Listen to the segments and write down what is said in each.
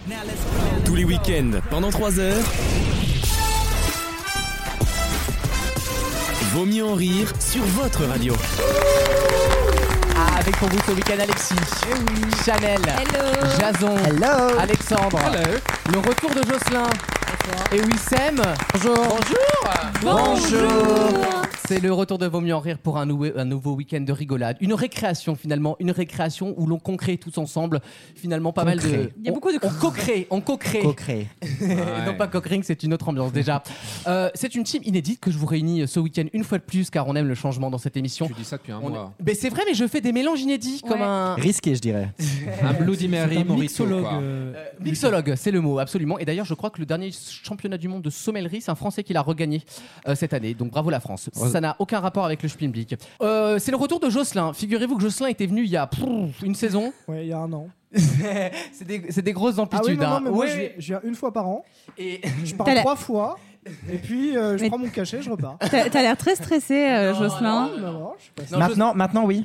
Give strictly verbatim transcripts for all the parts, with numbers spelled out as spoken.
Tous les week-ends, pendant trois heures, Vaut mieux en rire sur votre radio. Ah, avec pour vous ce week-end Alexis, eh oui. Chanel, Hello. Jason, Hello. Alexandre, Hello. le retour de Jocelyn et Wissem. Bonjour. Bonjour. Bonjour. C'est le retour de Vaut mieux en rire pour un, nou- un nouveau week-end de rigolade. Une récréation finalement, une récréation où l'on concrée tous ensemble finalement pas mal de... Il y a beaucoup de... On co-crée, on co-crée. Co-créé. Non pas cockring, c'est une autre ambiance déjà. Euh, c'est une team inédite que je vous réunis ce week-end une fois de plus car on aime le changement dans cette émission. Tu dis ça depuis un On mois. est- Mais c'est vrai, mais je fais des mélanges inédits comme Ouais. un Risqué, je dirais. Un Bloody Mary, un Morito, mixologue. quoi. euh, Euh, mixologue, c'est le mot, absolument. Et d'ailleurs, je crois que le dernier championnat du monde de sommellerie, c'est un Français qui l'a regagné euh, cette année. Donc bravo la France. Ouais. Ça n'a aucun rapport avec le Spinblick. Euh, c'est le retour de Jocelyn. Figurez-vous que Jocelyn était venu il y a pff, une saison. Ouais, il y a un an. c'est, des, c'est des grosses Ah amplitudes. oui, non, non, hein. mais moi, Ouais. je viens- je viens une fois par an. Et Je pars T'as la- trois fois. Et puis, euh, je Mais- prends mon cachet, je repars. T'as, t'as l'air très stressé, euh, Non, Jocelyn. Non, non, je suis pas Non, maintenant, maintenant, oui.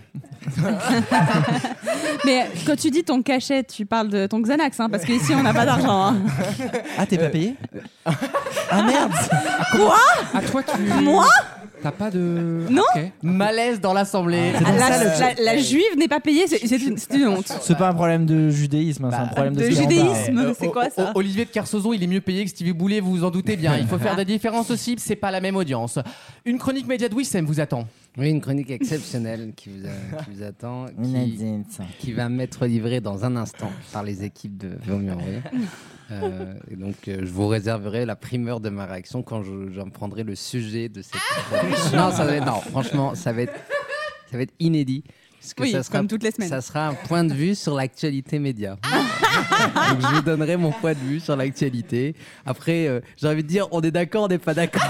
Mais quand tu dis ton cachet, tu parles de ton Xanax, hein, parce qu'ici, on n'a pas d'argent. Hein. Ah, t'es pas payé Ah merde. Quoi Ah, toi, tu. Moi T'as pas de. Non. Ok. malaise dans l'assemblée. C'est donc la, ça, le- la- la juive n'est pas payée, c'est, c'est une, c'est une honte. C'est pas un problème de judaïsme, hein, c'est un problème de, de standard. judéisme. Euh, C'est quoi, O- ça O- Olivier de Kersauzon, il est mieux payé que Stevie Boulet, vous vous en doutez bien. Il faut faire des différences aussi, c'est pas la même audience. Une chronique média de Wissem vous attend. Oui, une chronique exceptionnelle qui vous, a- qui vous attend, qui, Inédite. qui va m'être livrée dans un instant par les équipes de Vaut mieux en rire. Euh, et donc, euh, je vous réserverai la primeur de ma réaction quand je- j'en prendrai le sujet de cette. non, ça va être, non, franchement, ça va être, ça va être inédit. Parce que Oui, ça sera, comme toutes les semaines. ça sera un point de vue sur l'actualité média. Donc, je vous donnerai mon point de vue sur l'actualité. Après, euh, j'ai envie de dire, on est d'accord, on n'est pas d'accord.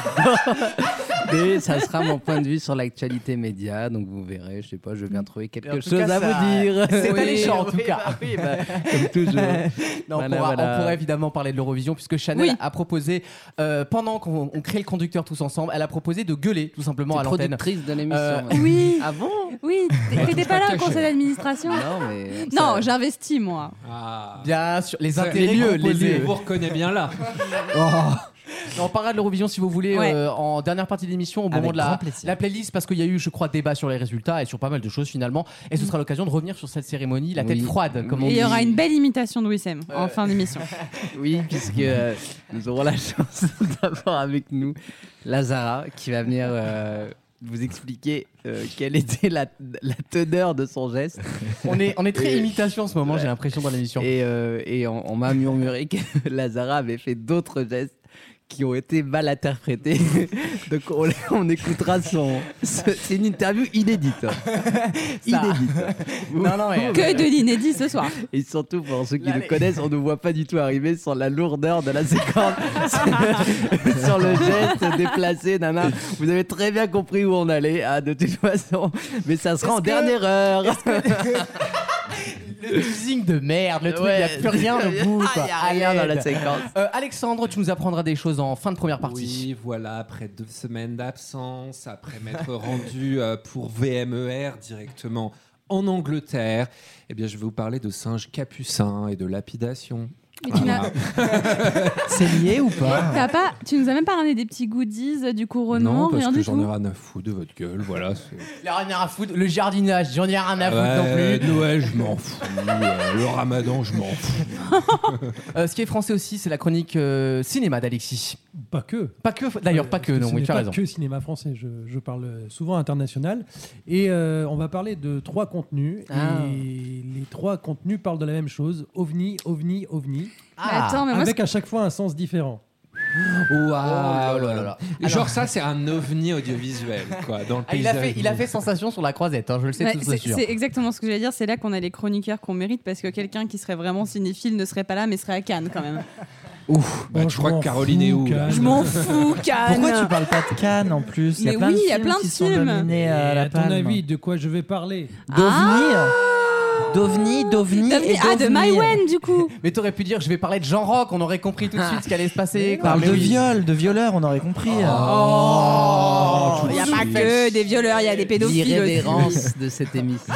Mais ça sera mon point de vue sur l'actualité média. Donc vous verrez, je sais pas, je viens trouver quelque En tout chose cas, à ça- vous dire. C'est Oui, alléchant en tout oui, cas. bah oui, bah, comme toujours. Non, Voilà, on, pourra- voilà. on pourrait évidemment parler de l'Eurovision puisque Chanel Oui. a proposé, euh, pendant qu'on on crée le conducteur tous ensemble, elle a proposé de gueuler tout simplement à T'es l'antenne. productrice de l'émission. Euh, maintenant. Oui, Ah bon? oui. t'é- T'étais pas là au caché. conseil d'administration? Non, mais. Non, ça- j'investis, moi. Ah. Bien sûr, les Ça- intérêts les lieux, les composés. lieux. On vous reconnaît bien là. On parlera de l'Eurovision si vous voulez Ouais. euh, en dernière partie de l'émission au moment Avec de la, grand plaisir. la playlist parce qu'il y a eu, je crois, débat sur les résultats et sur pas mal de choses finalement. Et ce sera l'occasion de revenir sur cette cérémonie, la tête Oui. froide, comme on Et il dit. y aura une belle imitation de Wissem en fin d'émission. Oui, puisque euh, nous aurons la chance d'avoir avec nous Lazara qui va venir euh, vous expliquer euh, quelle était la, la teneur de son geste. On est, on est très Et- imitation en ce moment, j'ai l'impression, dans l'émission. Et, euh, et on, on m'a murmuré que Lazara avait fait d'autres gestes qui ont été mal interprétés. Donc on, on écoutera son... ce- C'est une interview inédite. Inédite. Non, non, mais, Que de l'inédit ce soir. Et surtout pour ceux qui Là, nous les- connaissent, on ne voit pas du tout arriver sur la lourdeur de la séquence, sur le geste déplacé. Nana. Vous avez très bien compris où on allait, hein, de toute façon. Mais ça sera Est-ce en que- dernière heure. Le teasing de merde, le truc, il Ouais. n'y a plus rien au bout. Ah, quoi. y a rien dans la Arrête. séquence. Euh, Alexandre, tu nous apprendras des choses en fin de première partie. Oui, voilà, après deux semaines d'absence, après m'être rendu euh, pour V M E R directement en Angleterre, eh bien, je vais vous parler de singes capucins et de lapidation. Mais tu, n'as, C'est lié ou pas t'as pas, tu nous as même pas ramené des petits goodies du couronnement, Non, parce rien que du j'en tout. ai rien à foutre de votre gueule, voilà. c'est- Il a rien à foutre. Le jardinage, j'en ai rien à foutre Ouais, non plus. Noël, je m'en fous. euh, le ramadan, je m'en fous. Euh, ce qui est français aussi, c'est la chronique euh, cinéma d'Alexis. Pas que. Pas que, d'ailleurs, Ouais, pas parce que, non, ce oui, n'est tu as pas raison. que cinéma français, je, je parle souvent international. Et euh, on va parler de trois contenus. Ah. Et les trois contenus parlent de la même chose. OVNI, OVNI, OVNI. Mais attends, mais moi, Avec à chaque fois un sens différent. Waouh là là là là. Genre ça, c'est un ovni audiovisuel, quoi, dans le Ah, il, a paysage. fait, il a fait sensation sur la croisette, hein, je le sais Ouais, tout c'est, sûr. c'est exactement ce que j'allais dire. C'est là qu'on a les chroniqueurs qu'on mérite parce que quelqu'un qui serait vraiment cinéphile ne serait pas là, mais serait à Cannes quand même. Ouf. Bah, Bon, je crois m'en que Caroline fous, est où, là Cannes. Je m'en fous, Cannes. Pourquoi tu parles pas de Cannes en plus? Il y a Mais plein oui, de il y a films plein de qui sont films. nominés à Et la à ton Palme. avis, de quoi je vais parler? D'OVNI D'OVNI, d'OVNI D'OVNI- et Ah, de d'OVNI. Maïwen du coup. Mais t'aurais pu dire, je vais parler de Jean Rock, on aurait compris tout de suite ce qui allait se passer. quoi. Parle Mais de oui. viol, de violeur, on aurait compris. Oh, Il n'y a pas que des violeurs, il y a des pédophiles aussi. L'irrévérence de cette émission.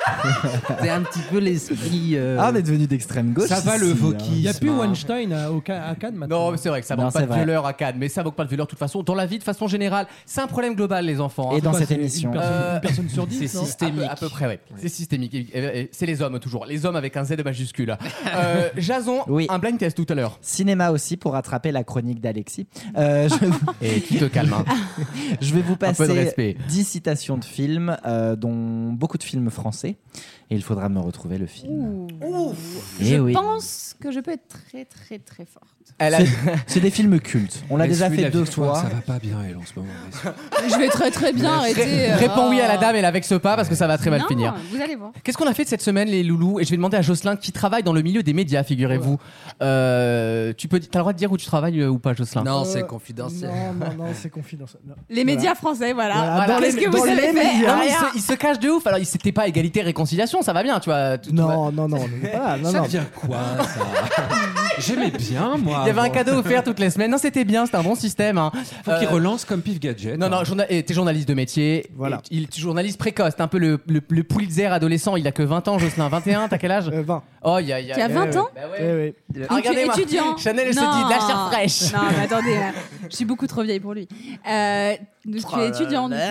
C'est un petit peu l'esprit. euh, Ah, on est devenu d'extrême gauche. Ça va, le ici, wokisme. Il n'y a plus Weinstein à, au Ca- à Cannes maintenant. Non, mais c'est vrai que ça Non, manque pas c'est de vrai. violeurs à Cannes, mais ça manque pas de violeurs de toute façon. Dans la vie, de façon générale, c'est un problème global, les enfants. hein. Et dans Quoi, cette c'est émission. Une personne, Euh, une personne sur dix, c'est non systémique. À peu, à peu près, oui. C'est systémique. Et- et- et c'est les hommes toujours. Les hommes avec un Z majuscule. Euh, Jason, Oui. un blind test tout à l'heure. Cinéma aussi pour rattraper la chronique d'Alexis. Euh, je, Et tu te calmes. hein. je vais vous peu de passer respect. dix citations de films, euh, dont beaucoup de films français. Et il faudra me retrouver le film. Ouh. Eh Je oui. pense que je peux être très très très forte. Elle a... C'est- C'est des films cultes. On l'a Mais déjà celui de fait la deux victoire, fois. Ça va pas bien, elle, en ce moment. Je vais très très bien arrêter. Ré- euh, Réponds oui à la oh. dame et la vexe pas parce que ça va très mal Non, finir. Vous allez voir. Qu'est-ce qu'on a fait de cette semaine, les loulous? Et je vais demander à Jocelyn qui travaille dans le milieu des médias, figurez-vous. Euh, tu peux, t'as le droit de dire où tu travailles euh, ou pas, Jocelyn? Non, Euh, c'est confidentiel. Non, non, non, c'est confidentiel. Non. Les médias français, voilà. Voilà, Voilà. dans Qu'est-ce les- que dans vous les avez fait médias. Non, mais il, Rien. se, il se cache de ouf. Alors, il- c'était pas égalité réconciliation, ça va bien, tu vois. tout- tout va- Non, non, non, non, voilà, non, Ça non. vient quoi, ça J'aimais bien, moi. Il y avait un avant. cadeau offert toutes les semaines. Non, c'était bien, c'était un bon système. Hein. Faut qu'il Euh, relance comme Pif Gadget. Non, non, journa- et t'es journaliste de métier. Voilà. Et Il est journaliste précoce. T'es un peu le, le, le Pulitzer adolescent. Il a que vingt ans, Jocelyn. vingt et un, t'as quel âge? Euh, vingt. Oh, il y a. il y a- Tu as vingt ans Bah Eh ouais. oui. Ah, Donc tu es regardez-moi. étudiant. Chanel, elle se Non. dit de la chair fraîche. Non, mais attendez, là, je suis beaucoup trop vieille pour lui. Euh, donc tu es étudiant, du coup.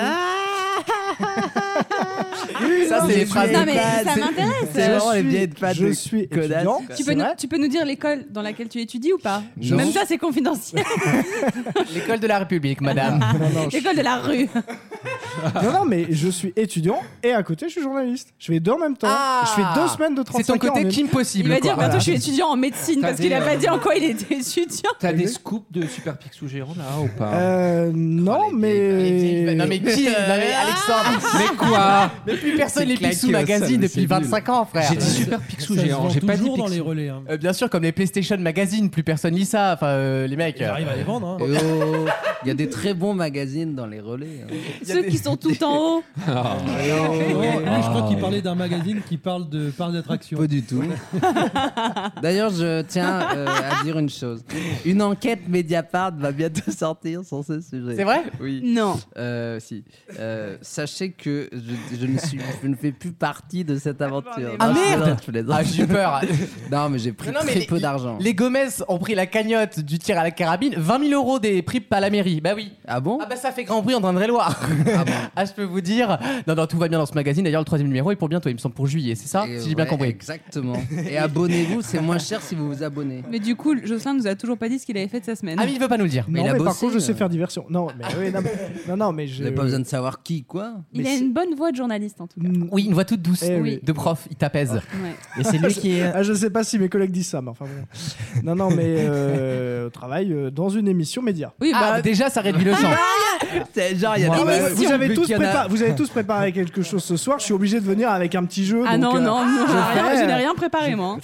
Ça, c'est les phrases Non, de mais base. ça m'intéresse. C'est vraiment les suis- vieilles pattes Je de suis connasse. étudiant. Tu peux, nous, tu peux nous dire l'école dans laquelle tu étudies ou pas? Je Même suis- ça, c'est confidentiel. L'école de la République, madame. Non, non, je- L'école de la rue. non, non, mais je suis étudiant et à côté, je suis journaliste. Je fais deux en même temps. Ah. Je fais deux semaines de C'est trente-cinq ton heures en côté une. Kim Il possible. va dire quoi. bientôt je suis étudiant en médecine T'as parce qu'il a des, pas euh, dit en quoi il était étudiant. T'as des scoops de Super Picsou géant là ou pas Euh, non, Oh, les vieilles- mais. Non mais qui Non mais Alexandre. Mais quoi Mais plus personne C'est les claqué Picsou au sol, Magazine mais depuis c'est vingt-cinq ans, frère. J'ai dit Super Picsou Ça se géant, vend j'ai pas dit toujours dans les Picsou. relais. hein. Euh, bien sûr, comme les PlayStation Magazine, plus personne lit ça. Enfin, euh, les mecs. J'arrive à les vendre. hein. Et oh, il y a des très bons magazines dans les relais. hein. Ceux qui sont tout en haut. Ah. Oh, lui, je crois qu'il parlait d'un magazine qui parle de parcs d'attractions. Pas du tout. D'ailleurs, je tiens euh, à dire une chose. Une enquête Mediapart va bientôt sortir sur ce sujet. C'est vrai? Oui. Non. Euh, si. Euh, sachez que je, je ne suis, je ne fais plus partie de cette aventure. Ah, Non, je merde plaisante, je plaisante. Ah, j'ai eu peur. Non, mais j'ai pris Non, non, mais très les- peu d'argent. Les Gomez ont pris la cagnotte du tir à la carabine, vingt mille euros des prix à la mairie. Bah oui. Ah bon? Ah bah ça fait grand bruit en Indre-et-Loire. Ah bon. Ah, je peux vous dire. Non, non, tout va bien dans ce magazine. D'ailleurs, le troisième numéro est pour bientôt. Il me semble pour juillet, c'est ça? Et Si j'ai bien ouais, compris. Exactement. Et abonnez-vous, c'est moins cher si vous vous abonnez. Mais du coup, Jocelyn nous a toujours pas dit ce qu'il avait fait de sa semaine. Ah, mais il veut pas nous le dire. Mais non, il a mais par bossé, contre, je sais euh. faire diversion. Non, mais oui, non, mais, non, non, mais Vous je. n'avez pas besoin de savoir qui, quoi. Il mais a c'est- une bonne voix de journaliste en tout cas. Mm. Oui, une voix toute douce. Eh oui. De prof, il t'apaise. Ouais. Et c'est lui qui est. Ah, je sais pas si mes collègues disent ça, mais enfin bon. Non, non, mais euh, travaille euh, dans une émission média. Oui, Ah, bah, déjà, ça réduit le champ. C'est genre, il y a Moi, des- ouais, Euh, vous, avez tous qu'il y en a- prépa- vous avez tous préparé quelque chose ce soir. Je suis obligé de venir avec un petit jeu. ah donc, non, euh, non, non, je j'ai rien- fais- je n'ai rien préparé moi.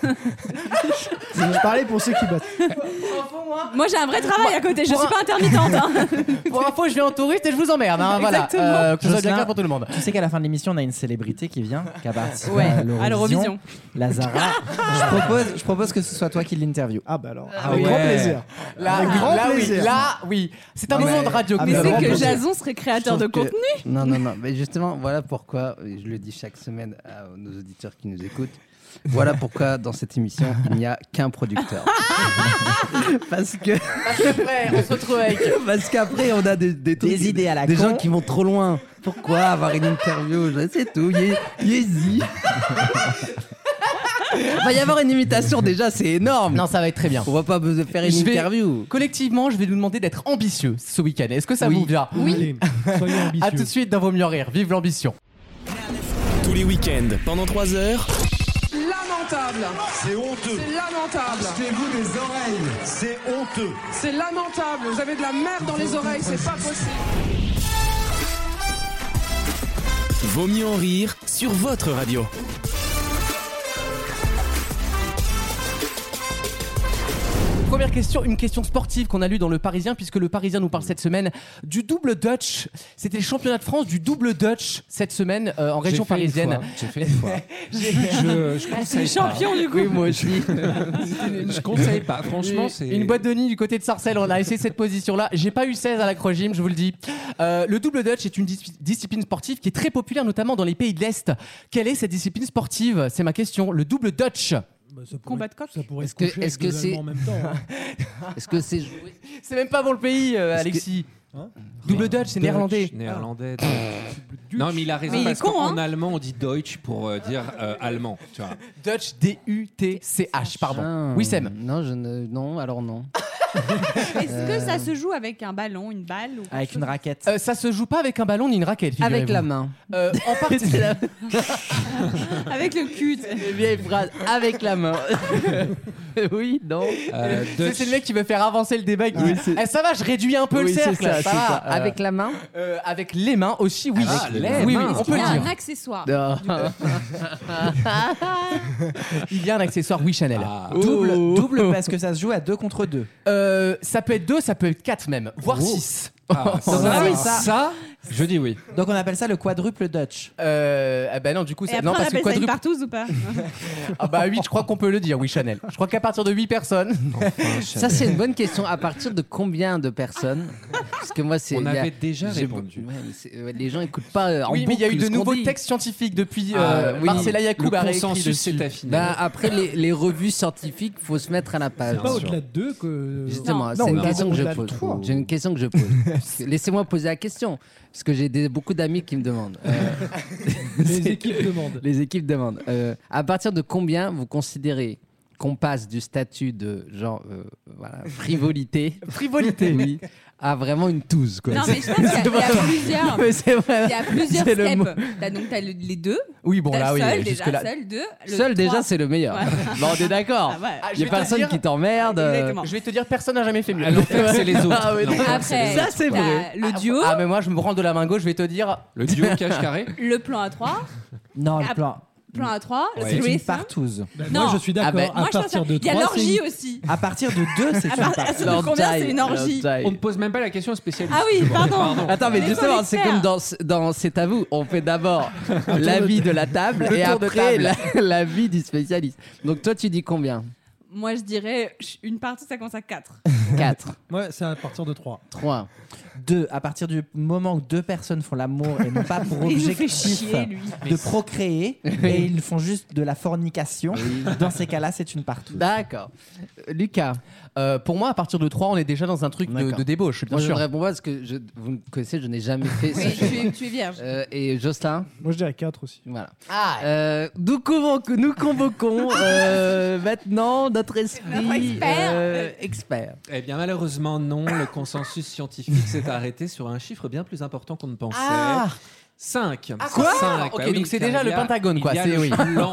Je parlais pour ceux qui battent. Moi j'ai un vrai travail à côté, je Pour suis un- pas intermittente. hein. Pour info, je viens en touriste et je vous emmerde. Hein, voilà. Exactement. Euh, que ce soit bien Jocelyn. clair pour tout le monde. Tu sais qu'à la fin de l'émission, on a une célébrité qui vient, qui a participé Ouais, à à l'Eurovision. l'Eurovision. Lazara. je, propose, je propose que ce soit toi qui l'interview. Ah bah alors, Ah avec ouais. grand plaisir. Là, Avec oui, grand là, oui, plaisir. là, oui. C'est un Non, moment mais- de radio. Ah, que Mais nous bah, c'est avons que plaisir. Jason serait créateur Je de trouve que- contenu. Non, non, non. Mais justement, voilà pourquoi, et je le dis chaque semaine à nos auditeurs qui nous écoutent, voilà pourquoi dans cette émission, il n'y a qu'un producteur. Parce que Après, on se retrouve avec. parce qu'après, on a des, des, trucs- Des idées à la des con. gens qui vont trop loin. Pourquoi avoir une interview? Je sais tout. Ye- Yeezy. Il va y avoir une imitation déjà, c'est énorme. Non, ça va être très bien. On va pas besoin de faire une Je vais- interview. Collectivement, je vais nous demander d'être ambitieux ce week-end. Est-ce que ça Oui. vous vient? Allez, soyons ambitieux. À tout de suite dans Vaut mieux en rire. Vive l'ambition. Tous les week-ends, pendant trois heures, Lamentable. C'est honteux. C'est lamentable. Achetez-vous des oreilles. C'est honteux. C'est lamentable. Vous avez de la merde dans les oreilles, c'est pas possible. Vaut mieux en rire sur votre radio. Première question, une question sportive qu'on a lue dans Le Parisien, puisque Le Parisien nous parle cette semaine du double Dutch. C'était le championnat de France du double Dutch cette semaine euh, en région J'ai fait une parisienne. fois. J'ai fait une fois. je, je conseille champion du coup. Oui, moi aussi. Je conseille pas. Franchement, c'est Une boîte de nuit du côté de Sarcelles, on a essayé cette position-là. J'ai pas eu seize à l'acrogym, je vous le dis. Euh, le double Dutch est une dis- discipline sportive qui est très populaire, notamment dans les pays de l'Est. Quelle est cette discipline sportive ? C'est ma question. Le double Dutch. Bah, ça pourrait- Combat de coq. Ça pourrait Est-ce se que- coucher est-ce avec que deux c'est- Allemands en même temps. hein. Est-ce que c'est joué C'est même pas bon le pays, euh, Est-ce que- Alexis. Hein double Dutch, c'est néerlandais. Néerlandais. Non, mais il a raison Mais il est parce con, qu'en hein. allemand, on dit Deutsch pour euh, dire euh, allemand. Tu vois. Dutch, D U T C H, pardon. Ah, Oui, Sam. Non, je ne... non, alors non. Est-ce que ça se joue avec un ballon, une balle ou quelque Avec chose une raquette. Euh, ça se joue pas avec un ballon ni une raquette. Avec figurez-vous. la main. Euh, en partie. Avec le cul. tu sais. Vieille phrase, avec la main. Oui, non. Euh, C'est Dutch- c'est le mec qui veut faire avancer le débat. qui- Eh, ça va, je réduis un peu Oui, le c'est cercle. ça, ça c'est va. ça. Euh, Avec la main euh, avec les mains aussi, oui. Ah, Avec- les oui, oui, mains. on peut Il y le a dire. un accessoire. Non. Il y a un accessoire, oui, Chanel. Ah. Double, Oh. double parce que ça se joue à deux contre deux. Euh, ça peut être deux, ça peut être quatre même, voire six. Ah, ça, Ah oui, ça, ça. je dis oui. Donc on appelle ça le quadruple Dutch. Euh, ah bah non, du coup, Et c'est après, non on parce que appelle ça une quadruple. partouze ou pas? Ah bah huit, je crois qu'on peut le dire, oui, Chanel. Je crois qu'à partir de huit personnes. Ça, c'est une bonne question. À partir de combien de personnes Parce que moi, c'est. On il y a- avait déjà j'ai- répondu. Ouais, mais c'est- ouais, les gens écoutent pas euh, en Oui, mais il y a eu boucle de ce qu'on nouveaux dit. textes scientifiques depuis. Ah, Euh, oui. Marcella Yacoub Le a réécrit consensus dessus. s'est affiné. Bah, après, les, les revues scientifiques, faut se mettre à la page. C'est pas sûr. au-delà de deux que. Justement, Non. c'est Non, une on a- question on que je a le pose. trois. J'ai une question que je pose. Laissez-moi poser la question, parce que j'ai des- beaucoup d'amis qui me demandent. Euh, Les c'est- équipes demandent. Les équipes demandent. Euh, à partir de combien vous considérez qu'on passe du statut de genre euh, voilà, frivolité, Frivolité. oui, à vraiment une touze quoi. Non, mais je pense qu'il y a- il y a plusieurs. Mais c'est vrai. Il y a plusieurs C'est le mot. steps. T'as donc t'as le- les deux. Oui, bon T'as là, oui, seul déjà, jusque là. seul deux. le Seul déjà trois. c'est le meilleur. Ouais. Bon, on est d'accord. Ah ouais. Ah, je Il y vais a te personne dire- qui t'emmerde. euh, Exactement. Je vais te dire, personne n'a jamais fait mieux. À l'enfer, c'est les autres. Ah oui, L'enfer, Après, c'est les Ça, autres. c'est t'as vrai. le duo, Ah, mais moi, je me branle de la main gauche, je vais te dire. Le duo cache-carré. le plan à trois, Non, Ah, le plan. plan à trois, Ouais. le C'est une threesome. partouze. Bah, Non. Moi, je suis d'accord. Ah ben, à Moi, je pense partir qu'il de y a trois, l'orgie c'est- aussi. À partir de deux, c'est À une part- partouze. à combien c'est une orgie? On ne pose même pas la question spécialiste. Ah oui, pardon. Attends, mais Les justement, faux c'est experts. comme dans, dans C'est à vous. On fait d'abord l'avis de la table Le et tour de après table. la- l'avis du spécialiste. Donc toi, tu dis combien Moi, je dirais une partie, ça commence à quatre. quatre, Ouais, c'est à partir de trois. trois. Deux, à partir du moment où deux personnes font l'amour et n'ont pas pour Il nous fait objectif chier, lui. de procréer et ils font juste de la fornication, dans ces cas-là, c'est une partouze. D'accord. Euh, Lucas, Euh, pour moi, à partir de trois, on est déjà dans un truc de, D'accord. de débauche, bien moi je ne sûr. réponds pas parce que je, vous me connaissez, je n'ai jamais fait Oui, ça. tu es, tu es vierge. Euh, et Jocelyn, Moi, je dirais quatre aussi. voilà. Ah, Euh, nous, convoquons, nous convoquons euh, maintenant notre esprit Notre expert. euh, expert. Eh bien, malheureusement, non. Le consensus scientifique s'est arrêté sur un chiffre bien plus important qu'on ne pensait. Ah. cinq. Ah, quoi Cinq, Ok, bah oui, donc c'est car déjà il le y a- Pentagone, quoi, Il y a c'est- le oui. plan- il y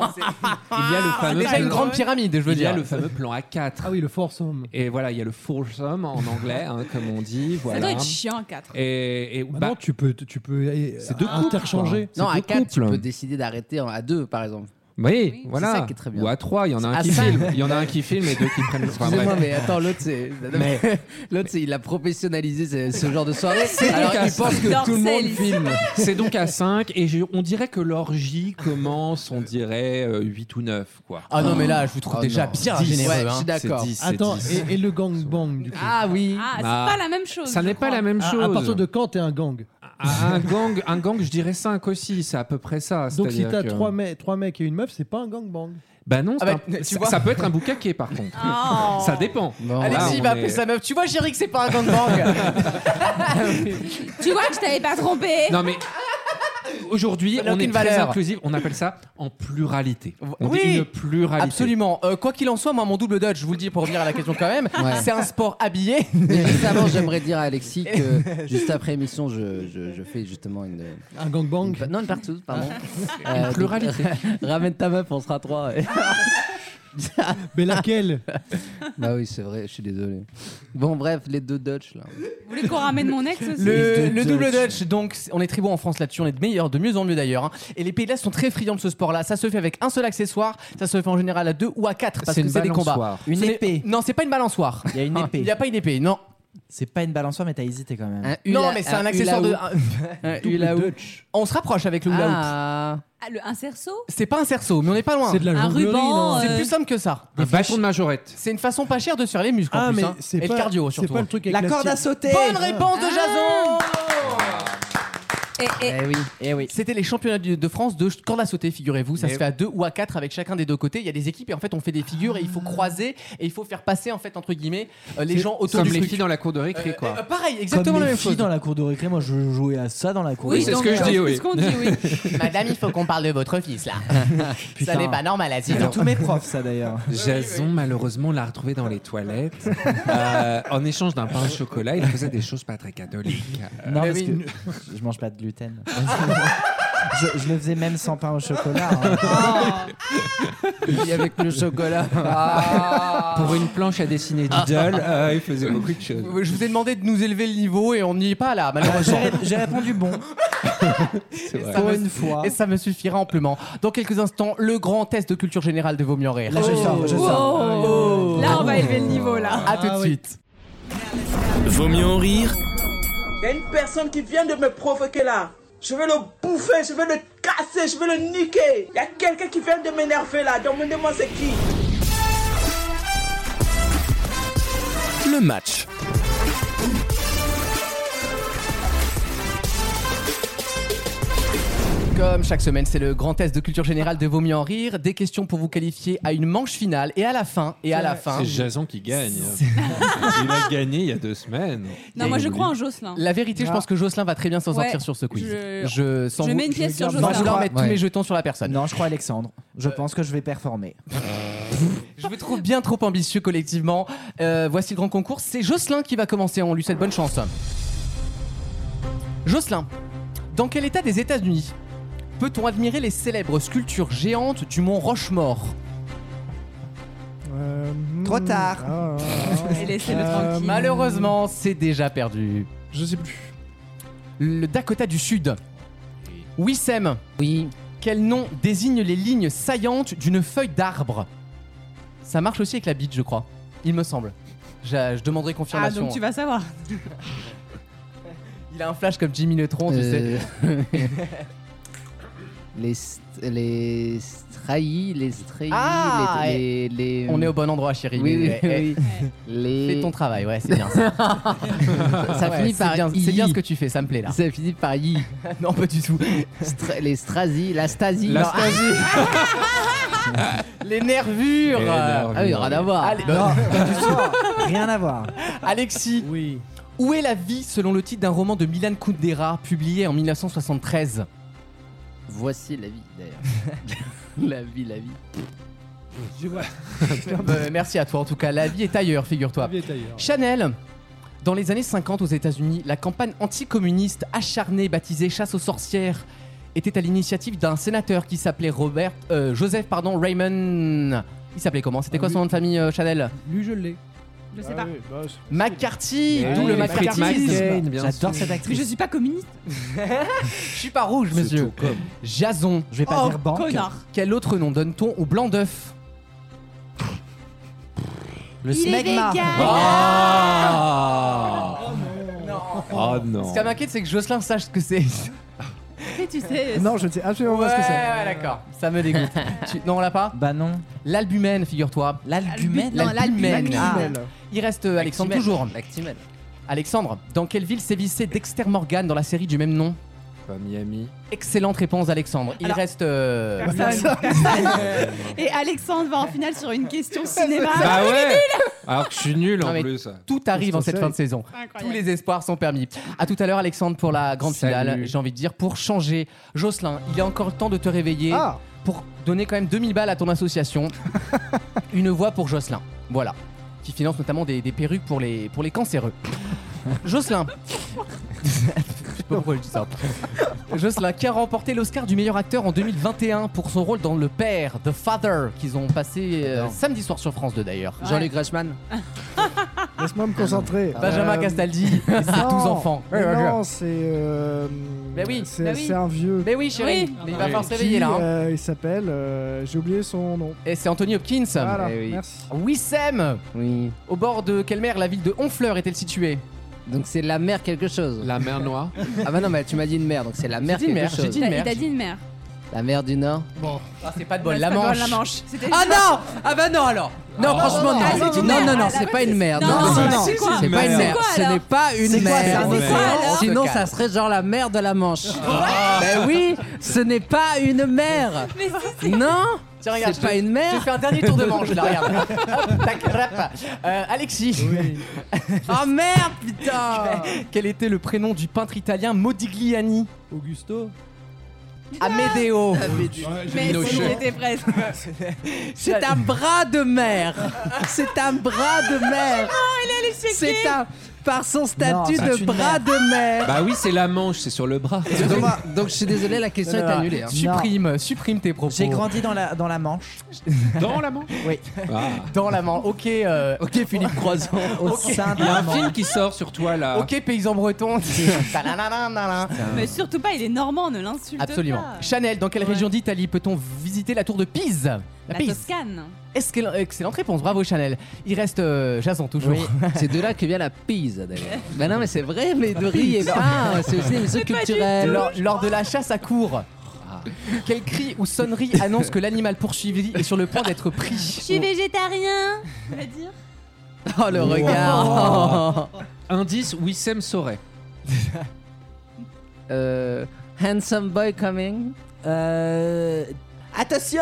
a le fameux déjà une plan- grande pyramide, je veux Il y a dire. le fameux plan A quatre. Ah oui, le foursome. Et voilà, il y a le foursome en anglais, hein, comme on dit. Ça Voilà. doit être chiant, quatre. Et, et Bah bah, non, tu peux, tu peux euh, C'est deux couples, interchanger. C'est Non, à deux quatre, tu couples. peux décider d'arrêter en- à deux, par exemple. oui, Oui, c'est voilà. ça qui est très bien. Ou à trois, il y en a un À qui cinq. filme. Il y en a un qui filme et deux qui prennent. Enfin, Excusez-moi, bref. mais attends, l'autre, c'est. Mais- L'autre, c'est il a professionnalisé ce, ce genre de soirée. C'est Alors, donc il à- pense que tout le monde Dorsel, filme. C'est donc à cinq et je- on dirait que l'orgie commence, on dirait euh, huit ou neuf, quoi. Ah non, mais là, je vous trouve Oh déjà non. bien dix, généreux. ouais, je hein. suis d'accord. C'est dix, c'est Attends, dix. et, et le gangbang du coup. Ah oui. Ah, c'est Bah, pas la même chose. Ça je n'est pas crois. la même À- chose. À, partir de quand t'es un gang? Ah, un gang, un gang, je dirais cinq aussi, c'est à peu près ça. Donc si c'est-à-dire t'as que- trois, mecs, trois mecs et une meuf, c'est pas un gangbang. Bah non, Ah c'est bah, un- tu ça, vois. ça peut être un boucaquet par contre. Oh. Ça dépend. Bon, Là, Alexis on va est- appeler sa meuf. Tu vois, Jerry, que c'est pas un gangbang. Tu vois que je t'avais pas trompé. Non mais aujourd'hui, Ça n'a on est aucune très valeur. inclusif. On appelle ça en pluralité. On Oui. dit une pluralité. Absolument. Euh, quoi qu'il en soit, moi, mon double Dutch, je vous le dis pour revenir à la question quand même, Ouais. c'est un sport habillé. Mais juste avant, j'aimerais dire à Alexis que juste après émission, je, je, je fais justement une. Un gangbang. une- non, une partouze, pardon. Une donc, pluralité. ramène ta meuf, on sera trois. Mais laquelle? Bah oui, c'est vrai, je suis désolé. Bon, bref, les deux Dutch là. Vous voulez qu'on ramène mon ex aussi? Le, le double Dutch, donc on est très bon en France là-dessus, on est de meilleurs, de mieux en mieux d'ailleurs. hein. Et les pays de l'Est sont très friands de ce sport-là. Ça se fait avec un seul accessoire, ça se fait en général à deux ou à quatre parce C'est que une c'est des combats. balançoire. Une Ce n'est- épée. Non, c'est pas une balançoire. Il y a une Il épée. n'y a pas une épée, non. C'est pas une balançoire, mais t'as hésité quand même. Un Non, hula- mais c'est un accessoire de. hula hoop. Un hula hoop. On se rapproche avec le hula hoop. Ah, Ah, le, un cerceau? C'est pas un cerceau, mais on n'est pas loin. C'est de la Un jonglerie, ruban, non euh, C'est plus simple que ça. Un bâton de majorette. C'est une façon pas chère de se faire les muscles en Ah, plus. mais hein. c'est Et pas le cardio C'est surtout. pas le truc avec La la corde à style- sauter. Bonne réponse de Jason. Et, et- Eh oui, eh oui. C'était les championnats de de France de corde à sauter, figurez-vous. Ça Mais se fait à deux ou à quatre avec chacun des deux côtés. Il y a des équipes et en fait on fait des figures et il faut croiser et il faut faire passer en fait entre guillemets euh, les C'est gens autour Comme du les truc. filles dans la cour de récré, Euh, quoi. euh, pareil, Comme exactement les la même filles chose. dans la cour de récré, moi je jouais à ça dans la cour oui, de c'est donc, ce que je dis, euh, oui. c'est ce qu'on dit, oui. Madame, il faut qu'on parle de votre fils là. Putain. Ça n'est pas normal à C'est dire. de tous mes profs, ça d'ailleurs. Jason, malheureusement, on l'a retrouvé dans les toilettes. Euh, en échange d'un pain au chocolat, il faisait des choses pas très catholiques. Non, Mais parce oui. que je mange pas de gluten. je, je le faisais même sans pain au chocolat. hein. et avec le chocolat. Pour une planche à dessiner d'idole, euh, il faisait beaucoup de choses. Je vous ai demandé de nous élever le niveau et on n'y est pas là, malheureusement. J'ai ré- J'ai répondu bon C'est vrai. Ça pour me- une fois. Et ça me suffira amplement. Dans quelques instants, le grand test de culture générale de Vaut mieux en rire. Là, je sors, je sors. Oh. Là, on va élever le niveau là. À tout de suite. Vaut mieux en rire Il y a une personne qui vient de me provoquer là. Je vais le bouffer, je vais le casser, je vais le niquer. Il y a quelqu'un qui vient de m'énerver là. Demandez-moi c'est qui. le match. Comme chaque semaine, c'est le grand test de culture générale de Vaut mieux en rire. Des questions pour vous qualifier à une manche finale. Et à la fin, et à la fin, C'est Jason qui gagne. Il a gagné il y a deux semaines. Non, moi je crois en Jocelyn. la vérité, je Ah. pense que Jocelyn va très bien s'en sortir Ouais, sur ce quiz. je- Je, sans je vous- mets une pièce sur je Jocelyn. vais vouloir mettre tous Ouais. mes jetons sur la personne. Non, je crois Alexandre. Je pense que je vais performer. Je vous trouve bien trop ambitieux collectivement. Euh, voici le grand concours. C'est Jocelyn qui va commencer. On lui souhaite bonne chance. Jocelyn, dans quel état des États-Unis peut-on admirer les célèbres sculptures géantes du mont Rochemort? Euh, Trop tard. Ah, Et laissez-le Euh, tranquille. Malheureusement, c'est déjà perdu. Je sais plus. Le Dakota du Sud. Wissem, Oui. quel nom désigne les lignes saillantes d'une feuille d'arbre? Ça marche aussi avec la bite, je crois. Il me semble. Je, je demanderai Ah, confirmation. donc tu vas savoir. Il a un flash comme Jimmy Neutron, tu sais. Euh, les st- les straillis, les straillis, Ah, les, les, les- On est au bon endroit, chérie. Oui, oui, mais- eh, oui. Les... Fais ton travail, ouais, c'est bien ça. Ça Ouais, finit c'est par bien, I. c'est bien ce que tu fais, ça me plaît là. Ça finit par I. Non, pas du tout. Stra- les strasis, la stasie. La Non. Les nervures. Les nervures. Ah oui, rien à voir. Allez, Non, pas du tout. Rien à voir. Alexis, Oui. où est la vie selon le titre d'un roman de Milan Kundera publié en mille neuf cent soixante-treize? Voici la vie, d'ailleurs. la vie, la vie. Je vois. Euh, Merci à toi en tout cas. La vie est ailleurs, figure-toi. Bien ailleurs. Chanel. Dans les années cinquante aux États-Unis, la campagne anticommuniste acharnée baptisée Chasse aux sorcières était à l'initiative d'un sénateur qui s'appelait Robert euh, Joseph pardon Raymond. Il s'appelait comment? C'était Ah quoi oui. son nom de famille, euh, Chanel? Lui, je l'ai. Je sais Ah pas. oui, bah, c'est- McCarthy, Eh d'où oui, le Fritz McCarthyisme. McCain, bien J'adore sûr. cette Mais actrice. je suis pas communiste. Je suis pas rouge, C'est monsieur. tout comme. Jason. Je vais pas Oh, dire banque. connard. Quel autre nom donne-t-on au blanc d'œuf? Le Il est smegma. vegan. Ah Oh non. Ce qui m'inquiète, c'est que Jocelyn sache ce que c'est. Et tu sais. Non, je ne sais absolument Ouais, pas ce que c'est. ouais, d'accord. Ça me dégoûte. Tu- Non, on l'a pas? Bah non. L'albumène, figure-toi. L'albumène. Non, L'albumène. l'albumène. Ah. Il reste euh, Alexandre Lactimel. toujours. Lactimel. Alexandre, dans quelle ville sévissait Dexter Morgan dans la série du même nom? Pas Miami. Excellente réponse, Alexandre. Il Alors- reste. euh, Personne. Et Alexandre va en finale sur une question cinéma. Bah ouais. Alors que je suis nul Non, en mais plus. Tout arrive en cette fin de saison. Tous les espoirs sont permis. À tout à l'heure, Alexandre, pour la grande Salut. finale. J'ai envie de dire, pour changer. Jocelyn, il est encore le temps de te réveiller Ah. pour donner quand même deux mille balles à ton association. Une voix pour Jocelyn. Voilà. Qui finance notamment des, des perruques pour les, pour les cancéreux. Jocelyn. Je sais pas pourquoi je dis ça. Jocelyn, qui a remporté l'Oscar du meilleur acteur en deux mille vingt et un pour son rôle dans Le Père, The Father, qu'ils ont passé euh, samedi soir sur France deux d'ailleurs. Ouais. Jean-Luc Reichmann. Laisse-moi me concentrer. Benjamin Euh, Castaldi et ses non, douze enfants. mais non, c'est. euh, Mais oui, c'est bah oui. c'est un vieux. Mais oui, chérie, Oui. mais il va falloir se Qui, réveiller là. hein. euh, il s'appelle. euh, J'ai oublié son nom. Et c'est Anthony Hopkins. Voilà, Eh oui. merci. Wissem, Oui. au bord de quelle mer la ville de Honfleur est-elle située? Donc c'est la mer quelque chose. La mer Noire. Ah bah non, mais tu m'as dit une mer, donc c'est la mer J'ai dit quelque mer, j'ai chose. dit Il une t'a- mer. il t'a dit une mer. La mer du Nord. Bon, ah, c'est pas de bol, Ouais, la c'est pas Manche. bon, La Manche. C'était Ah non. Ah bah non alors. Non, Ah, franchement non, non. ah, c'est une Non mer. non non, Ah, c'est la pas une mer. Non, Non non, non, non, c'est quoi c'est pas une C'est mer. quoi, Ce alors n'est pas une C'est quoi, c'est mer. un océan alors Sinon Ce ça serait genre la mer de la Manche. Ben oui, ce n'est pas une mer. Mais si, Non. Tiens, regarde, C'est je pas te- une Je mer. fais un dernier tour de manche là, regarde. Hop, tac, rap. Euh, Alexis, Oh merde, putain. quel était le prénom du peintre italien Modigliani? Augusto. Amedeo. mais nos si, cheveux. j'étais presque. C'est un bras de mer. C'est un bras de mer. C'est un par son statut Non, de c'est une bras de mer. Bah oui, c'est la Manche, c'est sur le bras. Donc, donc je suis désolé, la question est annulée. hein. Supprime, supprime tes propos. J'ai grandi dans la, dans la Manche. Dans la Manche. Oui. Ah. dans la Manche. Ok, euh, ok Philippe Croison. Au Ok. sein de Il y a la un Manche. film qui sort sur toi là. Ok, paysan breton. Talananana. Mais surtout pas, il est normand, ne l'insulte Absolument. pas. Chanel, dans quelle Ouais. région d'Italie peut-on visiter la tour de Pise? La La Pise. Toscane. Excellent- Excellente réponse, bravo Chanel. Il reste euh, Jason toujours. Oui, c'est de là que vient la pise d'ailleurs. Bah non mais c'est vrai, mais de riz et pain, c'est aussi des mesures pas du culturelles. Lors, lors de la chasse à cour, quel cri ou sonnerie annonce que l'animal poursuivi est sur le point d'être Je pris? suis végétarien. On va dire. Oh le regard. Indice, Wissem saurait. Euh, handsome boy coming. Euh, Attention.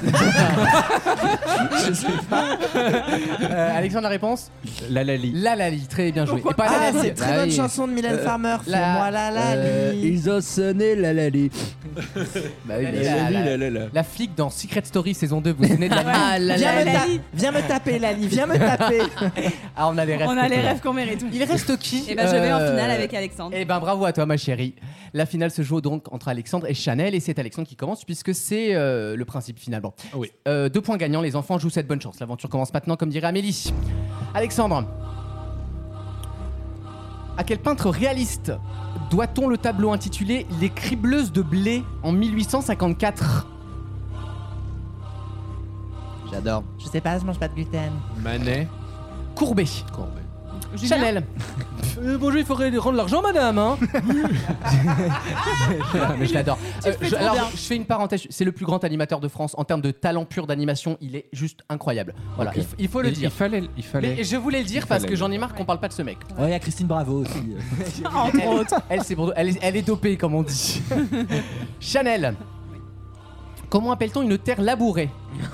Euh, Alexandre, la réponse? La Lali. La Lali, très bien joué. Et pas Ah, la Lali. c'est une très Bah bonne oui. chanson de Mylène Euh, Farmer. la- Fais-moi la la Euh, li. ils ont sonné la lali. Bah oui, La- bien la- sûr. la- la. La flic dans Secret Story saison deux, vous vous souvenez de la Ah, la Viens me, la ta- Lali. viens me taper, Lali. Viens me taper. Ah, on a les rêves. On a les plutôt. rêves qu'on mérite. Il reste qui? Et ben je vais en Euh, finale avec Alexandre. Eh ben bravo à toi ma chérie. La finale se joue donc entre Alexandre et Chanel et c'est Alexandre qui commence puisque c'est euh, le principe final. Bon. Oui. Euh, deux points gagnants, les enfants jouent cette bonne chance. L'aventure commence maintenant comme dirait Amélie. Alexandre, à quel peintre réaliste doit-on le tableau intitulé Les cribleuses de blé en mille huit cent cinquante-quatre? J'adore. Je sais pas, je mange pas de gluten. Manet. Courbet. Courbet. Julien. Chanel. Euh, bonjour, il faudrait rendre l'argent, madame. Hein mais je l'adore. Tu le Euh, fais je, trop alors, bien. je fais une parenthèse. C'est le plus grand animateur de France en termes de talent pur d'animation. Il est juste incroyable. Voilà, Ok. il, f- il faut le Il, dire. il fallait, il fallait. Mais je voulais le dire Il parce fallait que le j'en ai marre qu'on parle pas de ce mec. Ouais, il y a Christine Bravo aussi. Entre autres. Elle, c'est pour- elle, est, elle est dopée, comme on dit. Chanel. Comment appelle-t-on une terre labourée?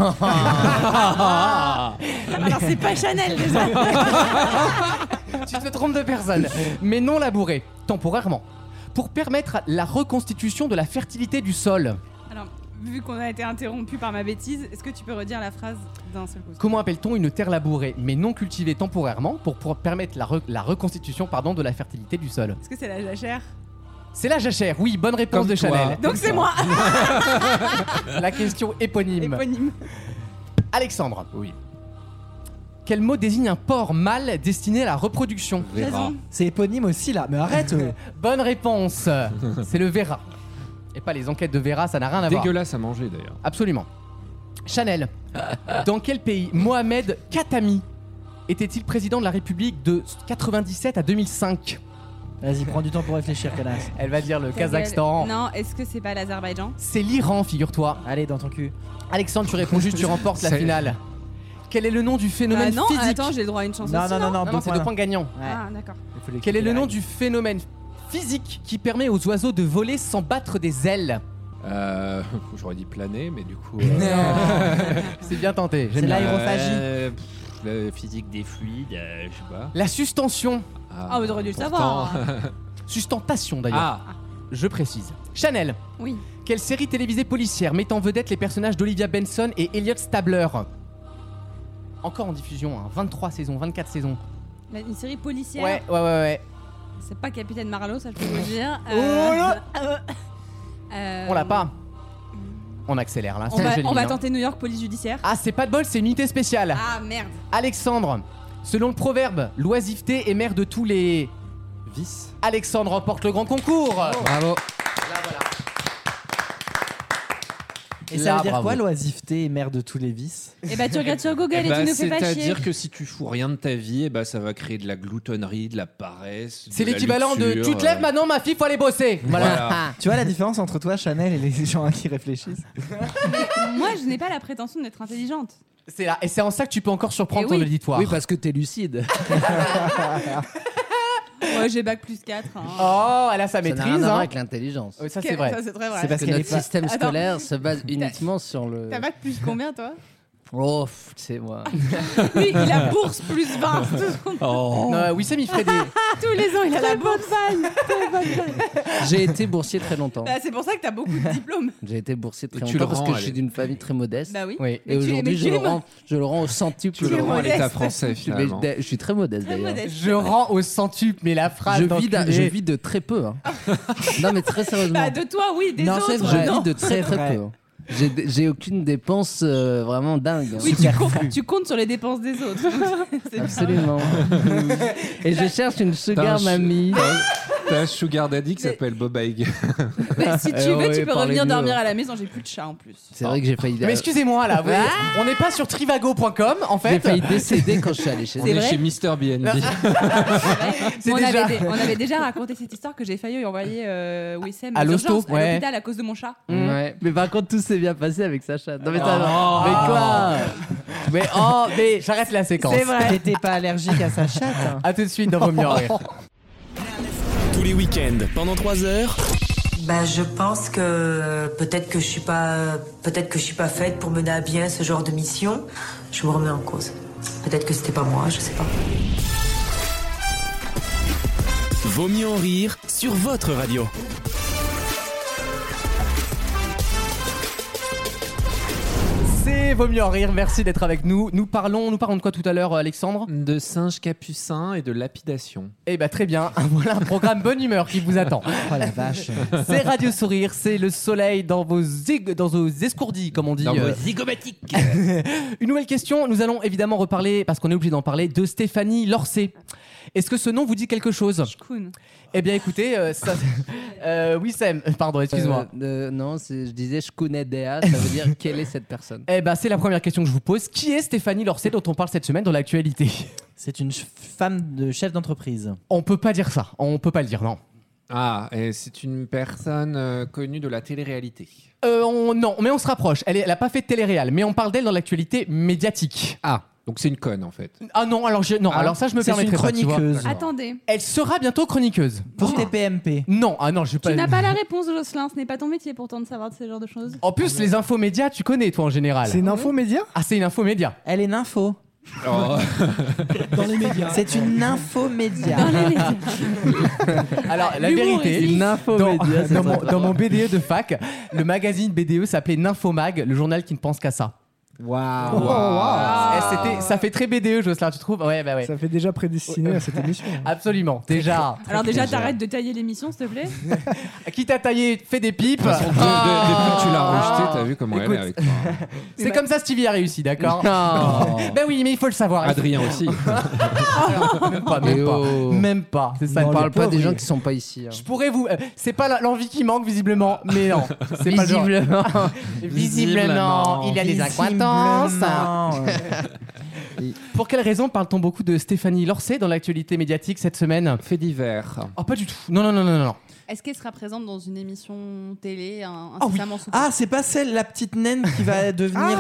Alors c'est pas Chanel déjà. Tu te trompes de personne. Mais non labourée, temporairement. Pour permettre la reconstitution de la fertilité du sol. Alors vu qu'on a été interrompu par ma bêtise, est-ce que tu peux redire la phrase d'un seul coup? Comment appelle-t-on une terre labourée mais non cultivée temporairement pour, pour permettre la, re- la reconstitution pardon, de la fertilité du sol? Est-ce que c'est la jachère? C'est la jachère, oui, bonne réponse Comme de toi. Chanel. Donc c'est moi. La question éponyme. Éponyme. Alexandre, Oui. quel mot désigne un porc mâle destiné à la reproduction? Vera. Raison. C'est éponyme aussi là, mais arrête. euh. Bonne réponse. C'est le Vera. Et pas les enquêtes de Vera, ça n'a rien à voir. Dégueulasse à manger d'ailleurs. Absolument. Chanel, dans quel pays Mohamed Khatami était-il président de la République de quatre-vingt-dix-sept à deux mille cinq? Vas-y, prends du temps pour réfléchir, connasse. Elle va dire le Ta Kazakhstan. gueule. Non, est-ce que c'est pas l'Azerbaïdjan? C'est l'Iran, figure-toi. Allez, dans ton cul. Alexandre, tu réponds juste, tu remportes la C'est- finale. Quel est le nom du phénomène Ah non, physique attends, j'ai le droit à une chance Non, aussi, non, non, non, Non, non, deux c'est points. deux points gagnants. Ouais. Ah d'accord. Il faut lui Quel est le expliquer nom la du phénomène physique qui permet aux oiseaux de voler sans battre des ailes? Euh, J'aurais dit planer, mais du coup. euh, C'est bien tenté. C'est J'aime bien. l'aérophagie. euh, pff, la physique des fluides, euh, je sais pas. La sustension. Ah, vous auriez dû le pourtant- savoir. Sustentation d'ailleurs. Ah, Je précise. Chanel. Oui. Quelle série télévisée policière met en vedette les personnages d'Olivia Benson et Elliot Stabler? Encore en diffusion, hein. vingt-trois saisons, vingt-quatre saisons. La- Une série policière. Ouais, ouais, ouais, ouais. C'est pas Capitaine Marlowe, ça je peux vous le dire. Oh là euh, Euh, On l'a pas. On accélère là. On c'est va, joli, on va hein. tenter New York, police judiciaire. Ah, c'est pas de bol, c'est une unité spéciale. Ah merde. Alexandre, selon le proverbe, l'oisiveté est mère de tous les vices. Alexandre remporte le grand concours. Bravo. Et ça Là, veut dire bravo. quoi, l'oisiveté est mère de tous les vices? Et bah tu regardes sur Google Eh et bah, tu nous fais pas chier. C'est-à-dire que si tu fous rien de ta vie, eh bah, ça va créer de la gloutonnerie, de la paresse. C'est de la l'équivalent de luxure, tu te lèves euh. maintenant, ma fille, faut aller bosser. Voilà. Voilà. Tu vois la différence entre toi, Chanel, et les gens qui réfléchissent? Moi, je n'ai pas la prétention d'être intelligente. C'est là. Et c'est en ça que tu peux encore surprendre Eh ton oui. auditoire. Oui, parce que t'es lucide. Ouais, j'ai bac plus quatre. Hein. Oh, elle a sa Ça n'a maîtrise. rien à voir hein. avec l'intelligence. Oui, ça, Que- c'est vrai. Ça, c'est très vrai. C'est parce Parce que qu'elle notre est pas- système Attends. scolaire se base uniquement sur le. T'as bac plus combien, toi? Oh, pff, c'est moi. Lui, il a bourse plus vingt. Oh. Non, Wissem, il ferait des. Tous les ans, il a la bourse. J'ai été boursier très longtemps. Bah, c'est pour ça que t'as beaucoup de diplômes. J'ai été boursier très Et tu longtemps le parce rends, que je allez. suis d'une famille très modeste. Bah oui. Oui. Et Mais tu es- aujourd'hui, mais je, tu le es mo- rends, je le rends au centuple. Tu le es rends à modeste. l'État français, Je suis, finalement. je suis très modeste Très d'ailleurs. modeste. Je rends au centuple, mais la phrase. Je vis, d'un- d'enculé. je vis de très peu. hein. Non, mais très sérieusement. Bah, de toi, oui, des Non, autres. c'est Je vrai. non. vis de très très vrai. peu. hein. J'ai j'ai aucune dépense euh, vraiment dingue. hein. Oui, tu, com- tu comptes sur les dépenses des autres. C'est bien. Absolument. Et je cherche une sugar T'as un mamie. T'as un sugar daddy qui s'appelle Bob Iger. Mais si tu Eh veux, ouais, tu peux parlez revenir mieux. dormir à la maison. J'ai plus de chat en plus. C'est vrai que j'ai failli. Mais excusez-moi là, vous- on n'est pas sur trivago point com en J'ai fait. failli décéder quand je suis allé chez On C'est est vrai chez Mister B N B. C'est on, déjà- avait dé- on avait déjà raconté cette histoire que j'ai failli envoyer euh, Wissem À aux l'hosto, urgences, à ouais. l'hôpital à cause de mon chat. Ouais. Mais par contre, tout s'est bien passé avec Sacha. Non, mais, Oh. t'as- mais quoi Mais oh, mais j'arrête la séquence. C'est vrai. T'étais pas allergique à sa chatte, hein. À tout de suite dans Vaut mieux en rire. Tous les week-ends, pendant trois heures, Bah, je pense que peut-être que je suis pas, peut-être que je suis pas faite pour mener à bien ce genre de mission. Je me remets en cause. Peut-être que c'était pas moi, je sais pas. Vaut mieux en rire sur votre radio. C'est Vaut mieux en rire, merci d'être avec nous. Nous parlons, nous parlons de quoi tout à l'heure, Alexandre? De singe capucin et de lapidation. Eh ben très bien, voilà un programme bonne humeur qui vous attend. Oh la vache. C'est Radio Sourire, c'est le soleil dans vos, zig- dans vos escourdis, comme on dit. Dans euh. vos zygomatiques. Une nouvelle question, nous allons évidemment reparler, parce qu'on est obligé d'en parler, de Stéphanie Lorcé. Est-ce que ce nom vous dit quelque chose? Cool. Eh bien écoutez, euh, ça... euh, oui Sam, pardon, excuse-moi. Euh, euh, non, c'est- je disais je connais Déa, ça veut dire quelle est cette personne? Eh ben c'est la première question que je vous pose. Qui est Stéphanie Lorcé dont on parle cette semaine dans l'actualité? C'est une ch- femme de chef d'entreprise. On peut pas dire ça, on peut pas le dire, non. Ah, et c'est une personne euh, connue de la télé-réalité. Euh, on- non, mais on se rapproche. Elle, est- elle a pas fait de télé-réal, mais on parle d'elle dans l'actualité médiatique. Ah, donc c'est une conne en fait. Ah non, alors je, non, Ah, alors ça je me c'est une permettrai pas, tu vois. chroniqueuse. Attendez. Elle sera bientôt chroniqueuse. Pour T P M P. Non, ah non, je vais pas. Tu n'as pas la réponse, Jocelyn. Ce n'est pas ton métier pourtant de savoir de ce genre de choses. En plus, les infos médias, tu connais toi en général. C'est une info média? Ah, c'est une info média. Elle est nympho. Oh. Dans les médias. C'est une nympho média. Dans les médias. Alors, la L'humour vérité, ici. Une info dans, média, c'est dans ça. mon, dans mon B D E de fac, le magazine B D E s'appelait Nymphomag, le journal qui ne pense qu'à ça. Waouh. Oh, wow. Eh, c'était- ça fait très B D E, Jocelyn, tu trouves? Ouais, bah ouais. Ça fait déjà prédestiné à cette émission. Absolument, déjà. Alors déjà, t'arrêtes de tailler l'émission, s'il te plaît. Qui t'a taillé, fait des pipes. De toute façon, de- de- depuis que tu l'as rejetée, t'as vu comment Écoute, elle est avec toi. C'est comme ça Stevie a réussi, d'accord? Non. Ben oui, mais il faut le savoir. Adrien aussi. Même pas, même Eh pas. oh. Même pas. C'est ça. On le parle pire. pas des gens qui sont pas ici. hein. Je pourrais vous. euh, c'est pas la- l'envie qui manque, visiblement, mais non. C'est pas le genre. Visiblement. Visiblement, il y a des accointances. Visiblement, euh, Pour quelle raison parle-t-on beaucoup de Stéphanie Lorcé dans l'actualité médiatique cette semaine? Fait divers. Oh, pas du tout. Non, non, non, non, non. Est-ce qu'elle sera présente dans une émission télé un, Ah oui. incessamment sous peu? Ah, c'est pas celle, la petite naine qui va devenir.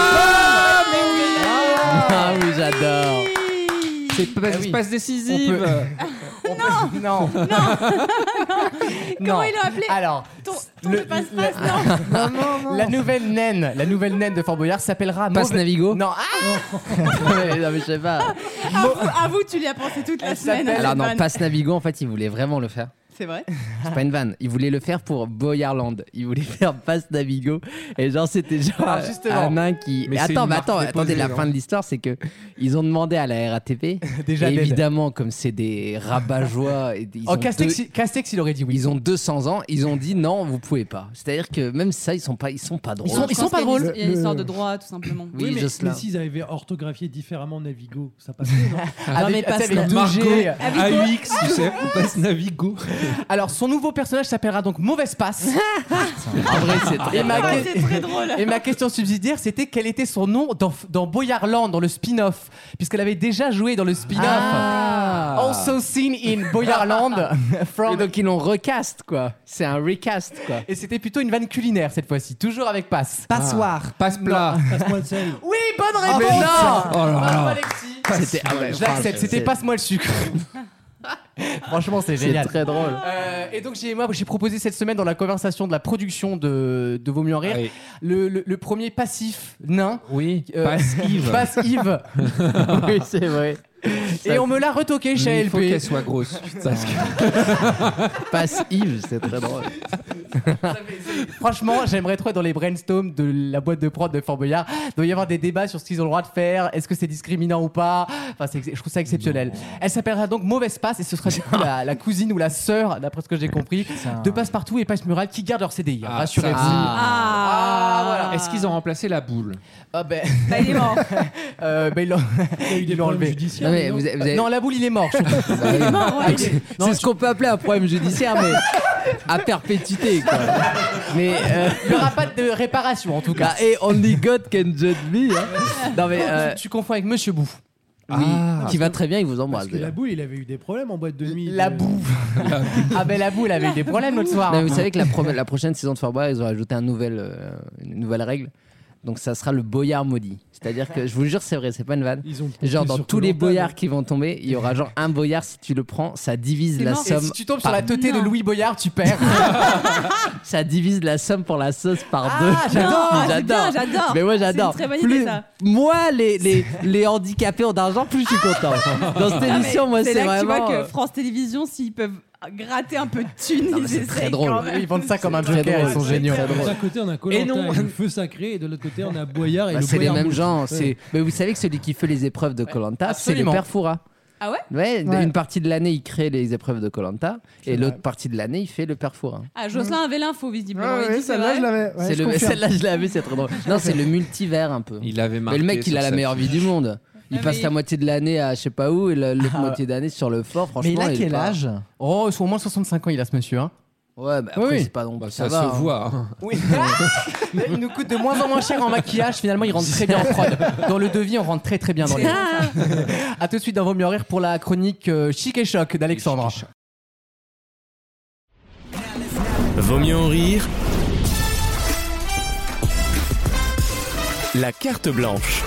Ah, mais oui. Ah oui, j'adore. C'est pas Ah oui. passe décisive. On peut- On peut- Non. Non. Comment ils l'ont appelé? Alors, Ton, ton le- de passe-passe, non. la nouvelle naine, la nouvelle naine de Fort Boyard s'appellera Passe Mauve- Navigo. Non, ah, Non, mais je sais pas. Avoue, avoue, tu l'y as pensé toute la Elle semaine. s'appelle- Alors non, Vanne. Passe Navigo, en fait, il voulait vraiment le faire. C'est vrai. C'est pas une vanne. Il voulait le faire pour Boyarland. Il voulait faire Passe Navigo. Et genre, c'était genre Alors, justement. un nain qui. Mais Et c'est attends, une mais marque attends, déposée, attendez, la non fin de l'histoire, c'est que ils ont demandé à la R A T P. Déjà et dead. évidemment, comme c'est des rabat-joie. Et ils Oh, ont Castex, deux- il- Castex, il aurait dit oui. Ils ont deux cents ans, ils ont dit non, vous pouvez pas. C'est-à-dire que même ça, ils sont pas, ils sont pas drôles. Ils sont- Je pense pas qu'il y a une- drôles. Il y a une Le- histoire de droit, tout simplement. Oui, Oui, mais, Jocelyn. mais s'ils avaient orthographié différemment Navigo, ça passait, non Avec, mais tu sais, passe avec la- deux Margot, G. A U X, tu sais, on passe Navigo. Alors, son nouveau personnage s'appellera donc Mauvaise Passe. En vrai, c'est très Et ma, Ouais, que- c'est très drôle. et ma question subsidiaire, c'était quel était son nom dans, dans Boyarland, dans le spin-off, puisqu'elle avait déjà joué dans le spin-off. Ah. Also seen in Boyarland. Et From... donc ils l'ont recast quoi. C'est un recast quoi. Et c'était plutôt une vanne culinaire cette fois-ci, toujours avec Passe. Passoire. Passe plat. Passe-moi le sel. Oui, bonne Oh, réponse. mais non. Oh là Bravo, là. Alexis. C'était ah ouais, Je l'accepte, franchement, c'était c'est- Passe-moi le sucre. Franchement, c'est C'est génial. très drôle. Euh, et donc j'ai moi j'ai proposé cette semaine dans la conversation de la production de, de Vaut mieux en rire Allez. le, le, le premier passif nain. Oui, Euh, passe Yves. Passe Yves. Oui, c'est vrai. Et on me l'a retoqué chez Mais il faut A L P. qu'elle soit grosse. Parce que Passe Yves, c'est très drôle. Franchement, j'aimerais trop être dans les brainstorms de la boîte de prod de Fort Boyard. Il doit y avoir des débats sur ce qu'ils ont le droit de faire. Est-ce que c'est discriminant ou pas? Enfin, c'est- je trouve ça exceptionnel. Elle s'appellera donc Mauvaise Passe et ce sera du coup la, la cousine ou la sœur, d'après ce que j'ai compris, de Passepartout et Passe-Mural qui gardent leur C D I. Ah, Rassurez-vous. ça, Ah, voilà. est-ce qu'ils ont remplacé la boule? Ah ben, Bah, il est mort. euh, ben, ils l'ont Il y a eu des ils l'ont problèmes enlevé. judiciaires. Non mais non vous avez, vous avez- Non, la boule, il est mort. je suis- Bah oui. mort, ouais. C'est c'est ce qu'on peut appeler un problème judiciaire, mais à perpétuité quoi. Mais euh, Il n'y aura pas de réparation en tout cas. bah, et only God can judge me. hein. Non mais euh, Tu, tu confonds avec Monsieur Bou. oui, Ah. qui va très bien, il vous embrasse. Parce que la d'ailleurs. boule, il avait eu des problèmes en boîte de nuit. La de- boue. Ah ben la boue, elle avait eu des problèmes l'autre soir. Non, mais vous savez que la, pro- la prochaine saison de Fort Boyard, ils ont ajouté un nouvel, euh, une nouvelle règle. Donc ça sera le boyard maudit. C'est-à-dire que je vous le jure, c'est vrai, c'est pas une vanne. Ils ont Genre pompé dans sur tous les Koh-Lanta, boyards qui vont tomber, il y aura genre un boyard, si tu le prends, ça divise C'est la mort. Et somme. si tu tombes sur par- la teuté de Non. Louis Boyard, tu perds. Ça divise la somme pour la sauce par Ah, deux. j'adore. Non, c'est bien, j'adore. Mais moi C'est j'adore. une très bonne idée, Plus- ça. Moi, les, les, les handicapés ont d'argent, plus je suis content. Dans cette Ah, mais émission, moi c'est c'est là que tu vraiment. vois euh, que France Télévisions, s'ils peuvent gratter un peu de thunes, Non, mais ils c'est essaient très drôle. quand même. Ils vendent ça comme un très joker, drôle, ils sont c'est géniaux. très drôle. D'un côté, on a Et Koh-Lanta non. avec le feu sacré, et de l'autre côté, on a Boyard et Bah, le c'est les Boyard mêmes mou. gens. Ouais. C'est... Mais vous savez que celui qui fait les épreuves de Koh-Lanta, c'est le absolument. père Fouras. Ah ouais Ouais, Ouais. une partie de l'année, il crée les épreuves de Koh-Lanta et C'est l'autre vrai. partie de l'année, il fait le père Fouras. Ah, Jocelyn avait l'info, visiblement. Ouais, Il ouais, dit, c'est celle-là, vrai. je l'avais. Ouais, c'est je le... confirme. Celle-là, je l'avais, c'est très drôle. Non, c'est le multivers un peu. Il avait marqué. Mais le mec, il sur a la sa meilleure vie fiche. du monde. Il Ah, passe mais- la moitié de l'année à je sais pas où et la- l'autre moitié d'année sur le fort. Franchement, Mais il a est quel pas- âge? Oh, ils sont au moins soixante-cinq ans, il a ce monsieur. Hein. Ouais, bah Oui, après, oui. c'est pas non Bah, plus. ça, va, se hein. voit. hein. Oui. Il nous coûte de moins en moins cher en maquillage. Finalement, il rentre très bien en prod. Dans le devis, on rentre très très bien dans les. A tout de suite dans Vaut mieux en rire pour la chronique euh, Chic et Choc d'Alexandre. Vaut mieux en rire. La carte blanche.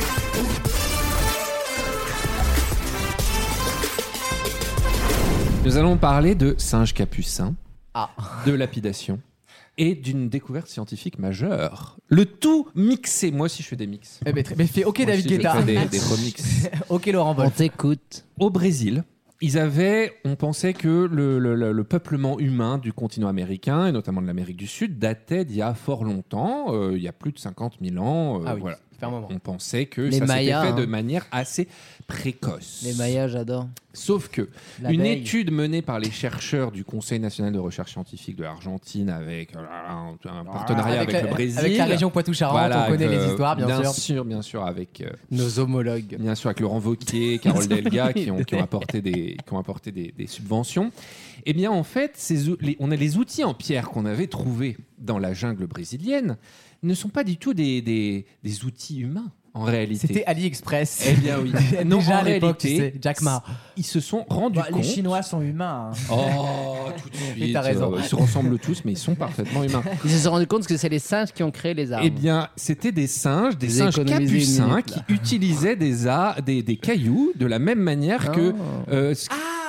Nous allons parler de singes capucins, Ah. de lapidation et d'une découverte scientifique majeure. Le tout mixé. Moi aussi, je fais des mix. Eh ben, très- mais fais OK Moi David aussi, je Guetta. fais des, des remixes. OK Laurent On Wolf. t'écoute. Au Brésil, ils avaient, on pensait que le, le- le- le peuplement humain du continent américain, et notamment de l'Amérique du Sud, datait d'il y a fort longtemps, euh, il y a plus de cinquante mille ans. euh, Ah oui, voilà. ça fait un moment. On pensait que Les ça Mayas, s'était fait de hein. manière assez précoce. Les Mayas, j'adore. Sauf que L'abeille. une étude menée par les chercheurs du Conseil national de recherche scientifique de l'Argentine avec euh, un, un partenariat avec, la, le Brésil, avec la région Poitou-Charentes, Voilà, on connaît avec, les euh, histoires, bien, bien sûr. sûr, bien sûr, avec euh, Nos homologues. bien sûr avec Laurent Wauquiez, Carole Delga qui ont, qui ont apporté des qui ont apporté des, des subventions. Eh bien, en fait, ces, ou- les- on a les outils en pierre qu'on avait trouvés dans la jungle brésilienne ne sont pas du tout des, des, des outils humains en réalité. C'était AliExpress. Eh bien oui. Non, Déjà en à l'époque, tu réalité, sais, Jack Ma. ils se sont rendus Bah, compte. les Chinois sont humains. hein. Oh, tout de Mais suite. t'as raison. euh, ils se ressemblent tous, mais ils sont parfaitement humains. Ils se sont rendus compte que c'est les singes qui ont créé les armes. Eh bien, c'était des singes, des Vous singes économisez une capucins minute, qui là. utilisaient des, a- des, des cailloux de la même manière que. Oh. euh, ce-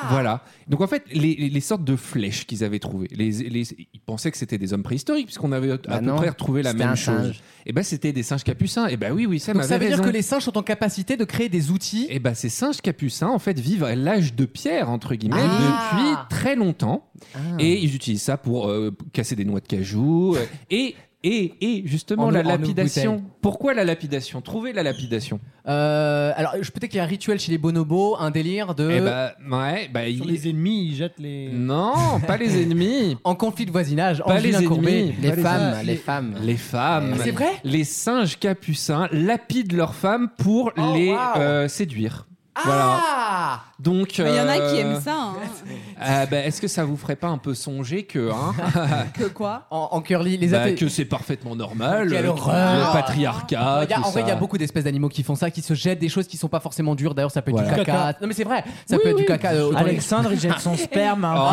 Voilà. Donc en fait, les, les sortes de flèches qu'ils avaient trouvées, les, les, ils pensaient que c'était des hommes préhistoriques, puisqu'on avait à Bah peu non, près retrouvé la c'était même un chose. singe. Et ben c'était des singes capucins. Et ben oui, oui, Sam Donc ça avait veut dire raison. que les singes sont en capacité de créer des outils. Et ben ces singes capucins, en fait, vivent à l'âge de pierre, entre guillemets, Ah. depuis très longtemps. Ah. Et ils utilisent ça pour euh, casser des noix de cajou. euh, et, et, et justement, En- la en lapidation. bouteille. Pourquoi la lapidation? Trouver la lapidation. Euh, alors, je- peut-être qu'il y a un rituel chez les bonobos, un délire de. Eh ben, ouais, bah, Sur il- les ennemis, ils jettent les. Non, pas les ennemis. En conflit de voisinage, Pas Angelina les Courbet. ennemis. Les Pas les femmes, singes, les les- femmes. Les femmes. C'est vrai Les singes capucins lapident leurs femmes pour Oh, les wow. euh, séduire. Ah Voilà. Donc. Il y en a euh, qui aiment ça. hein. euh, bah, est-ce que ça vous ferait pas un peu songer que. Hein, Que quoi? En, en curly, les bah, athées- que c'est parfaitement normal. Quelle euh, horreur. Le patriarcat. Il y a- tout en vrai, il y a ça. beaucoup d'espèces d'animaux qui font ça, qui se jettent des choses qui sont pas forcément dures. D'ailleurs, ça peut être Voilà. du caca. Caca. Non, mais c'est vrai, ça Oui, peut être oui. du caca. euh, autant les- Alexandre, il jette son sperme. hein.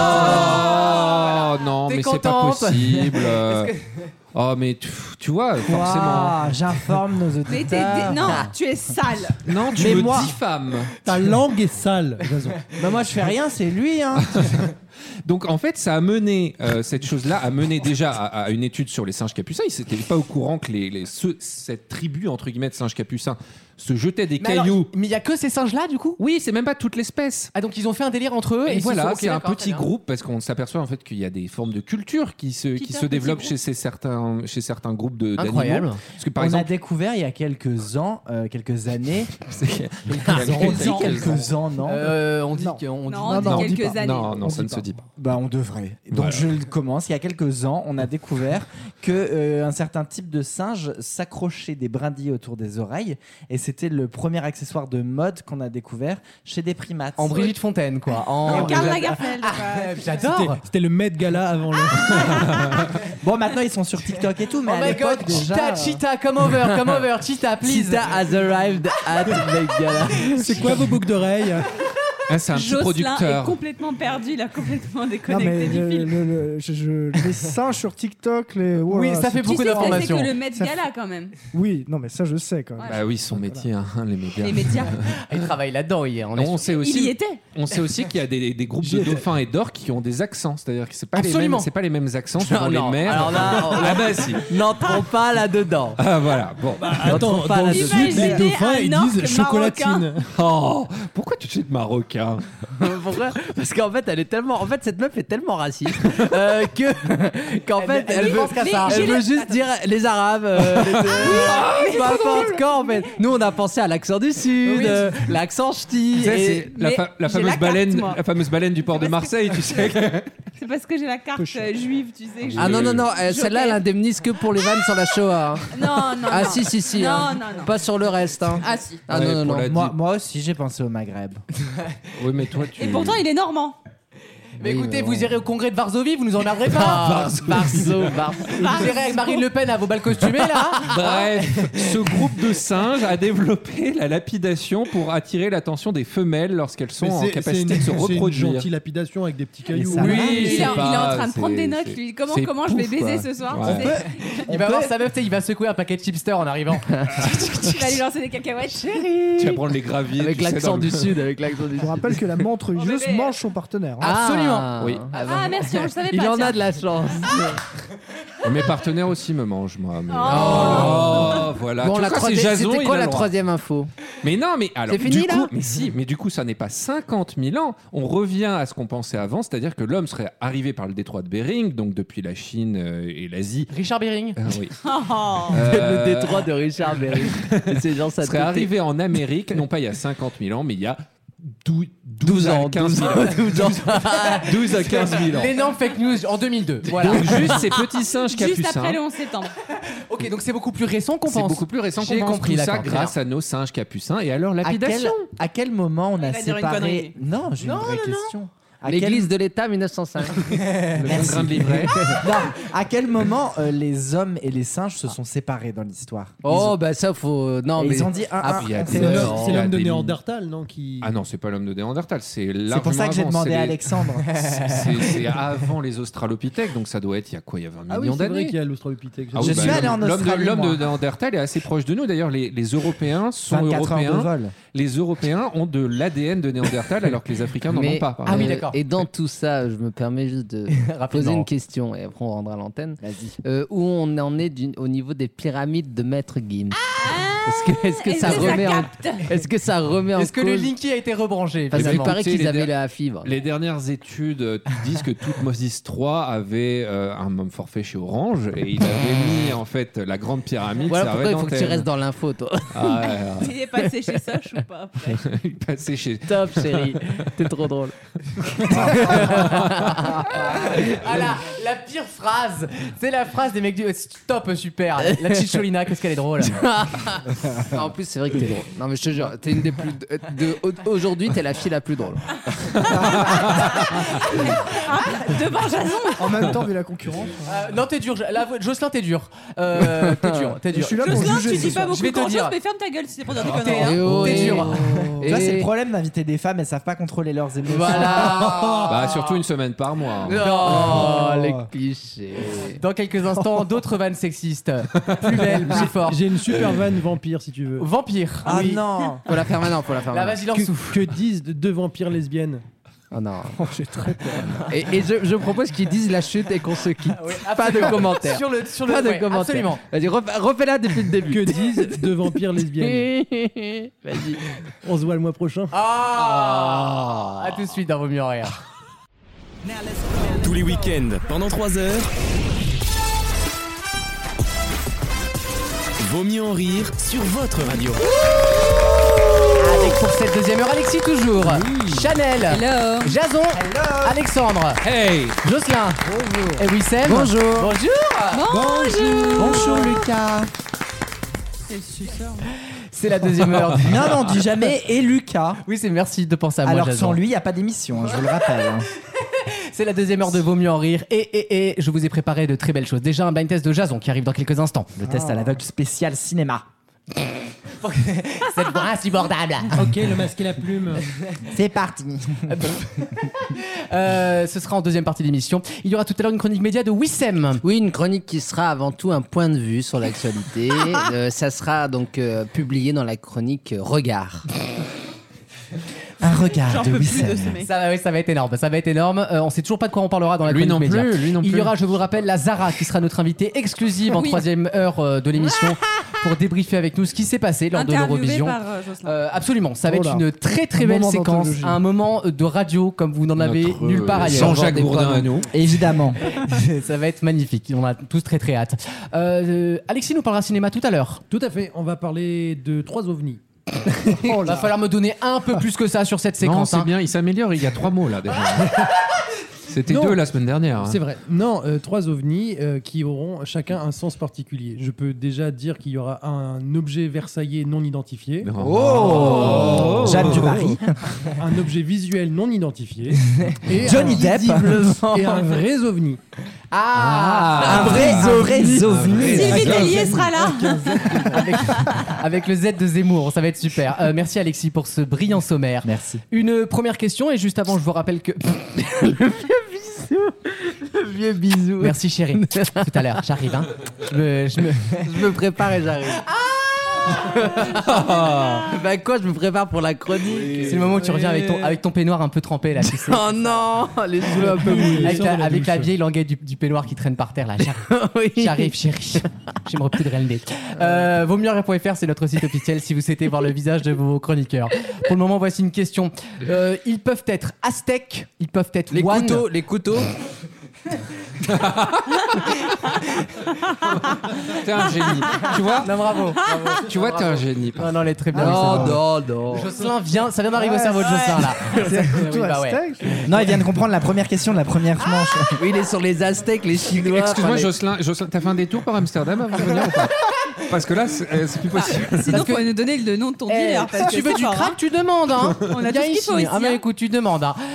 Oh non, T'es mais c'est pas contente possible. Parce que- Oh, mais tu, tu vois, forcément. Ouah, j'informe nos Mais t'es, auditeurs. dé- non, tu es sale. Non, tu Mais me moi- diffames. Ta langue est sale, Jason. Bah moi je fais rien, c'est lui. Hein. Donc en fait, ça a mené euh, cette chose-là a mené déjà à, à une étude sur les singes capucins. Ils n'étaient pas au courant que les, les- ceux- cette tribu entre guillemets de singes capucins se jetaient des Mais alors, cailloux. mais il y a que ces singes-là, du coup. Oui, c'est même pas toute l'espèce. Ah, donc ils ont fait un délire entre eux. Et ils se voilà, sont- ok, c'est un d'accord, très petit bien. groupe parce qu'on s'aperçoit en fait qu'il y a des formes de culture qui se, qui Petit se petit développent groupe. chez, ces certains, chez certains groupes de, d'animaux. Incroyable. Parce que par On a exemple, découvert il y a quelques ans, euh, quelques années, c'est- on dit ans. quelques ans, non Euh, on dit Non. qu'on dit. Non, non, on dit non, on dit quelques pas. années. non, non, On ça dit ne se pas. dit pas. Bah on devrait. Donc Voilà. je le commence. Il y a quelques ans, on a découvert que euh, un certain type de singe s'accrochait des brindilles autour des oreilles, et c'était le premier accessoire de mode qu'on a découvert chez des primates. En Brigitte Fontaine, quoi. En En Karl Lagerfeld. quoi. Ah, C'était, J'adore. c'était le Met Gala avant le. Bon, maintenant ils sont sur TikTok et tout, mais Oh à my l'époque god, déjà. Cheetah, Cheetah, come over, come over, Cheetah, please. Cheetah has arrived at Megala. C'est quoi vos boucles d'oreilles? Ah, c'est un petit Jocelyn producteur. est complètement perdu, il a complètement Non, déconnecté mais du le- film. le- le- je- je- les singes sur TikTok, les. oh Oui, là, ça c'est- fait Tu beaucoup sais ce que c'est d'informations. que le Met Ça Gala quand même. Oui, non, mais ça, je sais quand même. Bah oui, son métier, hein, les médias. Les médias. Il travaille là-dedans hier. On est On sûr. sait Il y aussi, était. on sait aussi qu'il y a des, des groupes J'y de étais. dauphins et d'orques qui ont des accents, c'est-à-dire que c'est pas les Absolument. mêmes, c'est pas les mêmes accents selon Non, les non. mers. Alors là, on- ah bah si. N'entrons pas là-dedans. Ah voilà. Bon. Attends, pas dans la le de- sud, les Imaginez dauphins, un ils orque disent chocolatine. Oh, pourquoi tu te de marocain? Pourquoi? Parce qu'en fait, elle est tellement. En fait, cette meuf est tellement raciste euh, que qu'en fait, elle elle, veut, pense qu'à ça. elle j'ai veut le- juste dire les Arabes. Euh, les- euh, peu importe quand, en fait. Nous, on a pensé à l'accent du sud, Oui. euh, l'accent ch'ti. Tu sais, et- c'est la, mais fa- la j'ai fameuse la carte, baleine, moi. la fameuse baleine du port de Marseille, tu sais. C'est parce que j'ai la carte euh, juive, tu sais. que je- Ah non, non, non, euh, Je- celle-là, elle indemnise que pour les vannes sur la Shoah. hein. Non, non, Ah non. si, si, si. Non, hein. non, non. Pas sur le reste. Hein. Ah si. Ah Ouais, non, non, pour non. la- Moi, moi aussi, j'ai pensé au Maghreb. Oui, mais toi, tu. Et pourtant, il est normand. Mais Oui, écoutez, mais vous bon. irez au congrès de Varsovie, vous nous emmerderez pas. Ah, Barzo, Barzo. Vous irez avec Marine Le Pen à vos bals costumés là. Bref, ce groupe de singes a développé la lapidation pour attirer l'attention des femelles lorsqu'elles sont Mais en c'est- capacité c'est de se une- c'est une reproduire. gentille lapidation avec des petits cailloux. ça va. Oui, il, est, c'est en- il est pas- en train de prendre c'est- des notes, c'est- lui. Comment, c'est comment je vais pouf, baiser quoi. ce soir Ouais. tu sais Il va voir sa meuf, tu sais, il va secouer un paquet de chipster en arrivant. Tu vas lui lancer des cacahuètes, chérie. Tu vas prendre les graviers. Avec tu sais, l'accent dans le- du sud, avec l'accent du Je sud. vous rappelle que la menthe religieuse bébé. mange son partenaire. hein. Absolument. Oui. Ah, merci, on le savait pas. Il en tiens. a de la chance. Mes partenaires aussi me mangent, moi. Mais... Oh. Oh, voilà. Bon, Tu la vois, c'est troisième- Jason, c'était il quoi a la le droit. troisième info? Mais non, mais alors. C'est fini, du là coup, mais si, mais du coup, ça n'est pas cinquante mille ans. On revient à ce qu'on pensait avant, c'est-à-dire que l'homme serait arrivé par le détroit de Bering, donc depuis la Chine euh, et l'Asie. Richard Bering. Ah oui. Oh. Euh, Le détroit de Richard Berry. Et ces gens, ça serait te- arrivé en Amérique, non pas il y a cinquante mille ans, mais il y a douze, douze douze ans, à quinze douze mille ans, ans. douze ans. douze à quinze mille ans. L'énorme fake news en deux mille deux. Voilà. Donc juste ces petits singes Juste capucins. après le onze septembre. Ok, donc c'est beaucoup plus récent qu'on C'est pense. beaucoup plus récent qu'on J'ai pense. compris, Tout ça d'accord, très grâce à nos singes capucins. Et alors À quel, lapidation. à quel moment on Il a va dire une séparé connerie. Non, j'ai une Non, vraie non, non. question. À L'église quel- de l'État mille neuf cent cinq. Le Merci. grain de livret. Non, à quel moment euh, les hommes et les singes se sont séparés dans l'histoire? Oh, bah ça, faut. Non, Et mais. ils ont dit un, Ah, un, puis il y a on des- fait C'est le- l'homme- c'est il y a l'homme de des- Néandertal, non qui... Ah non, c'est pas l'homme de Néandertal, c'est C'est pour ça que j'ai largement demandé avant, à c'est les- Alexandre. C'est c'est avant les Australopithèques, donc ça doit être il y a quoi? Il y a vingt Ah oui, millions c'est vrai d'années. qu'il y a l'Australopithèque. Ah Je oui, suis bah, allé en l'homme de- Australie, L'homme moi. de Néandertal est assez proche de nous. D'ailleurs, les, les Européens sont vingt-quatre heures de européens. vol. Les Européens ont de l'A D N de Néandertal, alors que les Africains n'en Mais- ont pas. par Ah oui, exemple. d'accord. Et dans tout ça, je me permets juste de poser Rapidement. une question et après on rendra l'antenne. Vas-y. Euh, où on en est du- au niveau des pyramides de Maître Gims. Est-ce que, est-ce que Est-ce ça que ça remet en, capte est-ce que ça remet en Est-ce que le cause Linky a été rebranché Parce qu'il finalement paraît Tu sais, qu'ils les avaient der- la fibre. Les dernières études euh, disent que Toutmosis trois avait euh, un même forfait chez Orange et il avait mis en fait la grande pyramide. Voilà servait pourquoi il faut que tu d'antenne. restes dans l'info, toi. Ah ouais, ouais. Il est passé chez Soch ou pas après? Il est passé chez. Top, chérie. T'es trop drôle. Ah là, la pire phrase, c'est la phrase des mecs du top super. La Chicholina, qu'est-ce qu'elle est drôle. En plus, c'est vrai que t'es drôle. Non, mais je te jure, t'es une des plus. De, de- aujourd'hui, t'es la fille la plus drôle. Devant Jason. En même temps, vu la concurrence. Euh, non, t'es dur. Là, Jocelyn, t'es dur. Euh, t'es dur, t'es Je dur. suis là pour Jocelyn, juger tu ce dis pas soir. beaucoup Je vais te grand dire. chose, mais ferme ta gueule si c'est pour dire des T'es conneries. Eh hein. oh, T'es eh dur. oh. Tu vois, c'est Et- le problème d'inviter des femmes, elles savent pas contrôler leurs émotions. Voilà. Bah, surtout une semaine par mois. hein. Oh, les clichés. Dans quelques instants, d'autres vannes sexistes. Plus belles, plus fortes. J'ai une super vanne vampire si tu veux. Vampire. Ah oui. non. Faut la faire maintenant, faut la faire Là, maintenant. vas-y, lance Que, souffle. que disent deux vampires lesbiennes? Oh non. J'ai très peur. Et, et je, je propose qu'ils disent la chute et qu'on se quitte. Oui, Pas de absolument. commentaires. Sur le, sur le, Pas de ouais, commentaires. absolument. Vas-y, refais- refais-la depuis le début. Que disent deux vampires lesbiennes? Vas-y. On se voit le mois prochain. Ah, à tout de suite dans Vaut mieux en rire. Tous les week-ends, pendant trois heures. Vaut mieux en rire sur votre radio. Avec pour cette deuxième heure, Alexis toujours. Chanel. Hello. Jason. Alexandre. Hey! Jocelyn. Et Wissem. Bonjour. Bonjour. Bonjour. Bonjour Lucas. C'est le suceur. C'est la deuxième heure. Non, non, dis jamais et Lucas. Oui, c'est merci de penser à moi, Alors Jason. sans lui, il n'y a pas d'émission, hein, je vous le rappelle. hein. C'est la deuxième heure de Vaut mieux en rire. Et, et, et, je vous ai préparé de très belles choses. Déjà un blind test de Jason qui arrive dans quelques instants. Le test à l'aveugle spécial cinéma. Cette voix insupportable. Ok, le masque et la plume. C'est parti. Euh, ce sera en deuxième partie de l'émission. Il y aura tout à l'heure une chronique média de Wissem. Oui, une chronique qui sera avant tout un point de vue sur l'actualité. Euh, ça sera donc euh, publié dans la chronique euh, Regard. Un regard J'en de peux plus de Wissem. ce mec. Ça, va- oui, ça va être énorme. Ça va être énorme. Euh, on sait toujours pas de quoi on parlera dans la Lui chronique non média. plus, lui non Il y plus. aura, je vous le rappelle, la Zara qui sera notre invitée exclusive en Oui. troisième heure euh, de l'émission pour débriefer avec nous ce qui s'est passé lors de Interviewé l'Eurovision. par euh, Jocelyn. Euh, absolument, ça va Oh être là. une très très Un belle moment séquence, d'anthologie. un moment de radio comme vous n'en avez Notre, nulle part euh, ailleurs. Jean-Jacques Des Bourdin fois, à nous. Évidemment. Ça va être magnifique, on a tous très très hâte. Euh, Alexis nous parlera cinéma tout à l'heure. Tout à fait. On va parler de trois ovnis. Il va falloir me donner un peu plus que ça sur cette Non, séquence. c'est hein. bien, il s'améliore. Il y a trois mots là déjà. C'était Non. deux la semaine dernière. hein. C'est vrai. Non, euh, trois ovnis euh, qui auront chacun un sens particulier. Je peux déjà dire qu'il y aura un objet versaillais non identifié, Oh, Jeanne du Barry. un objet visuel non identifié et Johnny un, Depp. et un vrai ovni. Ah, Un vrai, un vrai ovni. Sylvie Tellier sera là. avec, avec le Z de Zemmour, ça va être super. Euh, merci Alexis pour ce brillant sommaire. Merci. Une première question et juste avant je vous rappelle que... Le vieux bisou. Merci chérie. Tout à l'heure, j'arrive. Hein. Je me... Je me... Je me prépare et j'arrive. Bah quoi, je me prépare pour la chronique. C'est le moment où tu reviens avec ton, avec ton peignoir un peu trempé là, tu sais. Oh non, les cheveux un peu mouillés. Avec, sort la, de la avec la douche. vieille languette du, du peignoir qui traîne par terre là. J'arrive, Oui. j'arrive chérie. Je me repoudrer le nez. Euh, vaut mieux en rire point F R, c'est notre site officiel si vous souhaitez voir le visage de vos chroniqueurs. Pour le moment, voici une question. Euh, ils peuvent être aztèques, ils peuvent être Les one. couteaux, les couteaux. T'es un génie. Tu vois Non, bravo. bravo. Tu vois, t'es un génie. Non, non, elle est très bien. Non, Wissem. non, non. Jocelyn vient, ça vient d'arriver au cerveau de Jocelyn là. Oui, bah ouais. Non, il vient de comprendre la première question de la première manche. Oui, il est sur les Aztèques, les Chinois. Excuse-moi, enfin, les- Jocelyn, Jocelyn, t'as fait un détour par Amsterdam avant de venir ou pas? Parce que là, c'est euh, c'est plus possible. Sinon, Parce que- faut nous donner le nom de ton Eh, dealer. parce si que tu veux c'est du fort, crack, hein. tu demandes. Hein. On a Il y tout ce qu'il ici. faut ici, Ah, mais hein. écoute, tu demandes. Hein.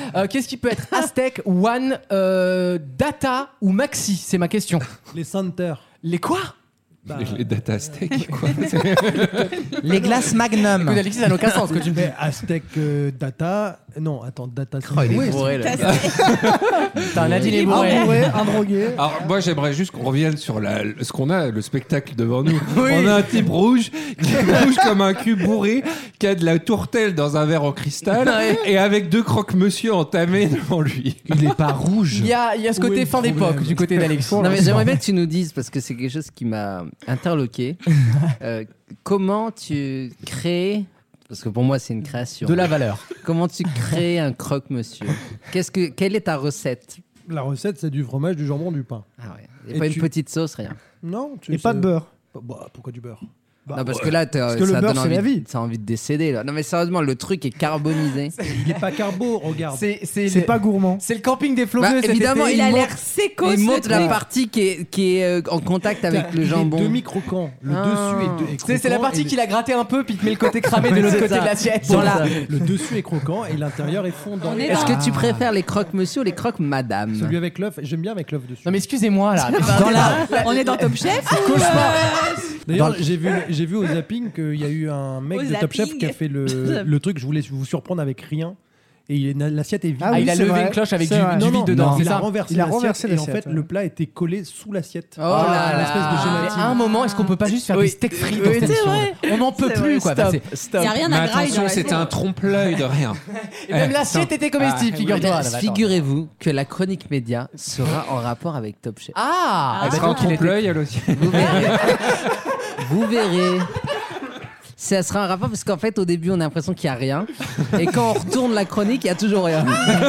Euh, Qu'est-ce qui peut être Aztec, One, euh, Data ou Maxi? C'est ma question. Les centers. Les quoi? Bah, Les, les data steak, quoi. Les glaces Magnum. Écoute, Alexis, ça n'a aucun sens ce que tu me dis. Mais Aztec euh, Data. Non, attends, Data. Oh, il est Oui, bourré, là. T'as un Nadine est Un bourré. bourré, un drogué. Alors moi j'aimerais juste qu'on revienne sur la, ce qu'on a, le spectacle devant nous. On a un type rouge, qui est rouge comme un cul bourré, qui a de la tourtelle dans un verre en cristal et avec deux croque-monsieur entamés devant lui. Il est pas rouge. Il y a, il y a ce Où est côté le fin d'époque problème du côté d'Alexis. Non mais j'aimerais bien que tu nous dises, parce que c'est quelque chose qui m'a interloqué. Euh, comment tu crées, parce que pour moi c'est une création, De la valeur. comment tu crées un croque-monsieur? Qu'est-ce que, Quelle est ta recette? La recette, c'est du fromage, du jambon, du pain. Ah ouais. Y a Et pas tu- une petite sauce, rien. Non, tu Et pas de beurre. Bah, pourquoi du beurre? Bah, non, parce ouais. que là, t'as- Parce que le ça beurre, donne c'est envie, la vie. ça a envie de décéder. Là. Non, mais sérieusement, le truc est carbonisé. Il est pas carbo, regarde. C'est C'est le- pas gourmand. c'est le camping des Bah, floqueux. cet évidemment, été. Il a monte- l'air sécos. Il ce monte la truc. partie qui est, qui est euh, en contact avec T'as le les jambon. demi-croquants. Le Ah. dessus est, de- est Tu sais, c'est la croquant partie et le- qu'il a gratté un peu, puis il te met le côté cramé de l'autre C'est côté ça. de l'assiette. Dans la- Le dessus est croquant et l'intérieur est fondant. On est Est-ce dans- que tu préfères les croque-monsieur ou les croque-madame? Celui avec l'œuf, j'aime bien avec l'œuf dessus. Non mais excusez-moi là. Dans la... On est dans Top Chef ou, euh, D'ailleurs, Dans- j'ai vu, j'ai vu au zapping qu'il y a eu un mec Au de Top Chef zapping. qui a fait le, le truc. Je voulais vous surprendre avec rien. Et il est- l'assiette est vide. Ah, oui, il a c'est levé vrai. une cloche avec C'est du, vrai. du Non, vide non, dedans, non, c'est il a ça? renversé Il a l'assiette renversé et en l'assiette, fait ouais. le plat était collé sous l'assiette. Oh là Ah, là. l'espèce de gélatine. mais à un moment, est-ce qu'on peut pas juste faire Oui. des steaks frites dans Oui, cette c'est émission? vrai. On n'en peut C'est plus vrai, quoi. stop, Bah, c'est- stop. Il n'y a rien Mais à grailler dans attention, la c'était un série. trompe-l'œil de rien. Et même Eh, l'assiette attends. était comestible, Ah, figure-toi. là, bah, attends. Figurez-vous que la chronique média sera en rapport avec Top Chef. Ah, Elle bah, sera en donc, il était- trompe-l'œil, elle aussi. Vous verrez. Vous verrez. Ça sera un rapport parce qu'en fait, au début, on a l'impression qu'il n'y a rien. Et quand on retourne la chronique, il n'y a toujours rien.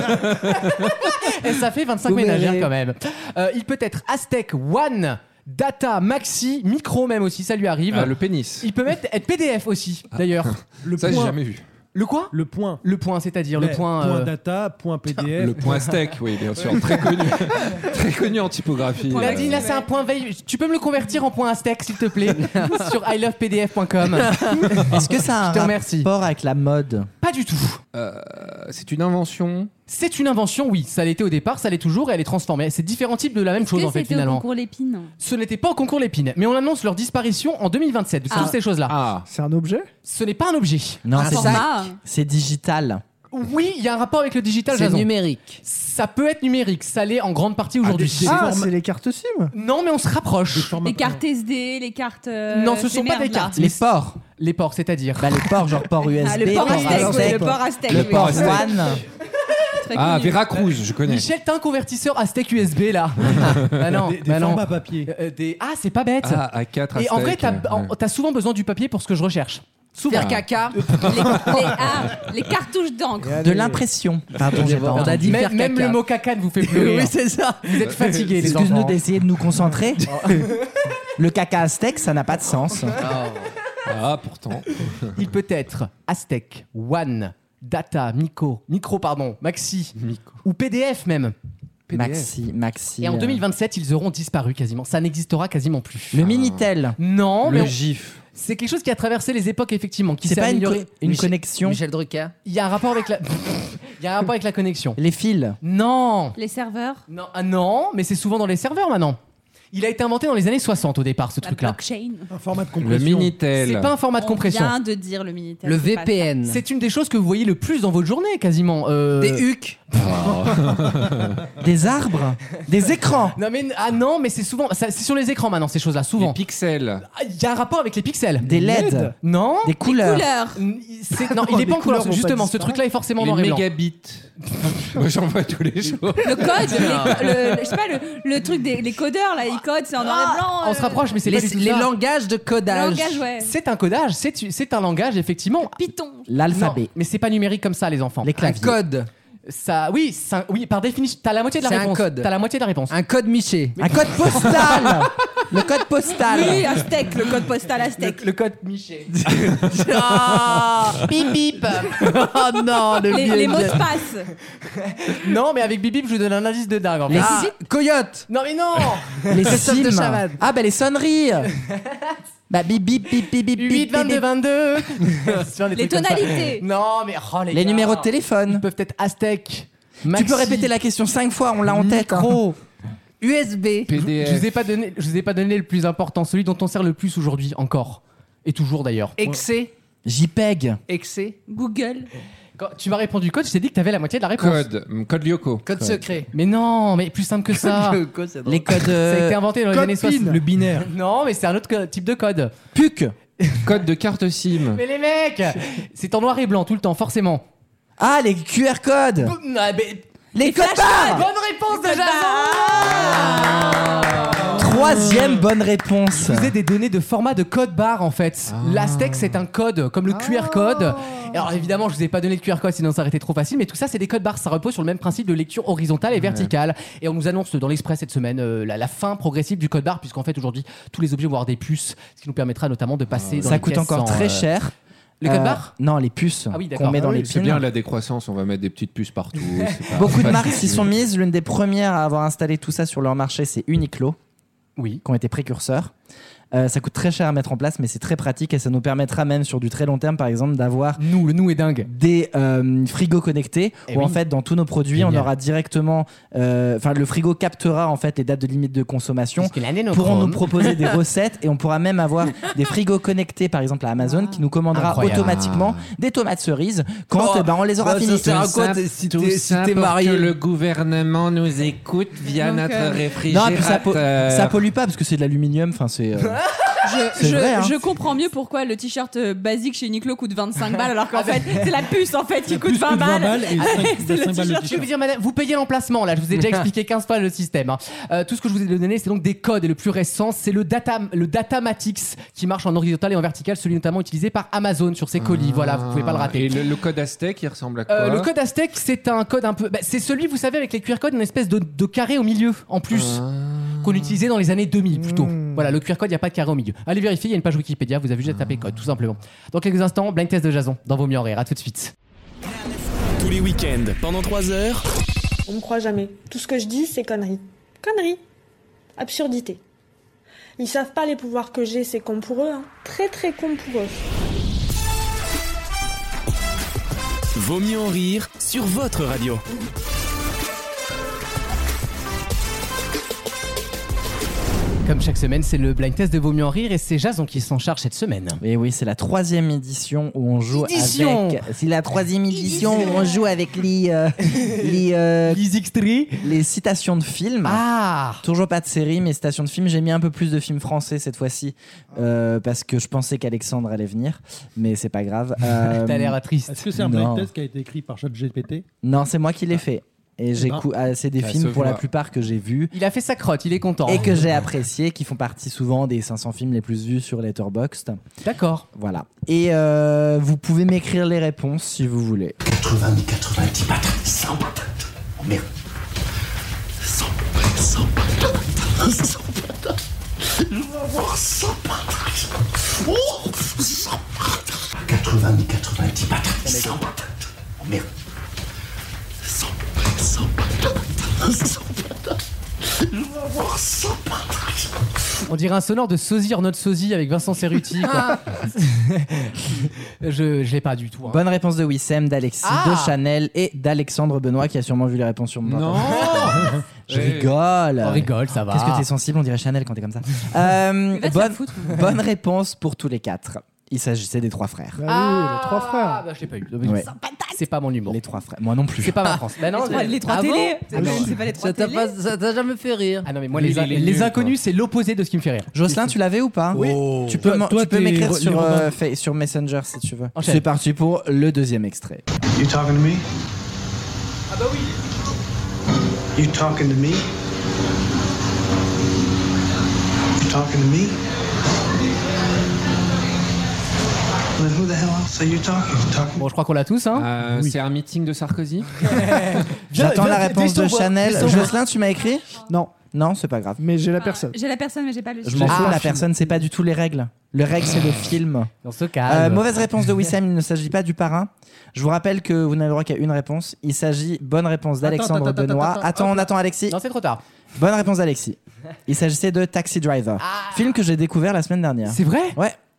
Et ça fait vingt-cinq Vous ménagères verrez. quand même. Euh, il peut être Aztec, One, Data, Maxi, Micro même aussi, ça lui arrive. Ah, le pénis. Il peut mettre, être P D F aussi, d'ailleurs. Le Ça, j'ai point, jamais vu. Le quoi? le point. Le point, c'est-à-dire le Mais point. euh, data, point P D F. Le point steak, oui, bien sûr. Très connu. Très connu en typographie. Nadine, là c'est un point veille. Tu peux me le convertir en point Aztec s'il te plaît sur i love p d f point com. Est-ce que ça a Je te un remercie. rapport avec la mode? Pas du tout. Euh, c'est une invention. C'est une invention, oui. Ça l'était au départ, ça l'est toujours et elle est transformée. C'est différents types de la même Est-ce chose que en fait c'était au finalement. concours Lépine? Ce n'était pas au concours Lépine, mais on annonce leur disparition en deux mille vingt-sept. Ah. Toutes ces choses-là. Ah, C'est un objet? Ce n'est pas un objet. Non, Un c'est ça. format. C'est digital. Oui, il y a un rapport avec le digital, C'est Jason. numérique. Ça peut être numérique, ça l'est en grande partie aujourd'hui. des- des- Ah, formes- c'est les cartes SIM. Non, mais on se rapproche. Des formats- Les cartes S D, les cartes. euh, Non, ce ces sont pas des merdes, là. cartes. Les ports. Les ports, c'est-à-dire. Bah, les ports, genre port U S B. Ah, le port port Aztec, oui, Aztec, le port Aztec. le oui. port Aztec. One. Très ah connu. Veracruz, je connais. Michel, t'as un convertisseur Aztec U S B là. bah non, Des, des bah non. formats papier. Euh, des... Ah, c'est pas bête. Ah, A quatre Et en vrai, t'as Aztec, en- ouais. t'as souvent besoin du papier pour ce que je recherche. Souvent. Faire caca. les, les- ah, les cartouches d'encre. De l'impression. Pardon, j'ai pas On a entendu. dit Même, faire même caca. le mot caca ne vous fait plus rire. Oui, c'est ça. Vous êtes fatigués, les Excuse-nous enfants. d'essayer de nous concentrer. Le caca aztec, ça n'a pas de sens. Ah, pourtant. Il peut être Aztec, One, Data, Micro, Micro pardon, Maxi ou P D F même. P D F. Maxi, Maxi. Et en euh, deux mille vingt-sept, ils auront disparu quasiment. Ça n'existera quasiment plus. Le Minitel. Non, mais Le on- GIF. c'est quelque chose qui a traversé les époques effectivement, qui C'est s'est pas une, amélioré. co- une Michel- connexion. Michel Drucker. Il y a un rapport avec la. Il y a un rapport avec la connexion. Les fils. Non. Les serveurs. Non, ah non, mais c'est souvent dans les serveurs maintenant. Il a été inventé dans les années soixante au départ, ce La truc-là. blockchain. Un format de Le compression. Minitel. C'est pas un format de On compression. vient de dire le Minitel. Le c'est pas V P N. C'est une des choses que vous voyez le plus dans votre journée, quasiment. Euh, Des hucs. Des arbres. Des écrans. Non mais ah non, mais c'est souvent, ça- c'est sur les écrans maintenant ces choses-là, Les souvent. pixels. Ah, Il y a un rapport avec les pixels. Des L E D. Non. Des ça. couleurs. Couleurs. C'est- non, il n'est Les pas en couleur. couleurs vont pas Justement, ce disparaître. truc-là est forcément Les noir et blanc. mégabits. Moi, j'en vois tous les jours. Le code. les- le, le- je sais pas, le, le truc des les codeurs, là, ils codent, c'est en noir et blanc. On se euh, rapproche, mais c'est Les, pas du tout les ça. langages de Le codage. langage, ouais. C'est un codage, c'est c'est un langage effectivement. Python. L'alphabet. Non, mais c'est pas numérique comme ça, les enfants. Les Un claviers. code. Ça, oui, ça- oui, par définition, t'as la moitié de la C'est un réponse. code. T'as la moitié de la réponse. Un code Miché. Un code postal. Le code postal. Oui, Aztec, le code postal Le, Aztec. le code Michel. Ah Bip bip. Oh non, le Les, vieux les mots de gars. passe. Non, mais avec bip bip, je vous donne un indice de dingue. En fait. Les Ah, Coyote. Non mais non. Les Christophe de sims. Chavannes. Ah bah les sonneries. Bah bip bip bip bip bip huit, bip, vingt-deux, bip. vingt-deux. Les tonalités. Non mais oh, les, Les gars. numéros de Ils téléphone. peuvent être Aztec. Maxi. Tu peux répéter la question cinq fois, on l'a en tête. hein. Micro. U S B. P D F. Je vous ai pas donné, je vous ai pas donné le plus important, celui dont on sert le plus aujourd'hui encore et toujours d'ailleurs. Excès. JPEG. Excès. Google. Quand tu m'as répondu code, je t'ai dit que t'avais la moitié de la réponse. Code, hum, code Lyoko. Code secret. Mais non, mais plus simple que ça. Le code, c'est drôle. Les codes. Ça a euh, été inventé dans les code années PIN. soixante. Le binaire. Non, mais c'est un autre co- type de code. P U C. Code de carte SIM. Mais les mecs, c'est en noir et blanc tout le temps, forcément. Ah, les Q R codes. Ah, mais- Les codes barres. Bonne réponse de Jason. Troisième bonne réponse. Je vous ai des données de format de code barre en fait. L'Aztec c'est un code comme le Q R code. Et alors évidemment je vous ai pas donné le Q R code sinon ça aurait été trop facile, mais tout ça c'est des codes barres, ça repose sur le même principe de lecture horizontale et verticale. Et on nous annonce dans l'Express cette semaine euh, la, la fin progressive du code barre, puisqu'en fait aujourd'hui tous les objets vont avoir des puces, ce qui nous permettra notamment de passer dans Ça les coûte pièces encore sans, très euh, cher. Les codes Euh, barres Non, les puces Ah oui, qu'on d'accord. met dans Ah les oui, c'est pins. bien la décroissance, on va mettre des petites puces partout. c'est pas- Beaucoup de pas marques difficile. s'y sont mises. L'une des premières à avoir installé tout ça sur leur marché, c'est Uniqlo, Oui. qui ont été précurseurs. Euh, ça coûte très cher à mettre en place, mais c'est très pratique et ça nous permettra même sur du très long terme, par exemple, d'avoir Nous, le nous est dingue. des euh, frigos connectés Eh où en oui. fait dans tous nos produits Génial. on aura directement, euh, enfin le frigo captera en fait les dates de limite de consommation. Parce que l'année nos Pourront nous chromes. proposer des recettes et on pourra même avoir des frigos connectés par exemple à Amazon qui nous commandera Incroyable. automatiquement des tomates cerises quand Oh, eh ben, on les aura bah, ça finis. sert à Tout quoi ça- t'es- si tout t'es si ça t'es pour marié que le gouvernement nous écoute via Donc, notre euh, Non, réfrigérateur. et puis ça, po- ça pollue pas parce que c'est de l'aluminium. Enfin, c'est. euh, Je, C'est je, vrai, hein. je comprends mieux pourquoi le t-shirt euh, basique chez Uniqlo coûte vingt-cinq balles alors qu'en fait c'est la puce en fait qui coûte vingt balles. et C'est le cinq balles le t-shirt. Je vais vous dire, madame, vous payez l'emplacement là. Je vous ai déjà expliqué quinze fois le système. hein. Euh, tout ce que je vous ai donné, c'est donc des codes. Et le plus récent, c'est le, data, le Datamatix qui marche en horizontal et en vertical, celui notamment utilisé par Amazon sur ses colis. Voilà, vous pouvez pas le rater. Et le, le code Aztec, il ressemble à quoi Euh, le code Aztec, c'est un code un peu. bah, c'est celui, vous savez, avec les Q R codes, une espèce de, de carré au milieu en plus. Qu'on utilisait dans les années deux mille plutôt. Voilà, le Q R code, il n'y a pas de carré au milieu. Allez vérifier, il y a une page Wikipédia, vous avez juste à taper code, tout simplement. Dans quelques instants, blind test de Jason, dans Vaut mieux en rire. À tout de suite. Tous les week-ends, pendant trois heures. On me croit jamais. Tout ce que je dis, c'est conneries. Conneries. Absurdité. Ils savent pas les pouvoirs que j'ai, c'est con pour eux. Hein. Très très con pour eux. Vaut mieux en rire sur votre radio. Comme chaque semaine, c'est le blind test de Vaut mieux en rire et c'est Jason qui s'en charge cette semaine. Et oui, c'est la troisième édition où on joue Édition. avec. C'est la troisième édition où on joue avec les euh, les, euh, Les extraits. les citations de films. Ah Toujours pas de série, mais citations de films. J'ai mis un peu plus de films français cette fois-ci euh, parce que je pensais qu'Alexandre allait venir, mais c'est pas grave. Euh, T'as l'air triste. Est-ce que c'est un Non. blind test qui a été écrit par ChatGPT? Non, c'est moi qui l'ai fait. Et j'ai ben, cou- ah, c'est des ça films se pour la voit. plupart que j'ai vus Il a fait sa crotte, il est content. et que j'ai appréciés, qui font partie souvent des cinq cents films les plus vus sur Letterboxd. D'accord. Voilà. Et euh, vous pouvez m'écrire les réponses si vous voulez. quatre-vingts, quatre-vingt-dix patates, cent patates. Oh merde. cent, cent patates, cent patates. Je vais avoir cent patates. Oh, cent patates. quatre-vingts, quatre-vingt-dix patates, cent patates. Oh merde. cent, cent patates, cent patates. Je vais avoir cent patates. On dirait un sonore de sosie or not sosie avec Vincent Cerruti. quoi. je je l'ai pas du tout. hein. Bonne réponse de Wissem, d'Alexis, Ah de Chanel et d'Alexandre Benoît qui a sûrement vu les réponses sur mon Non Je rigole. On rigole, ça va. Qu'est-ce que t'es sensible, on dirait Chanel quand t'es comme ça. Euh, Va te bonne, faire foutre. bonne réponse pour tous les quatre. Il s'agissait des trois frères. Bah oui, les trois frères. Ah, bah, je l'ai pas eu. Ouais. C'est pas mon humour. Les trois frères. Moi non plus. C'est pas ma France. Bah non, Les trois- les trois Ah télés. bon C'est pas- c'est pas les trois Ça t'a télés. pas- ça t'a jamais fait rire? Ah non, mais moi, Lui, les, in- il est les nul, inconnus, c'est l'opposé de ce qui me fait rire. Jocelyn, tu l'avais ou pas Oui. Tu peux, Toi- m'en- toi, tu peux t'es m'écrire Ro- sur, les euh, Robins. fa- sur Messenger si tu veux. Enchaîne. C'est parti pour le deuxième extrait. You talking to me? Ah bah oui. You talking to me? You talking to me? Then who the hell else are you talking? Talking? Bon, je crois qu'on l'a tous. Hein. Euh, Oui. C'est un meeting de Sarkozy. J'attends viens, la réponse de laisse-toi voir, Chanel. laisse-toi voir. Jocelyn, tu m'as écrit Non, Non, c'est pas grave. mais j'ai la Ah, personne. J'ai la personne, mais j'ai pas le Je m'en Ah, fous, la film. personne, c'est pas du tout les règles. Le règle, c'est le film. On se Euh, calme. mauvaise réponse de Wissam, il ne s'agit pas du parrain. Je vous rappelle que vous n'avez le droit qu'à une réponse. Il s'agit, bonne réponse d'Alexandre attends, attends, Benoît. attends, attends, Attends, on hop. attend Alexis. Non, c'est trop tard. Bonne réponse d'Alexis. Il s'agissait de Taxi Driver. Film que j'ai découvert la semaine dernière. C'est vrai. Ouais.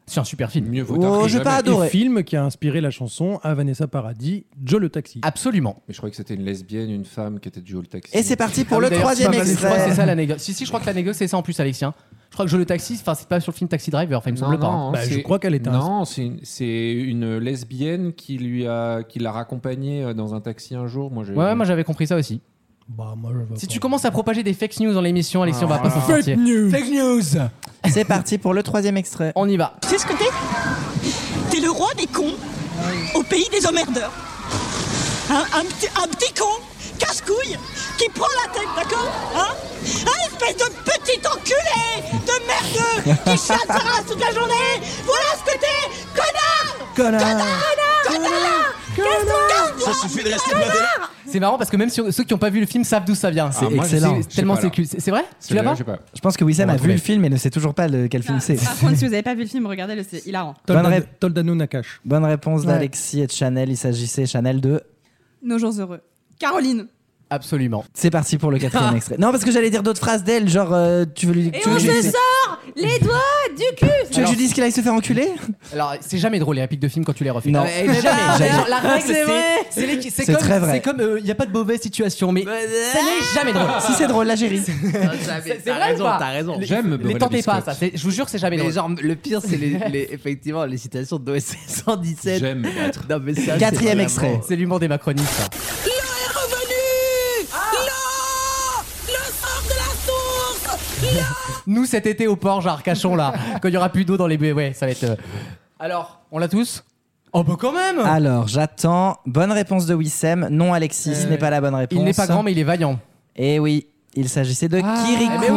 C'est un super film. Mieux vaut tard Oh, que j'ai jamais. pas adoré. Et film qui a inspiré la chanson à Vanessa Paradis, Joe le taxi. Absolument. Mais je croyais que c'était une lesbienne, une femme qui était Joe le taxi. Et c'est parti pour Ah oui, le d'ailleurs, troisième je crois que extrait. c'est ça la négo. Si, si, je crois que la négo, c'est ça en plus, Alexien. Je crois que je le taxi, enfin, c'est pas sur le film Taxi Driver, enfin, il me semble pas. hein. Bah, je c'est- crois qu'elle était un- Non, c'est une, c'est une lesbienne qui lui a, qui l'a raccompagnée dans un taxi un jour. Moi, j'ai- Ouais, moi j'avais compris ça aussi. Bah, moi, je vois Si pas. tu commences à propager des fake news dans l'émission, Alexis, on va Ah. pas s'en sortir. Fake news. C'est parti pour le troisième extrait. On y va. Tu sais ce que t'es? T'es le roi des cons au pays des emmerdeurs. Un, un, petit, un petit con, casse-couille, qui prend la tête, d'accord? Hein? Un espèce de petit enculé de merdeux qui chatte sa race toute la journée. Voilà ce que t'es, connard! Connard. Connard! Casse-toi! Ça suffit de rester bloqué là. C'est marrant parce que même si- ceux qui n'ont pas vu le film savent d'où ça vient. C'est Ah, moi, je excellent. sais- C'est tellement je sais pas, sécu. C'est c'est vrai? Tu l'as pas? Je sais pas. Je pense que Wissem On va a vu trouver. le film et ne sait toujours pas le- quel film c'est. Par contre, si vous n'avez pas vu le film, regardez-le, c'est hilarant. Bonne, Toldano, ré- Toldano Nakash. bonne réponse Ouais. d'Alexis et de Chanel. Il s'agissait, Chanel, de. Nos jours heureux. Caroline. Absolument. C'est parti pour le quatrième extrait. Non, parce que j'allais dire d'autres phrases d'elle, genre euh, tu veux lui. Et tu veux on que je lui se dise- sort les doigts du cul. Tu veux que je lui dise qu'il aille se faire enculer? Alors, c'est jamais drôle les répliques de film quand tu les refais. Non. Euh, jamais. Jamais. Genre, la règle, C'est c'est vrai. c'est les- c'est C'est comme très vrai. c'est comme il n'y a pas de mauvaise situation, mais ça n'est jamais drôle. Si c'est drôle, la gérie. C'est T'as vrai raison, ou pas t'as raison. Les- J'aime me beurrer Les la tentez pas, biscotte. ça. c'est- Je vous jure, c'est jamais Mais drôle. genre, le pire, c'est les, les- effectivement les citations d'O S C cent dix-sept. J'aime me battre. Non, mais ça, Quatrième c'est vraiment- extrait. C'est l'humour des macronistes. ça. L'eau est revenue. L'eau, le sort de la source. Nous, cet été au port, genre Arcachon, là, quand il y aura plus d'eau dans les baies, ouais, ça va être. euh, Alors, on l'a tous? Oh, bah quand même! Alors, j'attends. Bonne réponse de Wissem. Non, Alexis, ce Euh, n'est pas la bonne réponse. Il n'est pas grand, mais il est vaillant. Et oui, il s'agissait de Kirikou. Eh ben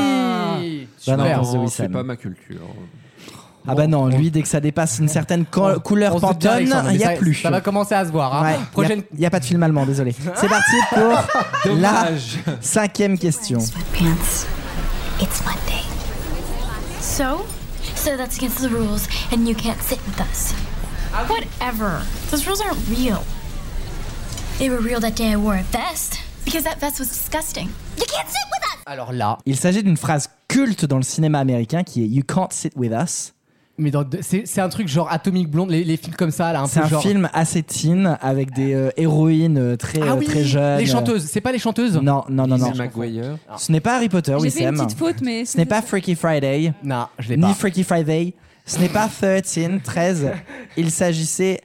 oui! Bonne Super. réponse de Non, Wissem. c'est pas ma culture. Ah bah non, lui, dès que ça dépasse une certaine co- couleur On se doute bien, pantone, Alexandre, il n'y mais a ça- plus. Ça va commencer à se voir. Hein. Ouais, Prochaine. Il n'y a, pas de film allemand, désolé. C'est parti pour la cinquième question. Sweatpants. It's Monday. So? So that's against the rules, and you can't sit with us. Whatever. Those rules aren't real. They were real that day I wore a vest, because that vest was disgusting. You can't sit with us! Alors là. Il s'agit d'une phrase culte dans le cinéma américain qui est You can't sit with us. Mais dans- c'est c'est un truc genre Atomic Blonde, les, les films comme ça, là, un C'est peu un genre. film assez teen avec des euh, héroïnes euh, très, Ah euh, oui, très jeunes. les chanteuses. C'est pas les chanteuses? Non, non, non, non. Lizzie McGuire. Ce n'est pas Harry Potter, J'ai fait une Wissem. petite faute, mais Ce n'est pas Freaky Friday. Non, je l'ai Ni pas. Freaky Friday. Ce n'est pas treize, treize. Il s'agissait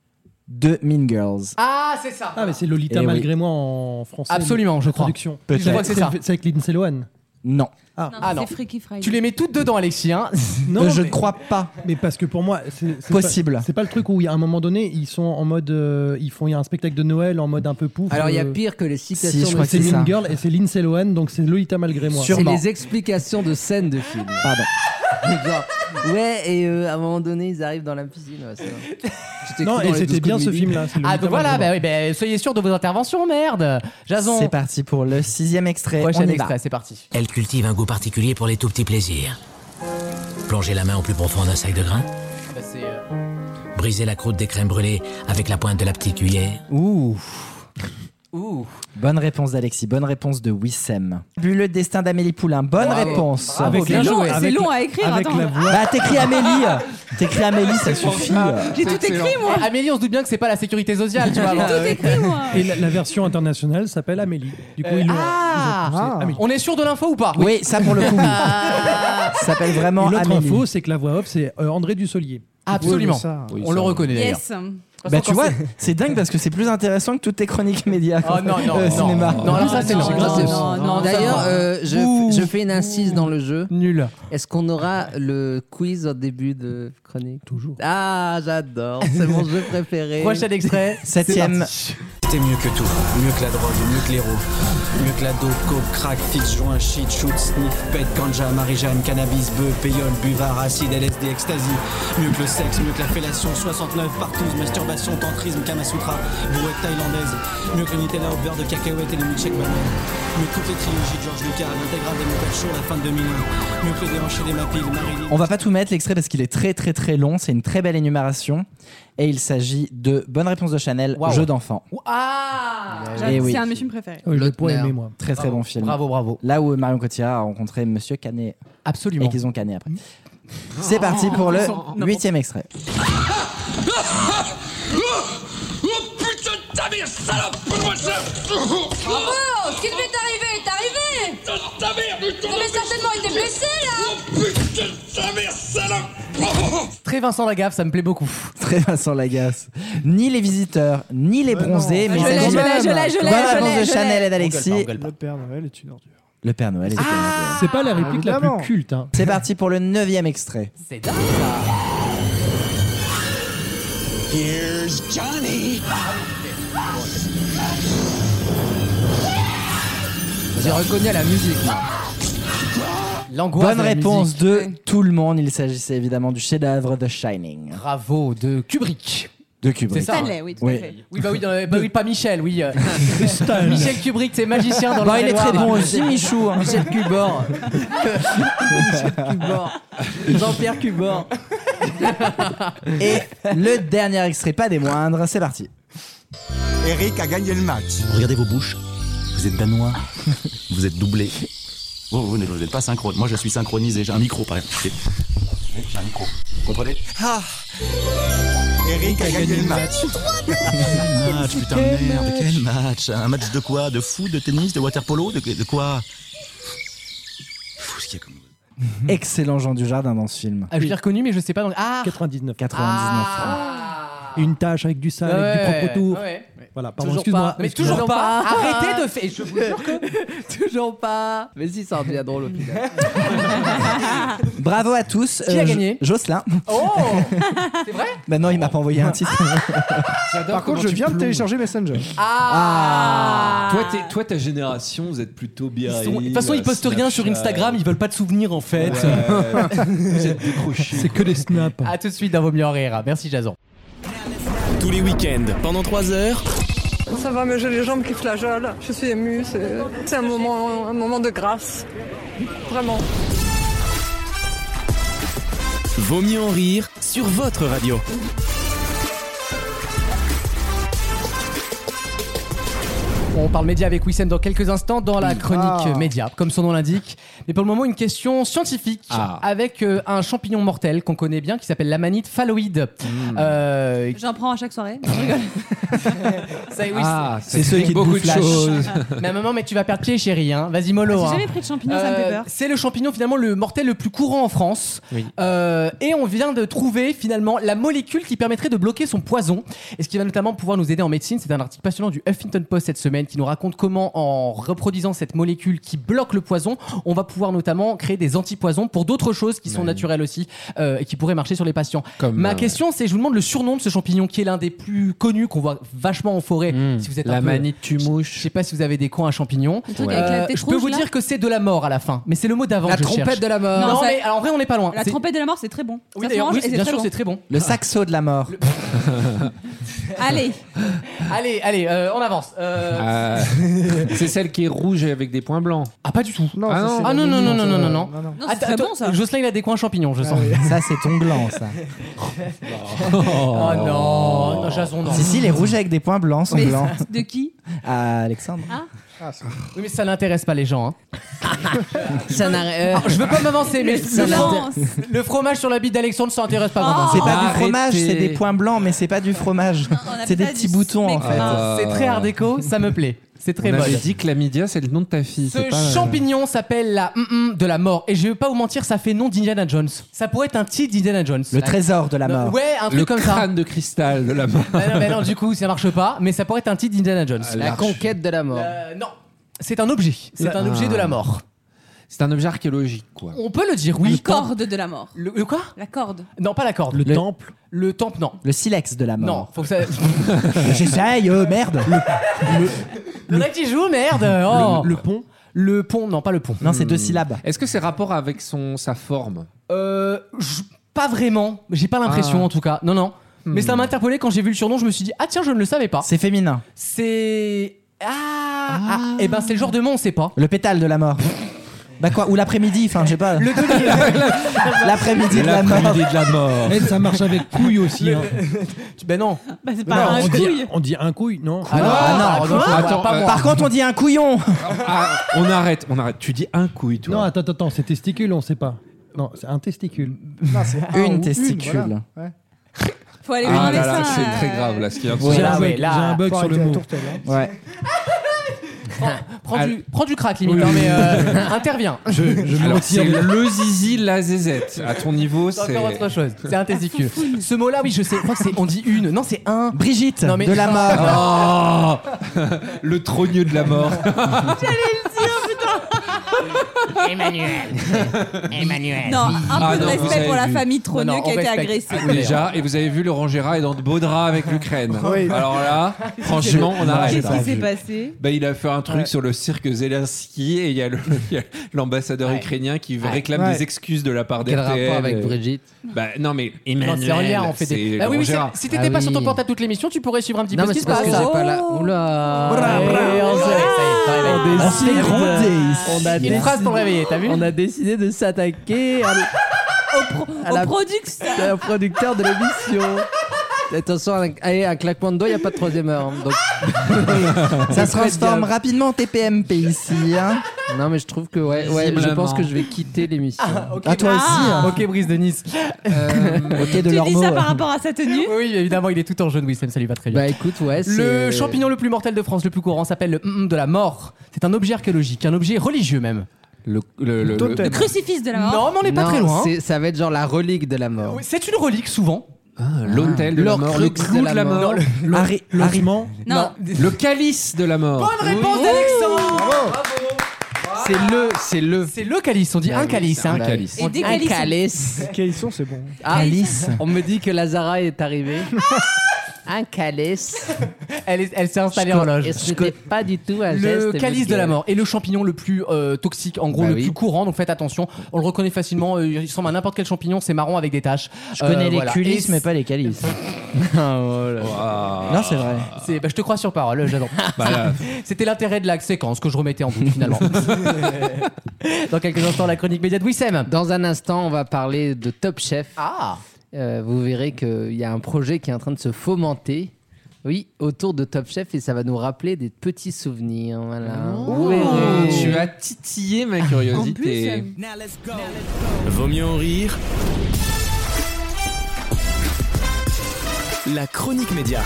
de Mean Girls. Ah, c'est ça. Ah, mais c'est Lolita Eh oui. malgré moi en français. Absolument, je la crois. traduction. Peut-être. Je crois que c'est ça. C'est avec Lindsay Lohan. Non. Ah, Ah non. c'est Freaky Friday. Tu les mets toutes dedans, Alexis. Hein. non, Euh, je mais- ne crois pas. Mais parce que pour moi, c'est c'est Possible. pas- C'est pas le truc où, il y a un moment donné, ils sont en mode. euh, ils font, il y a un spectacle de Noël en mode un peu pouf. Alors, il y a euh, pire que les Si, citations je crois de que C'est c'est Mean ça. Girl et c'est Lindsay Lohan, donc c'est Lolita malgré moi. Sur- C'est Sûrement. les explications de scènes de films. Pardon. Genre, ouais, et euh, à un moment donné, ils arrivent dans la piscine. Ouais, c'est vrai. Tu t'es Non, cru dans et c'était les douze coups bien de ce midi. film-là. c'est Ah, Lolita donc voilà, malgré bah, moi. oui, bah, soyez sûr de vos interventions, merde. Jason. C'est parti pour le sixième extrait. Prochain On y va. extrait, c'est parti. Elle cultive un goût particulier pour les tout petits plaisirs. Plonger la main au plus profond d'un sac de grains, Bah, c'est, euh, briser la croûte des crèmes brûlées avec la pointe de la petite cuillère. Ouh. Ouh. Bonne réponse d'Alexis. Bonne réponse de Wissem. Bu le destin d'Amélie Poulain. Bonne Bravo. réponse. Bravo, Avec bien la- joué. C'est avec long la- à écrire, avec attends. la voix. Bah t'écris Amélie. T'écris Amélie, ça suffit. J'ai tout écrit, moi. Eh, Amélie, on se doute bien que c'est pas la sécurité sociale, tu vois. J'ai alors, tout euh, écrit, moi. Et la, la version internationale s'appelle Amélie. Du coup, Euh, ils l'ont. ah. ils ont poussé Ah. Amélie. On est sûr de l'info ou pas? Oui, ça pour le coup. oui. Ça s'appelle vraiment Et l'autre Amélie. info, c'est que la voix off, c'est euh, André Dussolier. Absolument. Oui, mais ça- Oui, On le ça- reconnaît d'ailleurs. Yes. Bah tu vois, c'est dingue parce que c'est plus intéressant que toutes tes chroniques médias. Oh non, non, euh, non. cinéma. Non, alors ça, c'est non. C'est grave, c'est- non, non, D'ailleurs, ça va. euh, je, Ouh. je fais une incise dans le jeu. Nul. Est-ce qu'on aura le quiz au début de chronique? Toujours. Ah, j'adore. C'est mon jeu préféré. Prochain extrait. Septième. c'est parti. C'était mieux que tout, mieux que la drogue, mieux que l'héros, mieux que la dope, coke, crack, fixe, joint, shit, shoot, sniff, pet, ganja, Marie-Jeanne, cannabis, bœuf, payole, buvard, acide, L S D, ecstasy, mieux que le sexe, mieux que la fellation, soixante-neuf, partouze, masturbation, tantrisme, Kamasutra, brouette thaïlandaise, mieux que le Nutella au beurre de cacahuète et les milkshakes banane, mieux que toutes les trilogies de George Lucas, l'intégrale des Muppet Show, la fin de deux mille un, mieux que les déhanchés des Mapiles, Marilyn. On va pas tout mettre l'extrait parce qu'il est très très très long. C'est une très belle énumération. Et il s'agit de bonne réponse de Chanel, Wow. jeu d'enfant. Ah. Eh oui. C'est un de mes films préférés. Ouais, je l'ai L'autre pas nerf. aimé, moi. Très très Bravo. bon film. Bravo, bravo. Là où Marion Cotillard a rencontré Monsieur Canet Absolument. et qu'ils ont cané après. C'est parti pour le huitième extrait. Oh putain de ta mère, salope! Donne-moi ça! Bravo! Ce qui devait t'arriver est arrivé! Putain de ta mère! Vous avez certainement été blessé là! Oh putain de ta mère, salope! Très Vincent Lagaffe, ça me plaît beaucoup. Très Vincent Lagasse. Ni les visiteurs, ni les bronzés, non. mais Je il l'ai, s'agit- je l'ai, je l'ai, je l'ai, Bonne je réponse l'ai, de je Chanel l'ai. et d'Alexis. Le Père Noël est une ordure. Le Père Noël est une ordure. C'est pas la réplique la Évidemment. plus culte. Hein. C'est parti pour le neuvième extrait. C'est dingue ça. Here's Johnny! J'ai reconnu à la musique, moi. L'angoisse. Bonne de la réponse musique. de tout le monde. Il s'agissait évidemment du chef-d'œuvre The Shining. Bravo, de Kubrick. De Kubrick. C'est ça. Stanley, oui, tout à fait. Oui, bah oui, dans- bah oui, pas Michel, oui. euh, Michel Kubrick, c'est magicien dans le Bah, il est très Maine-et-Loire. bon aussi, Michou. hein. Michel Cubor. Michel Cubor. Jean-Pierre Cubor. Et le dernier extrait, pas des moindres, c'est parti. Eric a gagné le match. Regardez vos bouches. Vous êtes danois. Vous êtes doublé. Vous, vous n'êtes pas synchrone. Moi, je suis synchronisé. J'ai un micro, par exemple. J'ai j'ai un micro. Vous comprenez? Ah Eric a gagné le match. Quel match, putain de merde. Quel match? Un match de quoi? De foot, de tennis, de waterpolo? De, de quoi? Fou, ce qu'il y a comme... Excellent Jean Dujardin dans ce film. Ah, je l'ai reconnu, mais je sais pas. Donc... Ah quatre-vingt-dix-neuf. quatre-vingt-dix-neuf. Une tache avec du sale, Ouais, avec du propre autour. ouais, ouais. Voilà, pardon, Toujours excuse-moi. pas. Mais excuse-moi. toujours pas. Arrêtez de faire. Je vous jure que. Toujours pas. Mais si, ça en devient drôle au final. Bravo à tous. Qui a Euh, gagné Jo- Jocelyn. Oh C'est vrai Bah non, il m'a pas envoyé un titre. Par contre, je viens de télécharger Messenger. Ah, Toi, t'es- toi, ta génération, vous êtes plutôt bien. Ils sont- De toute façon, ils postent rien sur Instagram, ils veulent pas de souvenirs en fait. Vous êtes décrochés. C'est que les snaps. A tout de suite dans Vaut mieux en rire. Merci Jason. Tous les week-ends, pendant trois heures, Ça va, mais j'ai les jambes qui flageolent. Je suis émue. C'est, c'est un moment, un moment de grâce. Vraiment. Vaut mieux en rire sur votre radio. On parle média avec Wissem dans quelques instants dans la chronique Ah. média, comme son nom l'indique. Mais pour le moment, une question scientifique Ah. avec euh, un champignon mortel qu'on connaît bien qui s'appelle l'amanite phalloïde. Euh, J'en prends à chaque soirée. Je rigole. ça, oui, Ah, c'est ceux qui te beaucoup de bouffent la choses. mais à un moment, mais tu vas perdre pied, chérie. Hein. Vas-y, mollo. J'ai hein. jamais pris de champignons, ça me fait Euh, peur. C'est le champignon finalement le mortel le plus courant en France. Oui. Euh, et on vient de trouver finalement la molécule qui permettrait de bloquer son poison. Et ce qui va notamment pouvoir nous aider en médecine, c'est un article passionnant du Huffington Post cette semaine qui nous raconte comment en reproduisant cette molécule qui bloque le poison, on va pouvoir notamment créer des antipoisons pour d'autres choses qui sont Oui. naturelles aussi euh, et qui pourraient marcher sur les patients. Comme, Ma euh, question, c'est je vous demande le surnom de ce champignon qui est l'un des plus connus qu'on voit vachement en forêt. Mmh, Si vous êtes la un peu- manite Je tumouche. sais pas si vous avez des coins à champignons. Le truc avec la tête je peux rouge, vous là dire que c'est de la mort à la fin, mais c'est le mot d'avant La que je trompette cherche. de la mort. Non, Non, ça- mais alors, en vrai, on n'est pas loin. La C'est- trompette de la mort, c'est très bon. Oui, Ça se d'ailleurs, mange oui, et c'est bien très sûr, bon. c'est très bon. Le saxo de la mort. Allez, Allez, allez, euh, on avance. Euh, Euh, c'est celle qui est rouge avec des points blancs. Ah, pas du tout. Non, Ah ça, non. c'est Ah la non, non, mignon, non, ça. non, non, non, non. non, c'est Attends, très bon attends, ça. Jocelyn, il a des coins champignons, je sens. Ça, c'est ton gland, ça. Oh non, non, Jason, non. Si, si, il est rouge avec des points blancs, son Mais gland. de qui Ah, Alexandre. Ah, c'est- Oui, mais ça n'intéresse pas les gens. Hein. Ça n'a rien. Alors, je veux pas m'avancer, mais Ça le, n'intéresse- fro- le fromage sur la bite d'Alexandre, ça intéresse pas vraiment. C'est pas Arrêtez. du fromage, c'est des points blancs, mais c'est pas du fromage. on C'est appelle des ça petits du boutons en spectre. fait. Ah. C'est très art déco, ça me plaît. C'est très On mode. avait dit que la Lydia, c'est le nom de ta fille. Ce c'est pas... champignon s'appelle la hum-hum de la mort. Et je vais pas vous mentir, ça fait nom d'Indiana Jones. Ça pourrait être un titre d'Indiana Jones. Le trésor de la Non, mort. Ouais, un truc Le comme ça. crâne de cristal de la mort. Bah non, bah non, du coup, ça marche pas. Mais ça pourrait être un titre d'Indiana Jones. Ah, La l'arche. conquête de la mort. Euh, non, c'est un objet. C'est La- un objet Ah. de la mort. C'est un objet archéologique, quoi. On peut le dire, oui. La corde de la mort. Le, le quoi La corde. Non, pas la corde. Le, Le- temple. Le temple, non. Le silex de la Non, mort. faut que ça. J'essaye, euh, merde. Il y en a qui jouent, merde. Oh. Le, le pont. Le pont, non, pas le pont. Non, c'est deux Hmm. syllabes. Est-ce que c'est rapport avec son, sa forme? Euh, je- pas vraiment. J'ai pas l'impression Ah. en tout cas. Non, non. Mais Hmm. ça m'a interpellé quand j'ai vu le surnom. Je me suis dit, ah tiens, je ne le savais pas. C'est féminin. C'est. Ah, ah. Et ben c'est le genre de mot, on sait pas. Le pétale de la mort. Bah quoi, ou l'après-midi, enfin je sais pas. Le L'après-midi de la mort. L'après-midi de la mort. Eh, ça marche avec couille aussi. Hein. Ben non. Bah, c'est Non, pas un on, dit, couille. on dit un couille, non. Ah non, Ah non, non, quoi attends, pas Euh, moi. Par contre, on dit un couillon. Ah, on arrête, on arrête. Tu dis un couille, toi. Non, attends, attends, c'est testicule, on sait pas. Non, c'est un testicule. Non, c'est un Une ou testicule. voilà. Ouais. Faut aller voir Ah un là là, médecin. c'est euh, très grave là ce qui vient de se J'ai passer. un là, bug, ouais, là, j'ai un bug Faut sur le arrêter la mot. tourtelle, hein. Ouais. Prends, prends du, prends du crack limite, hein, mais euh, interviens. Je, je me Alors retire. c'est le zizi, la zézette. À ton niveau, C'est c'est. encore autre chose. C'est un testicule. Ce mot-là, oui, je sais. Je crois que c'est. On dit une. Non, c'est un. Brigitte, Non, mais- de la mort. Oh le trogneux de la mort. Emmanuel. Emmanuel. Non, un Ah peu de non, vous respect avez pour la vu. famille Non, non, Trogneux qui a on été respecte. agressée. Ah, Déjà, et vous avez vu Laurent Gérard est dans de beaux draps avec l'Ukraine. Oui. Alors là, franchement, on arrête. Qu'est-ce hein. qui s'est passé? Bah, il a fait un truc Ouais. sur le cirque Zelensky et il y a le- il y a l'ambassadeur Ouais. ukrainien qui Ouais. réclame Ouais. des excuses de la part Quel d'R T L. rapport avec euh, Brigitte? Bah non mais Non, Emmanuel, c'est en lien, on fait c'est des. Ah oui, Laurent oui, c'est- Gérard. si t'étais Ah pas sur ton oui. portable toute l'émission, tu pourrais suivre un petit Non, peu mais ce c'est qui se parce passe. que j'ai pas la. Oula! Bra, bra. Ouais, on s'est- On on s'est décide grondé. de- On a Une phrase pour le réveiller, t'as vu? On a décidé de s'attaquer à l- Au, pro- à au la- producteur. au producteur de l'émission. Attention, un, allez, un claquement de doigts, il n'y a pas de troisième heure. hein. Donc... Ça se transforme rapidement en T P M P ici. Hein. Non, mais je trouve que ouais, ouais je Visiblement. pense que je vais quitter l'émission. Ah, ok. À toi aussi. Ah. hein. Ok, Brice de Nice. Ok, de Tu leur dis mot. ça par rapport à sa tenue? Oui, oui, évidemment, il est tout en jaune, Wissem, ça lui va très bien. Bah écoute, ouais, c'est. Le champignon le plus mortel de France, le plus courant, s'appelle le mm de la mort. C'est un objet archéologique, un objet religieux même. Le, le, le- Totem. Le crucifix de la mort. Non, mais on n'est pas Non, très loin. c'est- Ça va être genre la relique de la mort. Oui, c'est une relique souvent. Ah, l'autel de la mort, le L'Orcrux clou de la mort, Non, Harry, Harry- L'ossement. Non. le calice de la mort. Bonne réponse d'Alexandre. Bravo. C'est le, c'est le. C'est le calice, on dit un calice. Un hein. calice. Et des Un calissons. calice. Calisson, c'est bon. Ah, Calice. on me dit que Lazara est arrivée. Un calice. Elle, est- elle s'est installée en loge. Et ce n'était pas du tout un Le geste calice de la vulgaire. mort est le champignon le plus euh, toxique, en gros Bah le oui. plus courant, donc faites attention. On le reconnaît facilement, euh, il ressemble à n'importe quel champignon, c'est marron avec des taches. Je connais Euh, les voilà. culisses, Et mais pas les calices. Ah. Non, c'est vrai. c'est- bah, je te crois sur parole, j'adore. Bah, là, C'était l'intérêt de la séquence que je remettais en doute finalement. Dans quelques instants, la chronique média de Wissem. Dans un instant, on va parler de Top Chef. Ah Euh, vous verrez qu'il y a un projet qui est en train de se fomenter. Oui, autour de Top Chef et ça va nous rappeler des petits souvenirs. Voilà. Vous verrez. tu as titillé ma En plus, curiosité. euh, Vaut mieux en rire. La chronique média.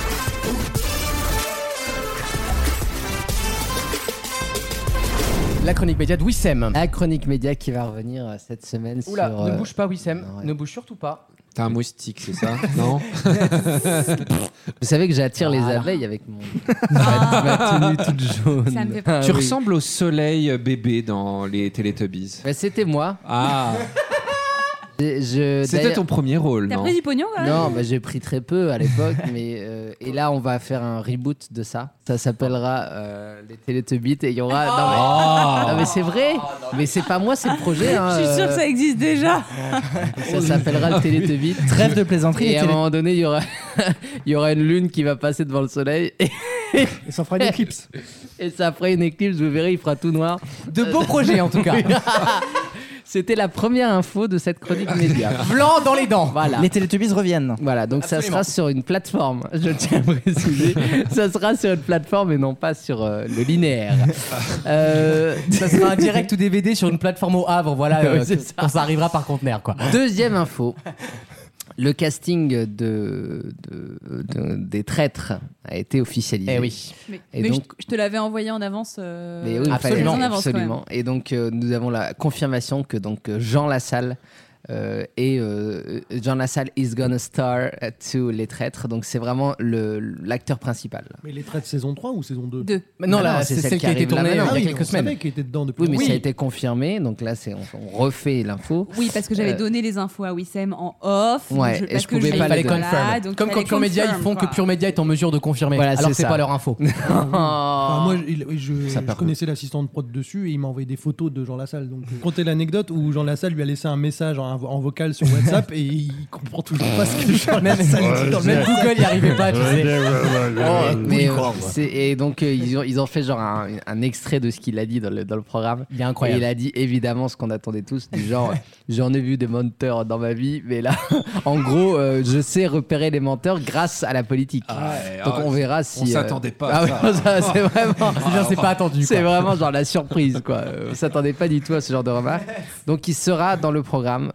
La chronique média de Wissem. La chronique média qui va revenir euh, cette semaine Oula, sur. ne euh, bouge pas Wissem, non, ouais. ne bouge surtout pas. T'as un moustique, c'est ça? Non? Vous savez que j'attire les Voilà. abeilles avec mon ma, ma tenue toute jaune. Ça me fait peur. Ah Tu oui. ressembles au soleil bébé dans les Teletubbies. Bah, c'était moi. Ah, Je- je- c'était d'ailleurs- ton premier rôle, T'as non? pris du pognon quand même? Non, bah, j'ai pris très peu à l'époque, mais euh, et là on va faire un reboot de ça. Ça s'appellera euh, les Teletubbies et il y aura. Non mais, Oh. non, mais c'est vrai. Mais c'est pas moi, c'est le projet. hein, Je suis sûre que euh, ça existe déjà. Ça s'appellera le Teletubbies. Trêve de plaisanterie. Et les à un télé- moment donné, il y aura, il y aura une lune qui va passer devant le soleil et, Et ça fera une éclipse. et ça fera une éclipse. Vous verrez, il fera tout noir. De beaux projets en tout cas. C'était la première info de cette chronique média. Blanc dans les dents. Voilà. Les Télétubbies reviennent. Voilà, donc ça Absolument. sera sur une plateforme, je tiens à préciser. Ça sera sur une plateforme et non pas sur euh, le linéaire. Euh, Ça sera un direct ou D V D sur une plateforme au Havre, voilà, Ouais, euh, c'est que- ça. quand ça arrivera par conteneur quoi. Deuxième info. Le casting de, de- de- des traîtres a été officialisé. Eh oui. Mais, Et mais donc- je, je te l'avais envoyé en avance. euh, Mais oui, Absolument. fallait- en avance, quand même. absolument. Et donc euh, nous avons la confirmation que donc euh, Jean Lassalle euh, et euh, Jean Lassalle is gonna star to Les Traîtres. Donc c'est vraiment le l'acteur principal. Mais les traits de saison trois ou saison deux? Deux. Mais non, Ah là, non, c'est c'est celle, celle qui a qui été arrive là tournée maintenant. il y a Ah oui, quelques on semaines. savait qu'il était dedans depuis Oui, mais longtemps. ça a été confirmé. Donc là, c'est on, on refait l'info. Oui, parce que j'avais Euh, donné les infos à Wissem en off. Ouais, je, et parce je que pouvais j'ai- pas Il fallait les voilà, confirm. donc Comme il quand fallait Pure Média, ils confirm, font que quoi. Pure Média est en mesure de confirmer. Voilà, alors c'est c'est ça. pas leur info. Ah, moi, il- je, Ça je part. connaissais l'assistant de prod dessus et il m'a envoyé des photos de Jean Lassalle. Donc, euh, comptez l'anecdote où Jean Lassalle lui a laissé un message en, en vocal sur WhatsApp et il comprend toujours pas ce que Jean Même, Lassalle dit dans le même message. Google n'y arrivait pas, tu sais. Mais, euh, c'est- et donc euh, ils, ont, ils ont fait genre un, un extrait de ce qu'il a dit dans le, dans le programme. Il est Et incroyable. il a dit évidemment ce qu'on attendait tous, du genre euh, j'en ai vu des menteurs dans ma vie, mais là en gros euh, je sais repérer les menteurs grâce à la politique. ouais, Donc ah, on verra si. on s'attendait pas à ah ça. ouais, ça, c'est vraiment. C'est bien, c'est pas attendu. C'est quoi. vraiment genre la surprise quoi. Euh, On s'attendait pas du tout à ce genre de remarque. Donc il sera dans le programme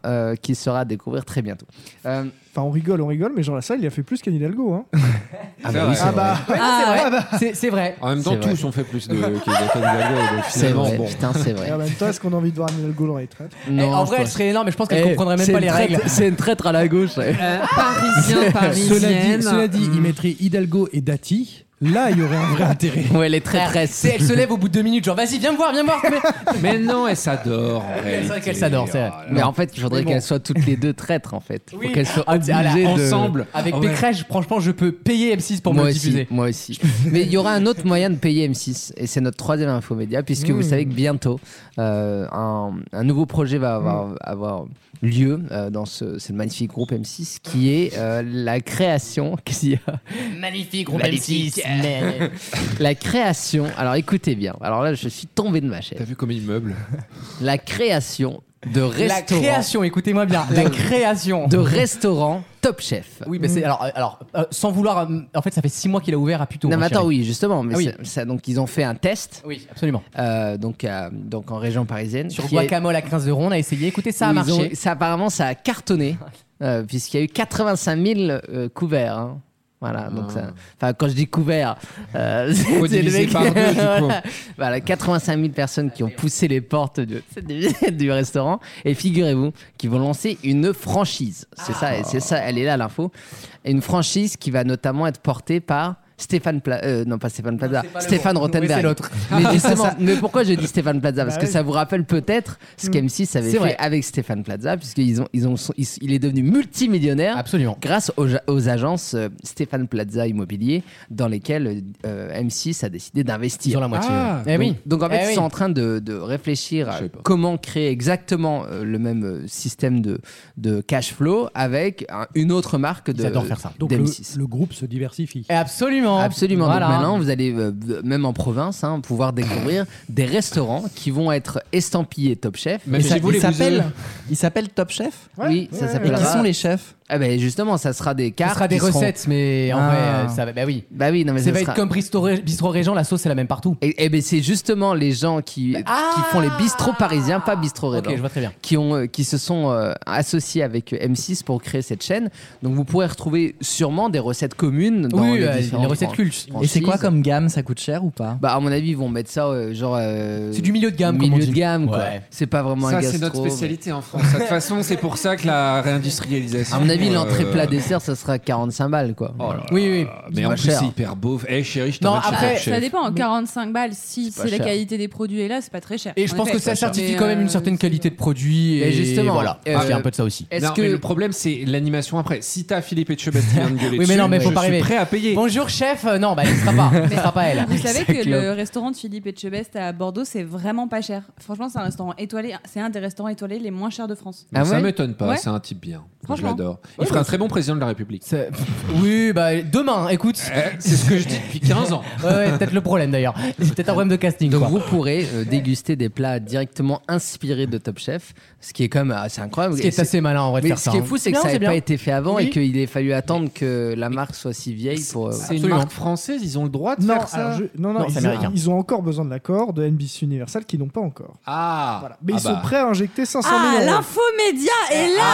euh, qui sera à découvrir très bientôt. Euh, Enfin, on rigole, on rigole, mais Jean Lassalle, il a fait plus qu'Anne Hidalgo. Hein. Ah bah oui, c'est ah bah, vrai. ouais, Ah, c'est ouais. vrai. C'est- c'est vrai. En même temps, C'est vrai. tous ont fait plus de qu'Anne Hidalgo. Donc C'est finalement, vrai, bon. putain, c'est vrai. Et en même temps, est-ce qu'on a envie de voir Anne Hidalgo dans les traites Eh, en vrai, elle serait énorme, mais je pense qu'elle Eh, comprendrait même c'est pas une les traître- règles. C'est une traître à la gauche. ouais. Euh, Parisien, parisienne. Cela dit, cela dit il mettrait Hidalgo et Dati. Là, il y aurait un vrai intérêt. Ouais, les Frère, traîtresses. c'est- Elle se lève au bout de deux minutes, genre vas-y, viens me voir, viens me voir. Mais non, elle s'adore. en C'est vrai réalité. qu'elle s'adore, c'est vrai. Mais en fait, il faudrait Mais bon. qu'elles soient toutes les deux traîtres, en fait. Faut Oui. qu'elles soient Ah, obligées ah, là, de... ensemble. Avec Ah des ouais. crèches, franchement, je peux payer M six pour me moi le aussi, diffuser. moi aussi. Mais il y aura un autre moyen de payer M six, et c'est notre troisième infomédia, puisque vous Mmh. savez que bientôt, euh, un, un nouveau projet va avoir, avoir lieu euh, dans ce, ce magnifique groupe M six, qui est euh, la création... Qu'est-ce qu'il y a Magnifique groupe Magnifique. M six. mais- La création... Alors écoutez bien, alors là, je suis tombé de ma chaise. T'as vu comme il meuble La création de La restaurants... création, écoutez-moi bien, la De- création. De restaurants Top Chef. Oui, mais c'est alors, euh, alors euh, sans vouloir. euh, en fait, ça fait six mois qu'il a ouvert à Puteaux. Non, hein, mais attends, chérie. oui, justement. Mais Ah oui. ça, ça- donc, ils ont fait un test. Oui, absolument. euh, donc, à- donc, en région parisienne. Sur qui est- Guacamole à quinze euros, on a essayé. Écoutez, ça a où ils marché. ont- ça, apparemment, ça a cartonné. euh, puisqu'il y a eu quatre-vingt-cinq mille euh, couverts. hein. Voilà, donc ça. Enfin, quand je dis couvert, euh, Faut c'est le diviser mec. par deux, du coup. Voilà. Voilà, quatre-vingt-cinq mille personnes qui ont poussé les portes du, du- du restaurant. Et figurez-vous qu'ils vont lancer une franchise. C'est ça, et c'est ça, elle est là l'info. Une franchise qui va notamment être portée par Stéphane Plaza, euh, non pas Stéphane Plaza, c'est pas le Stéphane bon. Rothenberg. Oui, c'est l'autre. Mais justement, mais pourquoi je dis Stéphane Plaza Parce Bah que oui. ça vous rappelle peut-être ce qu'M six avait C'est fait vrai. avec Stéphane Plaza, puisqu'ils ont, ils ont, ils- il est devenu multimillionnaire Absolument. grâce aux, aux agences euh, Stéphane Plaza Immobilier, dans lesquelles euh, M six a décidé d'investir. Sur la moitié. Ah, eh donc, oui. donc en fait, Eh ils oui. sont en train de, de réfléchir à Je sais pas. comment créer exactement euh, le même euh, système de, de cash flow avec un- une autre marque de Ils adorent faire ça. Donc le, d'M six. le groupe se diversifie. Eh, Absolument. Absolument. Voilà. Donc maintenant, vous allez, euh, même en province, hein, pouvoir découvrir des restaurants qui vont être estampillés Top Chef. Même Et si ça- vous il les s'appelle, vous- il s'appelle Top Chef. Oui, ça ouais, Et s'appellera. qui sont les chefs? Ah ben justement, ça sera des Ce cartes. sera des qui seront- recettes, mais en Ah. vrai, euh, ça va. Bah oui. Bah oui, non mais Ça ça va sera- être comme Bistro, Ré- Bistro Régent, la sauce c'est la même partout. Et, et ben c'est justement les gens qui, Ah qui font les bistrots parisiens, pas bistrot Ok, Régent, je vois très bien. qui, ont, euh, qui se sont euh, associés avec euh, M six pour créer cette chaîne. Donc vous pourrez retrouver sûrement des recettes communes dans Oui, les, euh, différentes les recettes fran- cultes. Et c'est quoi franchises. comme gamme? Ça coûte cher ou pas? Bah à mon avis, ils vont mettre ça euh, genre. euh, C'est du milieu de gamme, comme on milieu dit. de gamme, quoi. Ouais. C'est pas vraiment un Ça, gastro. c'est notre mais- spécialité en France. De toute façon, c'est pour ça que la réindustrialisation. À mon avis, l'entrée euh, plat dessert, ça sera quarante-cinq balles, quoi. Oh là là. Oui, oui. Mais C'est en pas plus, cher. c'est hyper beau. Eh chérie, je Non, t'emmène chez après, Top Chef. Ça dépend, en quarante-cinq balles, si pas c'est la cher. qualité des produits est là, c'est pas très cher. Et je En pense effet. que ça certifie Mais, quand même une euh, certaine qualité de produit. Mais Et justement, voilà. euh, Il y a un peu de ça aussi. Est-ce Non, que mais le problème, c'est l'animation après. Si t'as Philippe Etchebest qui vient de gueuler Oui, mais dessus, non, mais faut je pas suis rêver. prêt à payer. Bonjour chef. Euh, Non, bah elle sera pas. Ce sera pas elle. Vous savez Ça que clope. le restaurant de Philippe Etchebest à Bordeaux, c'est vraiment pas cher. Franchement, c'est un restaurant étoilé. C'est un des restaurants étoilés les moins chers de France. Ah ça ouais m'étonne pas, Ouais. c'est un type bien. Je Franchement. l'adore. Il Ouais, ferait bah, un très bon président de la République. C'est- Oui, bah demain. Écoute. Eh, c'est ce que je dis depuis quinze ans. Ouais, ouais, peut-être le problème d'ailleurs. C'est peut-être un problème de casting. Donc quoi. vous pourrez euh, déguster des plats directement inspirés de Top Chef, ce qui est quand même assez incroyable. Ce qui Et est c'est- assez malin en vrai de Mais faire ce ça. qui est hein. fou, c'est que Bien, ça n'avait bien. pas été fait avant Oui. et qu'il ait fallu attendre que la marque soit si vieille pour. euh, C'est une Absolument. marque française, ils ont le droit de Non, faire ça. alors je- non, non, Non, ils, c'est américain. ils ont encore besoin de l'accord de N B C Universal qui n'ont pas encore. Ah, Voilà. Mais Ah ils bah. sont prêts à injecter cinq cents Ah, millions. l'infomédia est là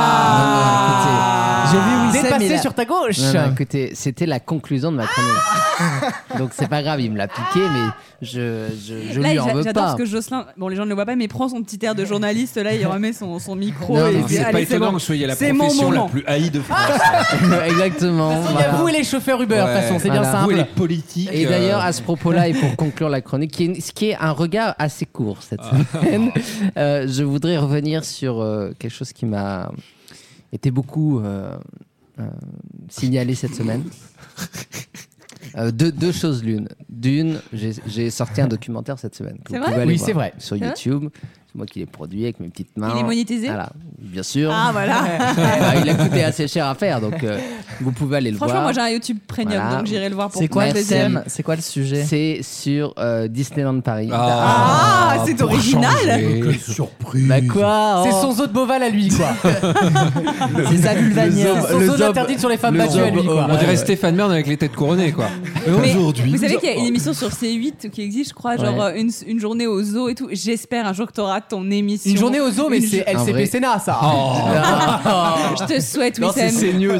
Ah, J'ai vu où il s'est, mais Dépassé là- sur ta gauche. Non, non, écoutez, c'était la conclusion de ma chronique. Donc c'est pas grave, il me l'a piqué, mais je, je, je Là, lui en j'a- veux j'adore pas. parce que Jocelyn, bon, les gens ne le voient pas, mais prend son petit air de journaliste. Là, il remet son, son micro. Non, et non, il dit, C'est pas allez, c'est étonnant bon. que vous soyez la C'est mon profession la moment. plus haïe de France. Exactement. Il y a voilà. vous et les chauffeurs Uber, de toute Ouais. façon, c'est bien Voilà. Vous et les simple. politiques. Et euh, d'ailleurs, à ce propos-là, et pour conclure la chronique, qui est, ce qui est un regard assez court cette semaine, euh, je voudrais revenir sur euh, quelque chose qui m'a été beaucoup euh, euh, signalé cette semaine. Euh, deux, deux choses l'une. D'une, j'ai j'ai sorti un documentaire cette semaine. que C'est vous vrai pouvez aller Oui, voir c'est vrai. Sur C'est vrai YouTube. C'est moi qui l'ai produit avec mes petites mains. Il est monétisé Voilà, bien sûr. Ah, voilà. Bah, il a coûté assez cher à faire, donc euh, vous pouvez aller le Franchement, voir. moi, j'ai un YouTube premium, Voilà. donc j'irai le voir pour C'est quoi mon le plaisir. thème? C'est quoi le sujet? C'est sur euh, Disneyland Paris. Ah, c'est pour original. changer. Quelle surprise. Bah quoi C'est oh. son zoo de Beauval à lui, quoi. C'est sa vulvanière. C'est son zoo interdit sur les femmes le battues à zob- lui, quoi. On dirait Stéphane Bern avec les têtes couronnées, quoi. Mais Aujourd'hui, vous savez qu'il y a une émission sur C huit qui existe, je crois, genre Ouais. euh, une, une journée au zoo et tout. J'espère un jour que t'auras ton émission. Une journée au zoo, mais c'est L C P Sénat, ça. Je te souhaite, Non, Wissem. c'est CNews.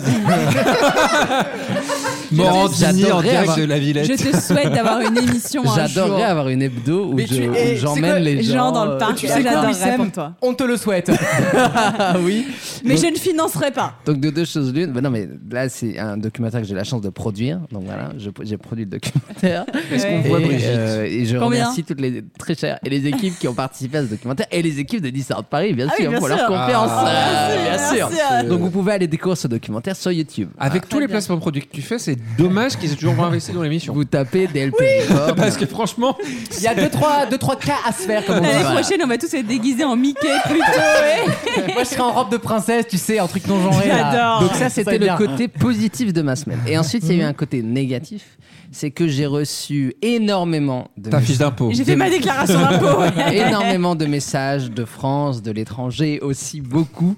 Morandini en J'adorerais direct avoir- de la Villette. Je te souhaite d'avoir une émission un J'adorerais jour. avoir une hebdo où Mais je- tu- où et c'est j'emmène quoi, les gens gens dans le euh, parc. Tu sais quoi, J'adorerais Wissem pour toi. On te le souhaite. Ah oui. Mais Donc- je ne financerai pas. Donc de deux choses l'une. Ben non mais là c'est un documentaire que j'ai la chance de produire. Donc voilà, je- j'ai produit le documentaire. Est-ce qu'on Ouais. voit Et, Brigitte euh, et je Combien remercie toutes les très chères et les équipes qui ont participé à ce documentaire et les équipes de Disney Paris bien Ah oui, sûr bien pour sûr. leur confiance. Ah, euh, merci, bien sûr. merci. Donc vous pouvez aller découvrir ce documentaire sur YouTube. Avec Très tous les bien. placements produits que tu fais, c'est dommage qu'ils aient toujours pas investi dans l'émission. Vous tapez D L P Records. Parce que franchement, Il y a deux trois, deux, trois cas à se faire, comme on dit. L'année Voilà. prochaine, on va tous être déguisés en Mickey plutôt. Ouais. Moi, je serais en robe de princesse, tu sais, un truc non genré. là. J'adore. Donc ça, c'était va le bien. côté positif de ma semaine. Et ensuite, il y a eu un côté négatif. C'est que j'ai reçu énormément de ta messages- fiche d'impôt. J'ai fait ma déclaration d'impôt. énormément de messages de France, de l'étranger, aussi beaucoup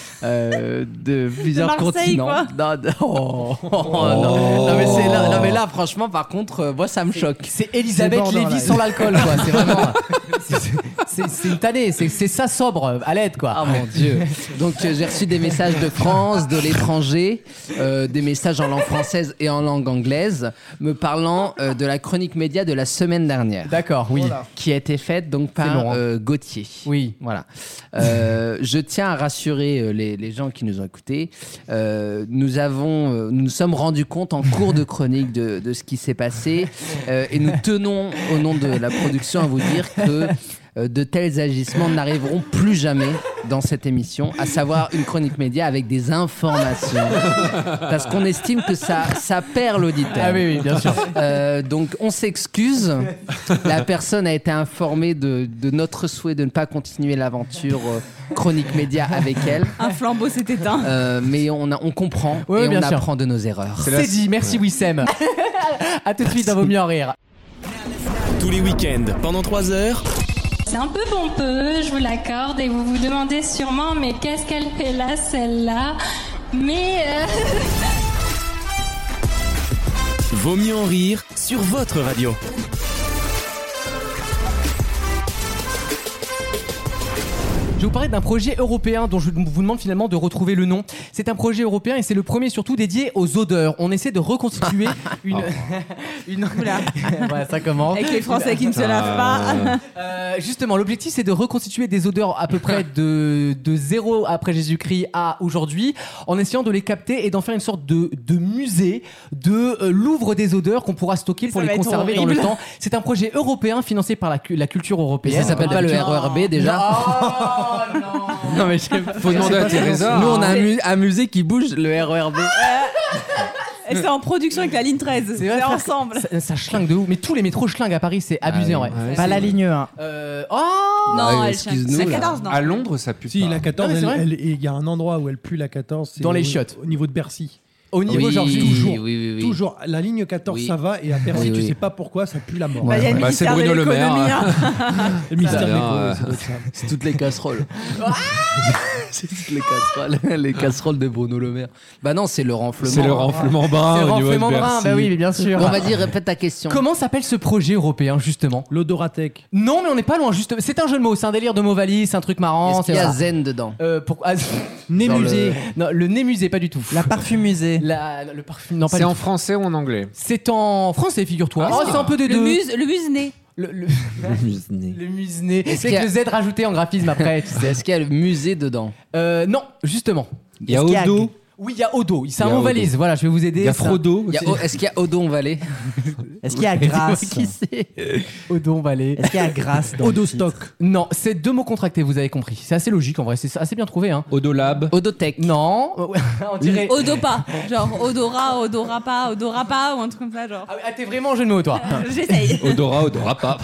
euh, de plusieurs Marseille, continents. quoi. Non, de- oh, oh, non. Non, mais c'est là, non mais là, franchement, par contre, euh, moi, ça me choque. C'est Elisabeth C'est Bordeaux, Lévy là. sans l'alcool, quoi. C'est vraiment. c'est- C'est c'est une tannée, c'est c'est ça sobre, à l'aide, quoi. Ah mon Dieu. Donc euh, j'ai reçu des messages de France, de l'étranger, euh, des messages en langue française et en langue anglaise, me parlant euh, de la chronique média de la semaine dernière. D'accord, oui. Qui a été faite donc C'est par long, hein. euh, Gauthier. Oui. Voilà. Euh, je tiens à rassurer euh, les, les gens qui nous ont écoutés. Euh, nous avons, euh, nous nous sommes rendus compte en cours de chronique de, de ce qui s'est passé euh, et nous tenons au nom de la production à vous dire que euh, de tels agissements n'arriveront plus jamais dans cette émission, à savoir une chronique média avec des informations, parce qu'on estime que ça, ça perd l'auditeur. Ah oui, oui, bien sûr. Euh, donc on s'excuse. La personne a été informée de, de notre souhait de ne pas continuer l'aventure euh, chronique média avec elle. Un flambeau s'est éteint. Euh, mais on, a- on comprend Oui, et bien on sûr. apprend de nos erreurs. C'est dit, merci Wissem. À tout de suite, ça vaut mieux en rire. Tous les week-ends, pendant trois heures. C'est un peu pompeux, je vous l'accorde, et vous vous demandez sûrement, mais qu'est-ce qu'elle fait là, celle-là? Mais... euh, Vaut mieux en rire sur votre radio. Je vais vous parler d'un projet européen dont je vous demande finalement de retrouver le nom. C'est un projet européen et c'est le premier surtout dédié aux odeurs. On essaie de reconstituer une... une... Ouais, ça commence. Avec les Français qui ne se lavent pas. Euh, justement, l'objectif c'est de reconstituer des odeurs à peu près de, de zéro après Jésus-Christ à aujourd'hui, en essayant de les capter et d'en faire une sorte de, de musée de euh, Louvre des odeurs qu'on pourra stocker pour Ça les va être conserver dans le horrible. temps. C'est un projet européen financé par la, cu- la culture Et européenne. ça s'appelle pas le R E R B déjà? Oh, non. Non mais je- Faut demander à Teresa. Nous on a un, mu- un musée qui bouge, le R E R B. Et c'est en production avec la ligne treize. C'est C'est vrai, frère, ensemble. Ça, ça schlingue de ouf. Mais tous les métros schlinguent à Paris, c'est abusé Ah en oui. vrai. Ouais, Pas C'est- la ligne un. Euh, oh Non, Ouais, elle excuse-nous, La là. quatorze, non. À Londres, ça pue Si, pas. la quatorze, Ah ouais, c'est elle- vrai. elle- et il y a un endroit où elle pue la quatorze. c'est Dans les au- chiottes. Au niveau de Bercy. Au niveau Oui, genre oui, toujours. oui, oui, oui. Toujours, la ligne quatorze, Oui. ça va, et à Bercy, Oui, tu oui. sais pas pourquoi, ça pue la mort. Bah, il y a le Bah, c'est ministère de Bruno Le Maire, l'économie. hein. hein. Le mystère Ça de vient, l'école, euh, ça doit être ça. C'est toutes les casseroles. C'est toutes les casseroles. Les casseroles de Bruno Le Maire. Bah non, c'est le renflement. C'est le renflement brun C'est au niveau de renflement brun, Bercy. bah oui, mais bien sûr. Bon, vas-y, répète ta question. Comment s'appelle ce projet européen justement? L'odoratech. Non, mais on n'est pas loin. Juste, c'est un jeu de mots, c'est un délire de mots valises, c'est un truc marrant. Est-ce qu'il y c'est a voilà. zen dedans? Euh, pour... ah, Né Dans le- musée. Non, le nez musée, pas du tout. La parfumusée. La- le parfum, non pas C'est du en tout. français ou en anglais? C'est en français, figure-toi. Ah, Oh, c'est c'est un peu des Le deux. muse, le muse-nez. Le, le... Le musenet. le musenet. Est-ce C'est qu'il y a- avec le Z rajouté en graphisme après, tu sais. Est-ce qu'il y a le musée dedans? Euh, non, justement. Il y a Est-ce qu'il y a- Odo. Oui, il y a Odo. C'est Il y un a mot Odo. valise. Voilà, je vais vous aider. Il y a C'est un- Frodo. Il y a- aussi. Est-ce qu'il y a Odon Vallée? Est-ce qu'il y a Grasse? Qui c'est? Odo, on va aller. Est-ce qu'il y a Grasse dans le Odostock. titre? Non, c'est deux mots contractés, vous avez compris. C'est assez logique en vrai, c'est assez bien trouvé. Hein. Odolab. Odotech. Non, on dirait. Odopa. Genre odorat, odorapa, odorapa ou un truc comme ça. Genre. Ah, ah, t'es vraiment un jeu de mots, toi. J'essaye. Odora, odora pas.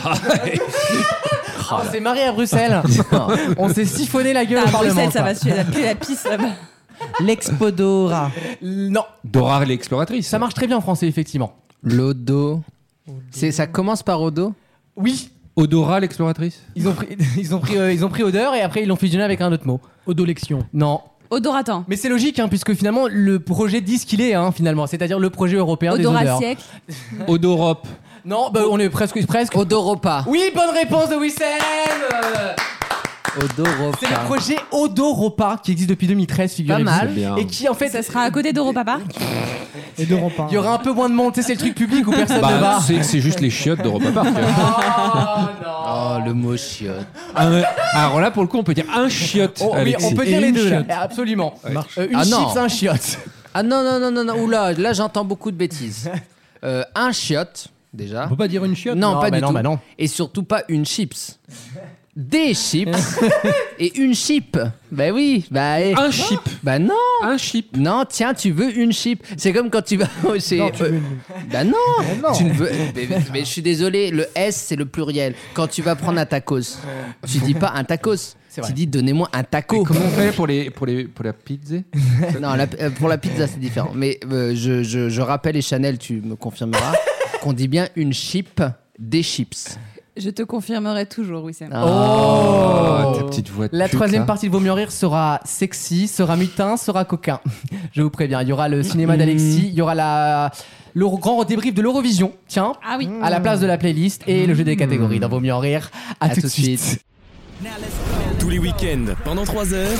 Oh, c'est marié à Bruxelles. On s'est siphonné la gueule À au Parlement. Bruxelles, ça quoi. va suer la, puer la pisse là-bas. L'expodora. Non, Dora l'exploratrice. ça marche très bien en français, effectivement. L'Odo. C'est, ça commence par Odo? Oui, Odora l'exploratrice. ils ont pris, ils ont pris, euh, ils ont pris odeur et après ils l'ont fusionné avec un autre mot. Odolection. Non. Odoratant. Mais c'est logique, hein, puisque finalement, le projet dit ce qu'il est, hein, finalement. C'est-à-dire le projet européen des odeurs. Odorasiècle. Odorop. Non, bah, on est presque, presque. Odoropa. Oui, bonne réponse de Wissem. Euh, Odoropa. C'est le projet Odoropa qui existe depuis deux mille treize, figurez-vous. Pas mal. C'est bien. Et qui en fait. Ça sera à côté d'Europa Park. Et de repas. Il y aura un peu moins de monde, tu sais, c'est le truc public où personne ne Bah, va. c'est, c'est juste les chiottes d'Europa Park. Oh, le mot chiotte. Ah, ouais. Alors là, pour le coup, on peut dire un chiotte. Oh, oui, Alexis. on peut dire Et les une deux, là. chiotte. Absolument. Euh, une Ah, non. chips, un chiotte. Ah non, non, non, non, non. Oula, là, j'entends beaucoup de bêtises. Euh, un chiotte, déjà. On peut pas dire une chiotte. Non, Non, pas bah du non, tout. bah non. Et surtout pas une chips. Des chips et une chip. Bah oui, bah eh. Un chip. Bah non. Un chip. Non, tiens, tu veux une chip. C'est comme quand tu vas chez. Non, tu veux une- Bah non. Mais non. Tu ne veux. Mais, mais- mais je suis désolé, le S c'est le pluriel. Quand tu vas prendre un tacos, tu dis pas un tacos. C'est vrai. Tu dis donnez-moi un taco. Et comment on fait pour, les, pour, les, pour la pizza? Non, la- euh, pour la pizza c'est différent. Mais euh, je, je, je rappelle et Chanel, tu me confirmeras qu'on dit bien une chip, des chips. Je te confirmerai toujours, oui, c'est Ah. Oh, ta petite voix de La pute, troisième là. partie de Vaut mieux en rire sera sexy, sera mutin, sera coquin. Je vous préviens, il y aura le cinéma d'Alexis, il y aura la... le grand débrief de l'Eurovision, tiens, Ah oui. à la place de la playlist, et le jeu des catégories dans Vaut mieux en rire. À, tout de suite. Tous les week-ends, pendant trois heures.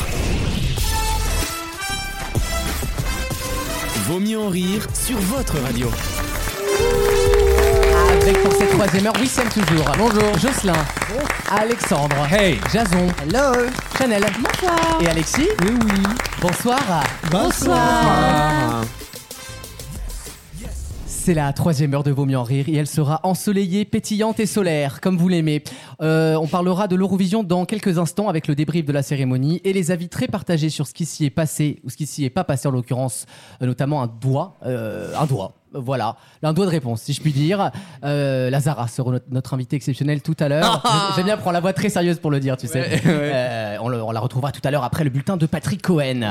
Vaut mieux en rire sur votre radio. Avec pour cette troisième heure, Wissem toujours. Bonjour. Jocelyn. Alexandre. Hey. Jason. Hello. Chanel. Bonsoir. Et Alexis. Oui, oui. Bonsoir. Bonsoir. C'est la troisième heure de Vaut mieux en rire et elle sera ensoleillée, pétillante et solaire, comme vous l'aimez. Euh, on parlera de l'Eurovision dans quelques instants avec le débrief de la cérémonie et les avis très partagés sur ce qui s'y est passé ou ce qui s'y est pas passé en l'occurrence, euh, notamment un doigt, euh, un doigt. Voilà, un doigt de réponse, si je puis dire. Euh, Lazara sera notre, notre invité exceptionnel tout à l'heure. J'aime bien prendre la voix très sérieuse pour le dire, tu sais. Ouais, ouais. Euh, on, le- on la retrouvera tout à l'heure après le bulletin de Patrick Cohen.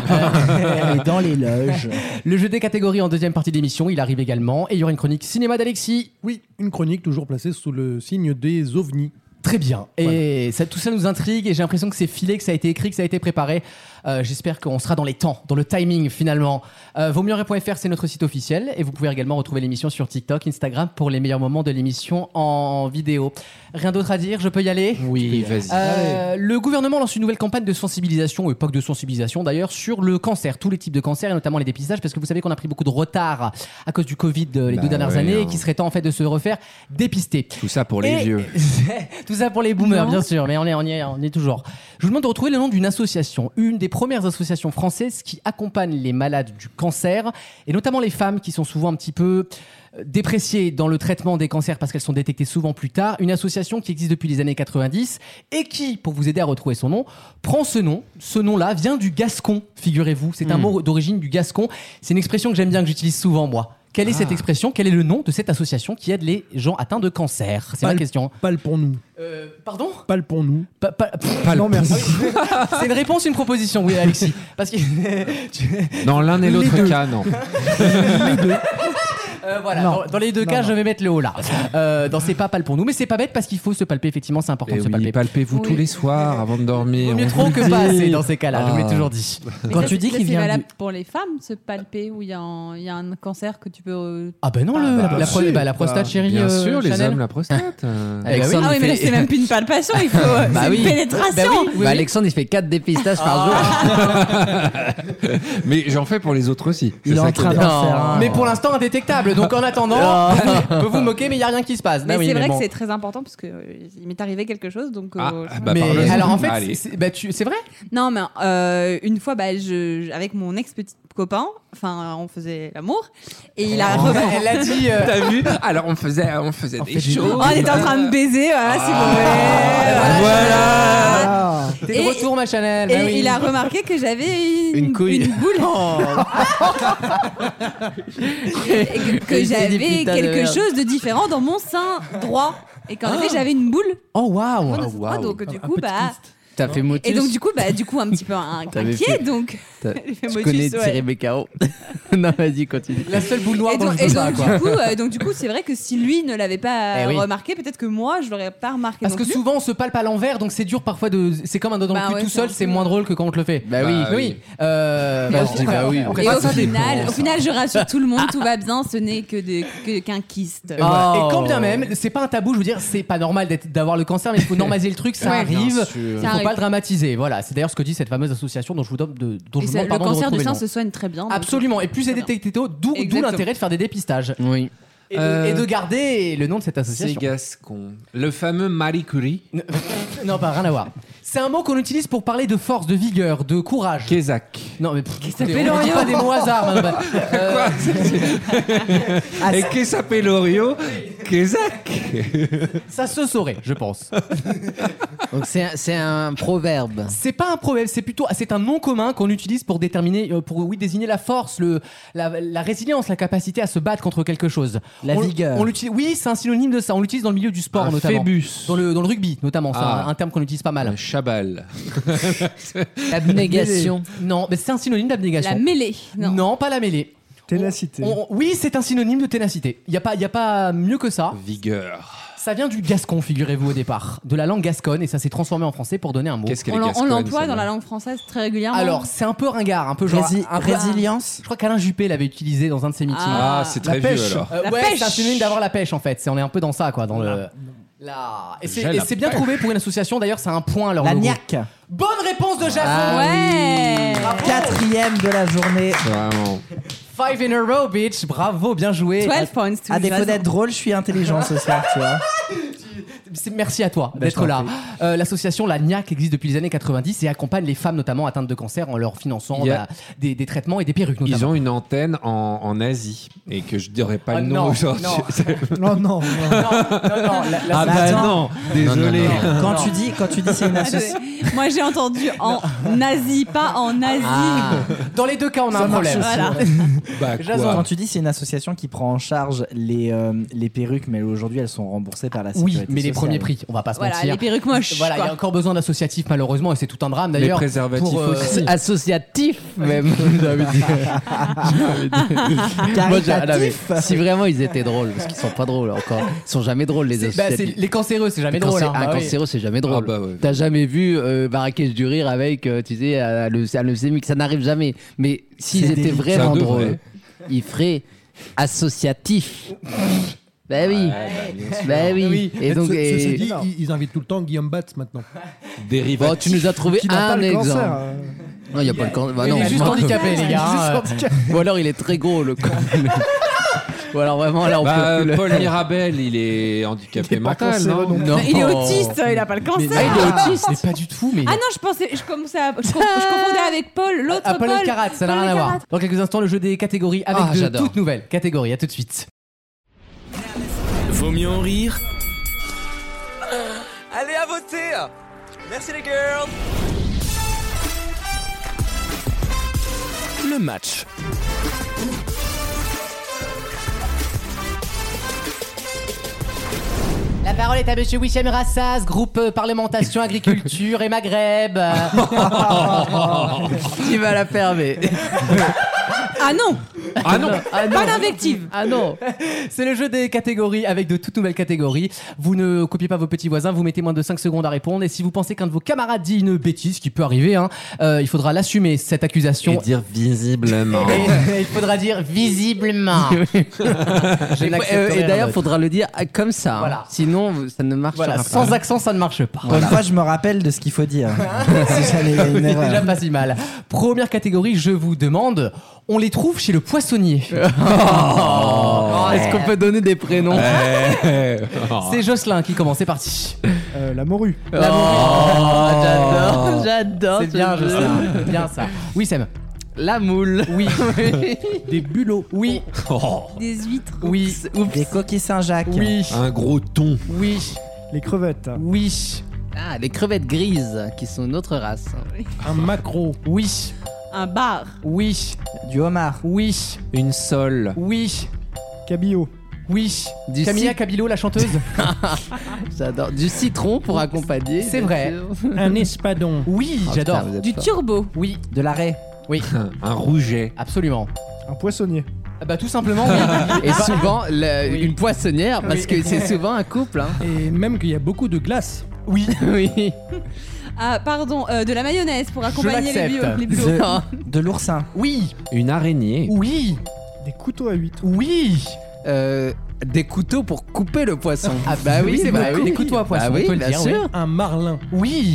Elle est dans les loges. Le jeu des catégories en deuxième partie d'émission, il arrive également. Et il y aura une chronique cinéma d'Alexis. Oui, une chronique toujours placée sous le signe des ovnis. Très bien. Et ça, tout ça nous intrigue et j'ai l'impression que c'est filé, que ça a été écrit, que ça a été préparé. Euh, j'espère qu'on sera dans les temps, dans le timing finalement. Euh, vaut mieux en rire point F R, c'est notre site officiel et vous pouvez également retrouver l'émission sur TikTok, Instagram pour les meilleurs moments de l'émission en vidéo. Rien d'autre à dire, je peux y aller? Oui, vas-y. Euh, le gouvernement lance une nouvelle campagne de sensibilisation, et pas que de sensibilisation d'ailleurs, sur le cancer, tous les types de cancers et notamment les dépistages, parce que vous savez qu'on a pris beaucoup de retard à cause du Covid euh, les Bah deux dernières ouais, années hein. et qu'il serait temps en fait de se refaire dépister. Tout ça pour les Et- vieux. Tout ça pour les boomers, Non. bien sûr, mais on est, on, y est, on y est toujours. Je vous demande de retrouver le nom d'une association, une des premières associations françaises qui accompagne les malades du cancer, et notamment les femmes qui sont souvent un petit peu euh, dépréciées dans le traitement des cancers parce qu'elles sont détectées souvent plus tard. Une association qui existe depuis les années quatre-vingt-dix et qui, pour vous aider à retrouver son nom, prend ce nom. Ce nom-là vient du gascon, figurez-vous. C'est un Mm. mot d'origine du gascon. C'est une expression que j'aime bien, que j'utilise souvent, moi. Quelle est Ah. cette expression? Quel est le nom de cette association qui aide les gens atteints de cancer? C'est ma Pal- question. Palpons-nous. Euh, pardon? Palpons-nous. Pa- pa- Non, merci. C'est une réponse, une proposition, oui, Alexis. Parce que. tu- Dans l'un et Les l'autre deux. cas, non. Les deux. Euh, voilà, Non. dans, dans les deux Non, cas, non. je vais mettre le haut là. Euh, dans c'est pas palpons nous, mais c'est pas bête parce qu'il faut se palper, effectivement, c'est important Et de se oui, palper. palpez-vous Oui. tous les soirs avant de dormir. Vaut mieux on trop vous que le pas dit. assez dans ces cas-là, je vous l'ai Ah. toujours dit. Mais Quand ça, tu dis c'est- qu'il c'est vient valable du- pour les femmes, se palper, où il y, a un- il y a un cancer que tu peux. euh, Ah ben non, Ah, le- bah, la, la pro- si, bah, la prostate, bah, chérie. Bien euh, sûr, les Chanel. hommes, la prostate. euh. Eh ben oui. Alexandre, Ah oui, il mais là, fait- c'est même plus une palpation, il faut. euh, Bah c'est oui. une pénétration. Bah oui, oui, Bah, oui. Alexandre, il fait quatre dépistages par Ah. jour. Mais j'en fais pour les autres aussi. Il est C'est en ça qui train est d'en bien. faire un. Mais pour l'instant indétectable, donc en attendant, on peut vous moquer, mais il n'y a rien qui se passe. Mais Bah oui, c'est vrai bon. que c'est très important parce que euh, il m'est arrivé quelque chose, donc. Ah, euh, je- bah, Mais parle-en. alors en fait, Allez. c'est bah, tu- c'est vrai? Non, mais euh, une fois, bah, je, je- avec mon ex-petit copain, enfin, on faisait l'amour, et il a. Oh, remarqué- elle a dit. euh, T'as vu? Alors on faisait, on faisait On des fait du- choses. Oh, on était en train de baiser, voilà, si vous voulez. Voilà. Ah. T'es Et- de retour, ma Chanel. Et bah oui. il a remarqué que j'avais une, Une couille. une boule. Et que, que Et c'est des j'avais putains de quelque merde. chose de différent dans mon sein droit. Et qu'en effet, j'avais une boule. Oh waouh. Dans ce droit, donc du coup, bah. T'as fait motus. Et donc du coup, bah, du coup, un petit peu un- T'avais inquiet, fait- donc. T'as- J'ai fait Tu motus, connais ouais. Thierry Beccaro. Non, vas-y, continue. La seule boule noire Et dans donc, le et jeu, donc, quoi. du coup, euh, donc du coup, c'est vrai que si lui ne l'avait pas Eh oui. remarqué, peut-être que moi, je l'aurais pas remarqué. Parce non que plus. souvent on se palpe à l'envers, donc c'est dur parfois de. C'est comme un doigt dans Bah le cul ouais, tout c'est seul, un c'est peu- moins drôle que quand on te le fait. Bah oui. oui. oui. Euh, Et bah, au on final- préfère- oui. on Et préfère au ça final, dépend, au ça. final, je rassure tout le monde, tout va bien, ce n'est que de- que- qu'un kyste. Et, voilà. Oh. Et quand bien même, c'est pas un tabou, je veux dire, c'est pas normal d'être- d'avoir le cancer, mais il faut normaliser le truc, ça Ouais, arrive. bien sûr. Il Ça faut faut pas le dramatiser. Voilà, c'est d'ailleurs ce que dit cette fameuse association dont je vous donne de, dont Et je vous ça- demande le pardon de cancer du retrouver sein le se nom. soigne très bien. donc- Absolument. Et plus c'est détecté tôt, d'où d'où Exactement. l'intérêt de faire des dépistages. Oui. Et de, Euh, et de garder le nom de cette C'est association. gascon. Le fameux Marie Curie. Non, pas rien à voir. C'est un mot qu'on utilise pour parler de force, de vigueur, de courage. Kézak. Non, mais pff, écoutez, s'appelle on ne dit Orio. pas des mots au hasard. madame. Euh, Quoi Et qui s'appelle Orio Kézak. ça se saurait, je pense. Donc c'est un, c'est un proverbe. C'est pas un problème, c'est plutôt c'est un nom commun qu'on utilise pour déterminer, euh, pour oui désigner la force, le, la, la résilience, la capacité à se battre contre quelque chose. La On- vigueur. On l'utilise, oui, c'est un synonyme de ça. On l'utilise dans le milieu du sport Un notamment. phébus. Dans le dans le rugby notamment, c'est Ah. un, un terme qu'on utilise pas mal. Un chabal. Abnégation. Non, mais c'est un synonyme d'abnégation. La mêlée. Non. Non, pas la mêlée. Ténacité. On- oui, c'est un synonyme de ténacité. Il y a pas, il y a pas mieux que ça. Vigueur. Ça vient du gascon, figurez-vous au départ, de la langue gasconne, et ça s'est transformé en français pour donner un mot. Qu'est-ce qu'elle On est l'en- on gasconne, l'emploie dans celle-là la langue française très régulièrement. Alors, c'est un peu ringard, un peu genre. Rési- un peu- résilience. Je crois qu'Alain Juppé l'avait utilisé dans un de ses meetings. Ah, c'est très La vieux pêche. alors. Euh, La ouais, pêche. c'est un synonyme d'avoir la pêche en fait. C'est, on est un peu dans ça, quoi. Dans le. La... Et c'est, J'ai et la c'est bien pêche. trouvé pour une association. D'ailleurs, c'est un point leur La logo. niaque. Bonne réponse de Jason. Ah Ouais. Bravo. Quatrième de la journée. Vraiment. Five in a row, bitch. Bravo, bien joué. douze points to À défaut Jason. d'être drôle, je suis intelligent ce soir, tu vois. C'est- Merci à toi Bah, je d'être t'en là. prie. Euh, l'association La Niaque existe depuis les années quatre-vingt-dix et accompagne les femmes notamment atteintes de cancer en leur finançant Il y a- bah, des, des traitements et des perruques notamment. Ils ont une antenne en, en Asie et que je dirais pas Ah, le nom non, aujourd'hui. non. Non, non, non. Non, non, non, la- la- Ah bah Attends. non, désolé. Non, non, non. Quand tu dis, quand tu dis c'est une association. Attendez. Moi j'ai entendu en Asie, pas en Asie. Ah. Dans les deux cas, on a Ça un marche problème. aussi, Voilà. ouais. Bah Jason. quoi. Quand tu dis c'est une association qui prend en charge les, euh, les perruques, mais aujourd'hui elles sont remboursées par la sécurité Oui, mais les sociale. premiers prix, on va pas se Voilà, mentir. les perruques moches. Voilà, il y a quoi. encore besoin d'associatifs malheureusement et c'est tout un drame Les d'ailleurs. préservatifs pour, euh, aussi. Associatif même. j'ai envie de dire. J'ai envie de dire. Moi, j'ai- ah, non, mais si vraiment ils étaient drôles, parce qu'ils sont pas drôles encore. Ils sont jamais drôles les c'est- bah, associatifs. c'est- les cancéreux, c'est jamais Les drôle. cancé- hein. Un Bah oui. cancéreux, c'est jamais drôle. Ah bah ouais. T'as jamais vu euh, Marrakech du rire avec, euh, tu sais, euh, le, un leucémique, ça n'arrive jamais. Mais s'ils C'est étaient des- vraiment ça devrait. drôles, ils feraient associatif. Bah oui. Ouais, bah, bien sûr. Bah oui. Oui. Et donc, Ce- et- Ceci dit, ils, ils invitent tout le temps Guillaume Batz maintenant. Dérivatif. bon, tu nous as trouvé Qui n'a pas un le exemple. cancer. euh. Non, il n'y a pas le cancer. Bah, Il non, est juste moi- handicapé, les gars. hein. Ou alors il est très gros le con. Ou alors vraiment là on Bah, peut plus le- Paul Mirabel, il est handicapé Il est pas mental, cancéreux non, non plus. Non. Il est autiste, il a pas le cancer. Mais, Ah, il est autiste. mais pas du tout. Mais Ah non, je pensais, je commençais à, je, conf- je confondais avec Paul, l'autre Ah, Paul. Paul Elkarat, ça n'a Paul rien à voir. Elkarat. Dans quelques instants, le jeu des catégories avec Ah, de j'adore. toutes nouvelles catégories. À tout de suite. Vaut mieux en rire. Allez à voter. Merci les girls. Le match. La parole est à Monsieur Wissem Rassas, groupe euh, Parlementation, Agriculture et Maghreb. Tu vas la fermer. Ah non. Ah non. Ah non. Pas d'invective. Ah non. C'est le jeu des catégories avec de toutes nouvelles catégories. Vous ne copiez pas vos petits voisins, vous mettez moins de cinq secondes à répondre. Et si vous pensez qu'un de vos camarades dit une bêtise, qui peut arriver, hein, euh, il faudra l'assumer, cette accusation. Et dire visiblement. Et il faudra dire visiblement. Je Et, n'accepterai euh, et rien d'ailleurs, d'autre. faudra le dire comme ça. hein. Voilà. Sinon, ça ne marchera Voilà, pas. sans accent, ça ne marche pas. Pour une fois, je me rappelle de ce qu'il faut dire. Si jamais il y a une C'est déjà erreur. pas si mal. Première catégorie, je vous demande, on les trouve chez le poissonnier. Oh, est-ce qu'on peut donner des prénoms C'est Jocelyn qui commence, c'est parti. Euh, la morue. La Oh, morue. j'adore, j'adore. C'est ce bien, jeu. Jocelyn. Bien ça. Oui, Sam. La moule. Oui. Des bulots. Oui. Des huîtres. Oui. Des coquilles Saint-Jacques. Oui. Un gros thon. Oui. Les crevettes. Oui. Ah, les crevettes grises, qui sont une autre race. Un maquereau. Oui. Un bar. Oui. Du homard. Oui. Une sole. Oui. Cabillaud. Oui. Du Camilla cit- Cabello, la chanteuse. J'adore. Du citron pour accompagner. C'est bien vrai. sûr. Un espadon. Oui, Oh, j'adore. putain, vous êtes Du fort. turbo. Oui. De l'arrêt. Oui. Un rouget. Absolument. Un poissonnier. Ah Bah tout simplement. Oui. Et souvent, le- Oui. une poissonnière, parce Oui. que c'est souvent un couple. Hein. Et même qu'il y a beaucoup de glace. Oui. Oui. Ah pardon, euh, de la mayonnaise pour accompagner les, bio, l'accepte. les bulots. De, de l'oursin. Oui. Une araignée. Oui. Des couteaux à huîtres. Oui. Euh, des couteaux pour couper le poisson. Ah bah oui, c'est vrai. bah Des couteaux à poisson, Bah oui, on peut le bien dire. sûr. oui. Un marlin. Oui.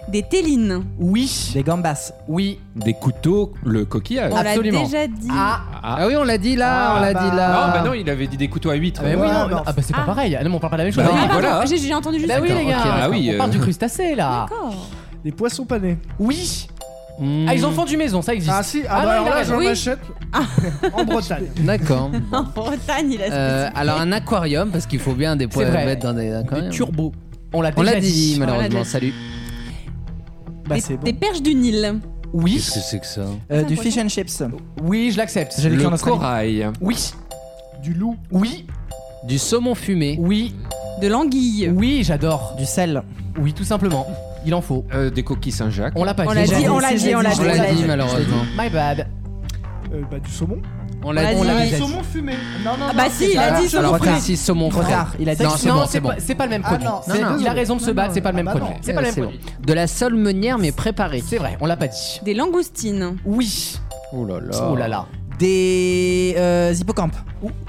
Des télines. Oui. Des gambas. Oui. Des couteaux, le coquillage. On Absolument. l'a déjà dit. Ah. Ah. Ah oui, on l'a dit là, Ah, on l'a bah. dit là. Non, bah non, il avait dit des couteaux à huit. Ah, bah oui, Ouais, non, non. non. Ah bah c'est pas Ah. pareil. Ah non, mais on parle pas de la même chose. Bah Ah, oui, pardon. voilà. J'ai j'ai entendu juste. Bah oui, D'accord, les gars. ok. Ah oui, On parle euh. du crustacé là. D'accord. Des poissons panés. Oui. Mmh. Ah, ils en font du maison, ça existe. Ah si, ah, Ah bah non, alors il a là, raison. j'en Oui. achète en Bretagne. D'accord. En Bretagne, il a Euh, alors un aquarium parce qu'il faut bien des poils vrai. mettre dans des aquariums. Des turbos. On l'a On déjà l'a dit malheureusement. déjà dit. Salut. Bah, Des, c'est bon. des perches du Nil. Oui. Qu'est-ce que c'est que ça? Euh, C'est du un fish and chips. Oui, je l'accepte. J'ai vécu en Le Australie. corail. Oui. Du loup. Oui. Du saumon fumé. Oui. De l'anguille. Oui, j'adore. Du sel. Oui, tout simplement. Il en faut. Euh, des coquilles Saint-Jacques. On l'a pas On dit. l'a J'ai dit, dit, on l'a si, dit, j'ai on l'a dit, dit. On l'a on l'a dit dit. malheureusement. My bad. Euh, bah, du saumon. On l'a On dit. l'a l'a dit. déjà Saumon fumé. Non, non, Ah bah si, il a dit saumon Alors fumé. précis saumon Trop frais. tard, il a dit. Non, c'est non, bon, c'est c'est bon. pas, c'est pas le même Ah produit. non, C'est- non, il a raison de se non, battre, non, c'est pas le même bah produit. non. C'est pas le même C'est bon. produit. De la salmonière mais préparée. C'est vrai, on l'a pas dit. Des langoustines. Oui. Oh là là. Oh là là. Des euh, hippocampes.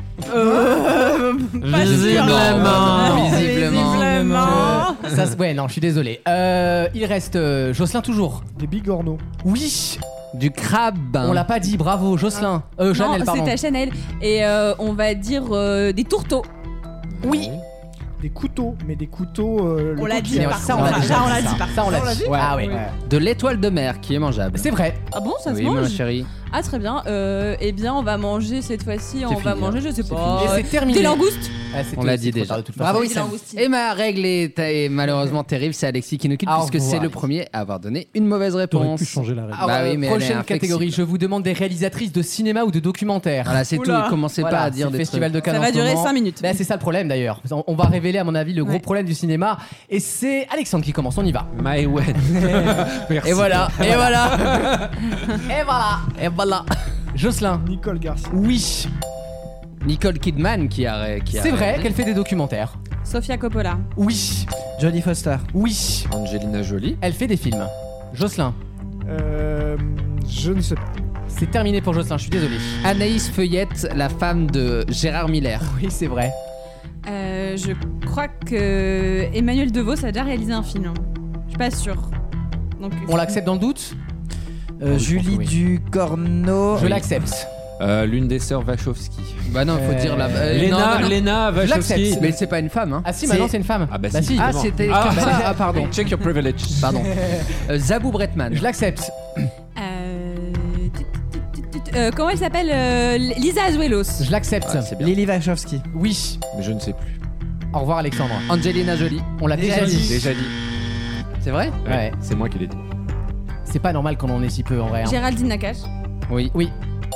Euh, pas sûr. Visiblement. Visiblement. Ça, se- ouais, non, je suis désolé. Euh, il reste euh, Jocelyn toujours. Des bigorneaux. Oui. Du crabe. On l'a pas dit, bravo, Jocelyn. Euh, Chanel, Non, pardon. c'est à Chanel. Et euh, on va dire euh, des tourteaux. Oui. Des couteaux, mais des couteaux. euh, le On l'a dit coquillage. par Ça, on l'a contre. déjà Ça, on dit, l'a ça. dit par Ça, on l'a contre. dit. Ouais. Ah ouais. Ouais. De l'étoile de mer qui est mangeable. C'est vrai. Ah bon, ça se Oui, ma mange chérie. Ah très bien. Euh, eh bien, on va manger cette fois-ci. On fini, va hein. manger, je sais C'est pas. Et c'est terminé. Des langoustes. Ah, c'était- On l'a c'est dit trop déjà. tard de toute Bravo, façon. Des Issam. langoustines. Et ma règle est, est malheureusement terrible, c'est Alexis qui nous quitte Au puisque c'est revoir. le premier à avoir donné une mauvaise T'aurais réponse. pu changer la règle. Alors, Bah euh, oui, mais elle est prochaine inflexible. catégorie, je vous demande des réalisatrices de cinéma ou de documentaires. Voilà, c'est Oula. tout. Commencez Voilà, pas à c'est dire le des festival trucs. de Cannes. Ça en va ce durer moment. cinq minutes. Ben, c'est ça le problème d'ailleurs. On on va révéler à mon avis le gros Ouais. problème du cinéma. Et c'est Alexandre qui commence, on y va. My Wed. Merci. Et voilà, et voilà. Et voilà. Et voilà. Jocelyn. Nicole Garcia. Oui. Nicole Kidman qui a. qui a- C'est vrai qu'elle fait des documentaires. Sofia Coppola. Oui. Jodie Foster. Oui. Angelina Jolie. Elle fait des films. Jocelyn. Euh, je ne sais pas. C'est terminé pour Jocelyn, je suis désolé. Anaïs Feuillette, la femme de Gérard Miller. Oui, c'est vrai. Euh, je crois que Emmanuel DeVos a déjà réalisé un film. Je suis pas sûre. Donc, On l'accepte dans le doute Euh, Oui, je Julie pense que oui. Ducorneau. Je l'accepte. Euh, L'une des sœurs Wachowski. Bah non, faut Euh, dire la. euh, Léna, non, non, non. Léna Je Wachowski. l'accepte. Mais c'est pas une femme, hein. Ah si, C'est- maintenant c'est une femme. Ah bah, Bah si. si. Ah, évidemment. c'était. Ah, comme ça. Ah, pardon. Check your privilege. Pardon. Euh, Zabou Bretman. Je l'accepte. Euh, tut, tut, tut, tut, euh, comment elle s'appelle euh, Lisa Azuelos. Je l'accepte. Ah, c'est bien. Lily Wachowski. Oui. Mais je ne sais plus. Au revoir Alexandre. Angelina Jolie. On l'a déjà, dit. Déjà dit. C'est vrai? Ouais. C'est moi qui l'ai dit. C'est pas normal qu'on en ait si peu en vrai. hein. Géraldine Nakache. Oui. Oui.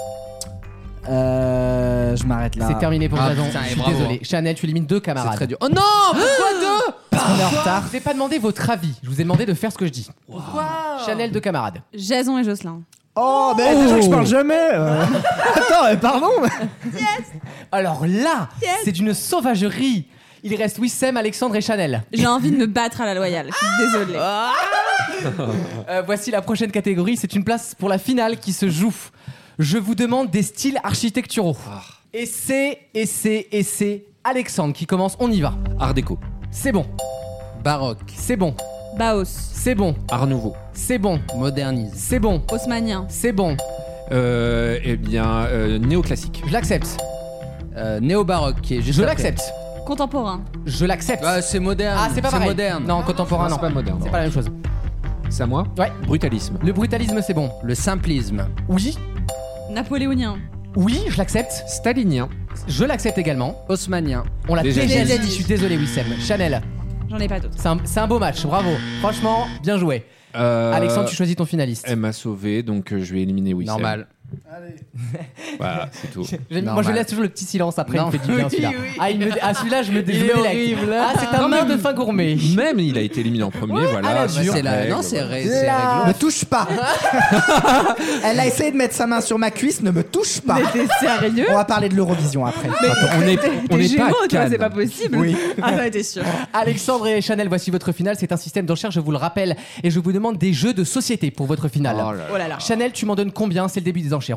Euh, je m'arrête là. C'est terminé pour Ah, raison. putain, Je et suis bravo. désolé. Chanel, tu élimines deux C'est camarades. très dur. Oh non! Pourquoi deux? Parce qu'on est en retard. Je vous ai pas demandé votre avis. Je vous ai demandé de faire ce que je dis. Chanel, deux camarades. Jason et Jocelyn. Oh, mais déjà que je parle jamais. euh. Attends, euh, pardon. Alors là, Yes. c'est d'une sauvagerie. Il reste Wissem, Alexandre et Chanel. J'ai envie de me battre à la loyale. Je suis désolée. Euh, voici la prochaine catégorie. C'est une place pour la finale qui se joue. Je vous demande des styles architecturaux. Et c'est, et c'est, et c'est Alexandre qui commence. On y va. Art déco. C'est bon. Baroque. C'est bon. Baos. C'est bon. Art nouveau. C'est bon. Modernise. C'est bon. Haussmannien. C'est bon. Euh, eh bien, euh, néoclassique. Je l'accepte. Euh, Néo-baroque qui est juste Je après. l'accepte. Contemporain. Je l'accepte. Ah, c'est moderne. Ah, c'est pas pareil. moderne. Non, contemporain, Non, non. c'est pas moderne, C'est non. pas la même chose. C'est à moi. Ouais. Brutalisme. Le brutalisme, c'est bon. Le simplisme. Oui. Napoléonien. Oui, je l'accepte. Stalinien. Je l'accepte également. Haussmannien. On l'a Déjà déjà, dit. dit. Je suis désolé, Wissem. Chanel, J'en ai pas d'autres. c'est un, c'est un beau match. Bravo. Franchement, bien joué. Euh, Alexandre, tu choisis ton finaliste. Elle m'a sauvé, donc euh, je vais éliminer Wissem. Normal. Voilà, c'est tout. J'aime- Moi, Normal. je laisse toujours le petit silence après. Non. Il me fait du bien Oui, celui-là. oui. Ah, il me... ah, celui-là, je me, je Il me est délecte. horrible. Ah, c'est un Non, main mais- de fin gourmet. Même il a été éliminé en premier, voilà. à la c'est dure. C'est la... règle, Non, c'est voilà. ré- c'est Ne réglo. touche pas. Elle a essayé de mettre sa main sur ma cuisse, ne me touche pas. Mais t'es sérieux? On va parler de l'Eurovision après. Attends, on est, on T'es n'est pas à Gémeaux, toi, Cannes. c'est pas possible. Oui. Ah non, t'es sûr. Alexandre et Chanel, voici votre finale. C'est un système d'enchères, je vous le rappelle. Et je vous demande des jeux de société pour votre finale. Oh là là. Oh là là. Chanel, tu m'en donnes combien? C'est le début des enchères. On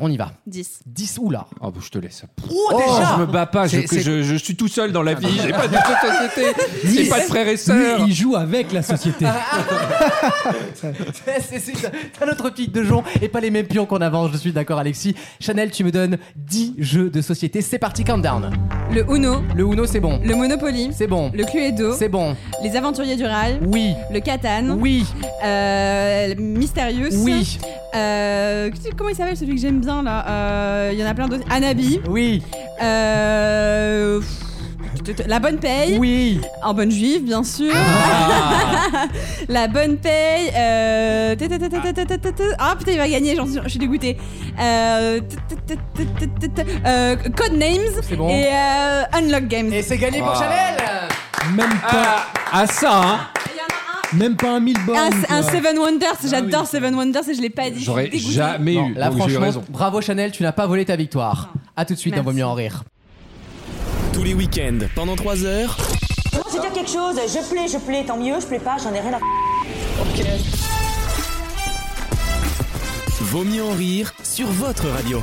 on y va. dix. dix, oula. Oh, bah, je te laisse. Oh, déjà Je me bats pas, je, C'est- c'est- je, je suis tout seul dans la vie, j'ai pas de société, j'ai pas de frères et Lui, sœurs. il joue avec la société. c'est, c'est, c'est un autre pic de jonc et pas les mêmes pions qu'on avance, je suis d'accord Alexis. Chanel, tu me donnes dix jeux de société, c'est parti, countdown. Le Uno. Le Uno, c'est bon. Le Monopoly. C'est bon. Le Cluedo. C'est bon. Les Aventuriers du Rail. Oui. Le Catan. Oui. Euh, Mysterious. Oui. Euh, comment il s'appelle celui que j'aime bien là Euh, Il y en a plein d'autres. Anabi. Oui. Euh, La bonne paye. Oui. En bonne juive, bien sûr. Ah. La bonne paye. Euh... ta- ta- ta- ta- ta- ta- ta- ta- ta- Ah putain, il va gagner, j'en suis, je suis dégoûtée. Euh... ta- ta- ta- ta- ta- ta- ta- euh, Codenames. C'est bon. Et euh, Unlock Games. Et c'est gagné pour Ah. Chanel. Même pas, Ah, à ça, hein. même pas un mille bornes. Un, un quoi. Seven Wonders, j'adore oui. Seven Wonders et je l'ai pas dit. J'aurais je suis dégoûtée. jamais Non, eu. là donc j'ai eu franchement, raison. bravo Chanel, tu n'as pas volé ta victoire. À tout de suite dans Merci. Vaut mieux en rire. Tous les week-ends, pendant trois heures. Non, je vais dire quelque chose, je plais, je plais, tant mieux, je plais pas, j'en ai rien à f***. Vaut mieux en rire sur votre radio.